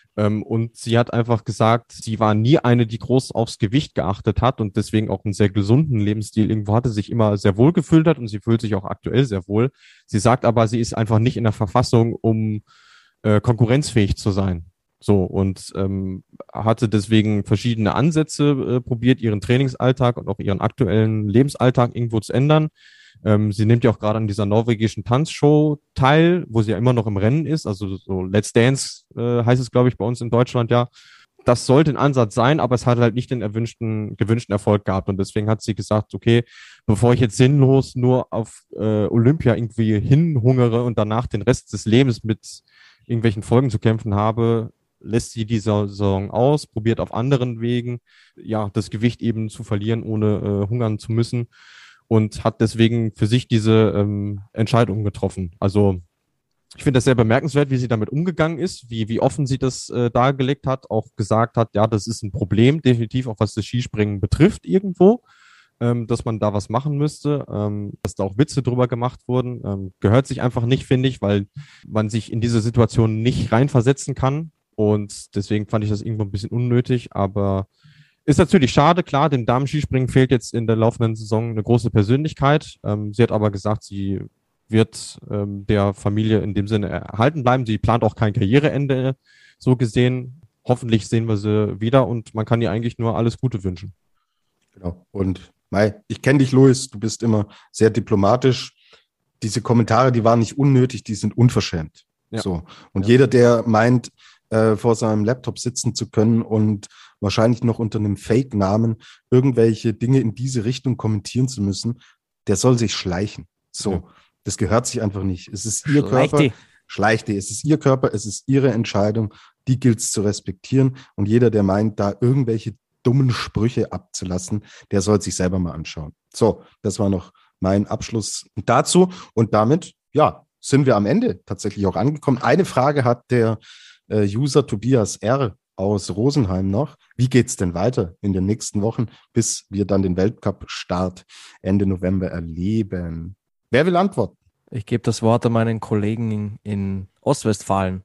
Und sie hat einfach gesagt, sie war nie eine, die groß aufs Gewicht geachtet hat und deswegen auch einen sehr gesunden Lebensstil irgendwo hatte, sich immer sehr wohl gefühlt hat und sie fühlt sich auch aktuell sehr wohl. Sie sagt aber, sie ist einfach nicht in der Verfassung, um äh, konkurrenzfähig zu sein. So, und ähm, hatte deswegen verschiedene Ansätze äh, probiert, ihren Trainingsalltag und auch ihren aktuellen Lebensalltag irgendwo zu ändern. Ähm, sie nimmt ja auch gerade an dieser norwegischen Tanzshow teil, wo sie ja immer noch im Rennen ist. Also so Let's Dance äh, heißt es, glaube ich, bei uns in Deutschland ja. Das sollte ein Ansatz sein, aber es hat halt nicht den erwünschten, gewünschten Erfolg gehabt. Und deswegen hat sie gesagt, okay, bevor ich jetzt sinnlos nur auf äh, Olympia irgendwie hinhungere und danach den Rest des Lebens mit irgendwelchen Folgen zu kämpfen habe, lässt sie die Saison aus, probiert auf anderen Wegen, ja, das Gewicht eben zu verlieren, ohne äh, hungern zu müssen. Und hat deswegen für sich diese ähm, Entscheidung getroffen. Also ich finde das sehr bemerkenswert, wie sie damit umgegangen ist, wie, wie offen sie das äh, dargelegt hat, auch gesagt hat, ja, das ist ein Problem, definitiv auch was das Skispringen betrifft irgendwo, ähm, dass man da was machen müsste, ähm, dass da auch Witze drüber gemacht wurden. Ähm, gehört sich einfach nicht, finde ich, weil man sich in diese Situation nicht reinversetzen kann. Und deswegen fand ich das irgendwo ein bisschen unnötig, aber ist natürlich schade, klar, dem Damen-Skispringen fehlt jetzt in der laufenden Saison eine große Persönlichkeit. Ähm, sie hat aber gesagt, sie wird ähm, der Familie in dem Sinne erhalten bleiben. Sie plant auch kein Karriereende, so gesehen. Hoffentlich sehen wir sie wieder und man kann ihr eigentlich nur alles Gute wünschen. Genau. Und Mai, ich kenne dich, Louis, du bist immer sehr diplomatisch. Diese Kommentare, die waren nicht unnötig, die sind unverschämt. Ja. So. Und ja. Jeder, der meint, äh, vor seinem Laptop sitzen zu können und wahrscheinlich noch unter einem Fake-Namen irgendwelche Dinge in diese Richtung kommentieren zu müssen, der soll sich schleichen. So, ja. Das gehört sich einfach nicht. Es ist ihr Schleich Körper. Die. Schleich die. Es ist ihr Körper, es ist ihre Entscheidung. Die gilt es zu respektieren. Und jeder, der meint, da irgendwelche dummen Sprüche abzulassen, der soll sich selber mal anschauen. So, das war noch mein Abschluss dazu. Und damit, ja, sind wir am Ende tatsächlich auch angekommen. Eine Frage hat der äh, User Tobias R. aus Rosenheim noch. Wie geht's denn weiter in den nächsten Wochen, bis wir dann den Weltcup-Start Ende November erleben? Wer will antworten? Ich gebe das Wort an meinen Kollegen in, in Ostwestfalen.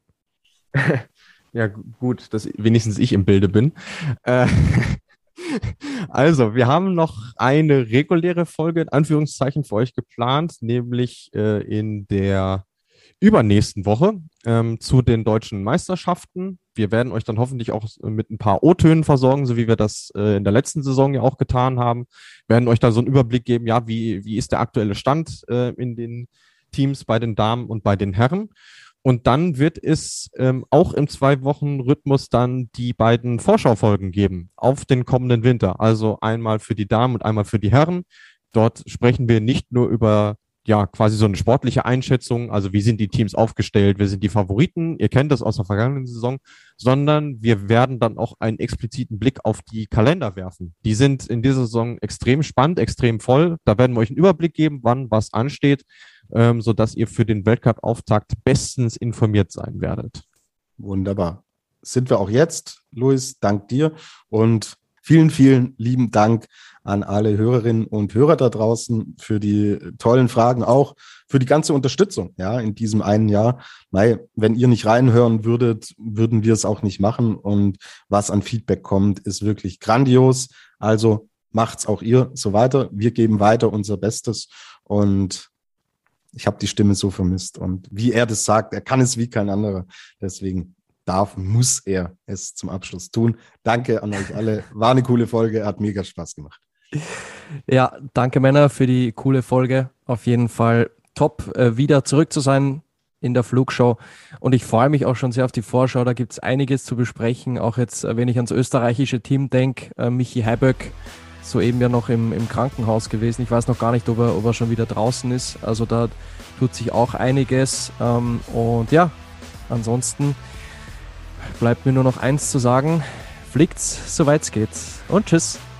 Ja, gut, dass wenigstens ich im Bilde bin. Äh, also, wir haben noch eine reguläre Folge in Anführungszeichen für euch geplant, nämlich äh, in der übernächsten Woche ähm, zu den deutschen Meisterschaften. Wir werden euch dann hoffentlich auch mit ein paar O-Tönen versorgen, so wie wir das äh, in der letzten Saison ja auch getan haben. Wir werden euch da so einen Überblick geben, ja, wie, wie ist der aktuelle Stand äh, in den Teams bei den Damen und bei den Herren. Und dann wird es ähm, auch im Zwei-Wochen-Rhythmus dann die beiden Vorschaufolgen geben auf den kommenden Winter. Also einmal für die Damen und einmal für die Herren. Dort sprechen wir nicht nur über ja quasi so eine sportliche Einschätzung, also wie sind die Teams aufgestellt, wer sind die Favoriten, ihr kennt das aus der vergangenen Saison, sondern wir werden dann auch einen expliziten Blick auf die Kalender werfen. Die sind in dieser Saison extrem spannend, extrem voll. Da werden wir euch einen Überblick geben, wann was ansteht, ähm, sodass ihr für den Weltcup-Auftakt bestens informiert sein werdet. Wunderbar. Sind wir auch jetzt, Luis, dank dir und vielen, vielen lieben Dank an alle Hörerinnen und Hörer da draußen für die tollen Fragen, auch für die ganze Unterstützung, ja, in diesem einen Jahr. Mei, wenn ihr nicht reinhören würdet, würden wir es auch nicht machen. Und was an Feedback kommt, ist wirklich grandios. Also macht's auch ihr so weiter. Wir geben weiter unser Bestes. Und ich habe die Stimme so vermisst. Und wie er das sagt, er kann es wie kein anderer. Deswegen darf, muss er es zum Abschluss tun. Danke an euch alle. War eine coole Folge, hat mega Spaß gemacht. Ja, danke Männer für die coole Folge. Auf jeden Fall top, äh, wieder zurück zu sein in der Flugshow. Und ich freue mich auch schon sehr auf die Vorschau. Da gibt es einiges zu besprechen. Auch jetzt, äh, wenn ich ans österreichische Team denke, äh, Michi Heiböck, soeben ja noch im, im Krankenhaus gewesen. Ich weiß noch gar nicht, ob er, ob er schon wieder draußen ist. Also da tut sich auch einiges. Ähm, und ja, ansonsten bleibt mir nur noch eins zu sagen. Fliegt's, soweit es geht. Und tschüss.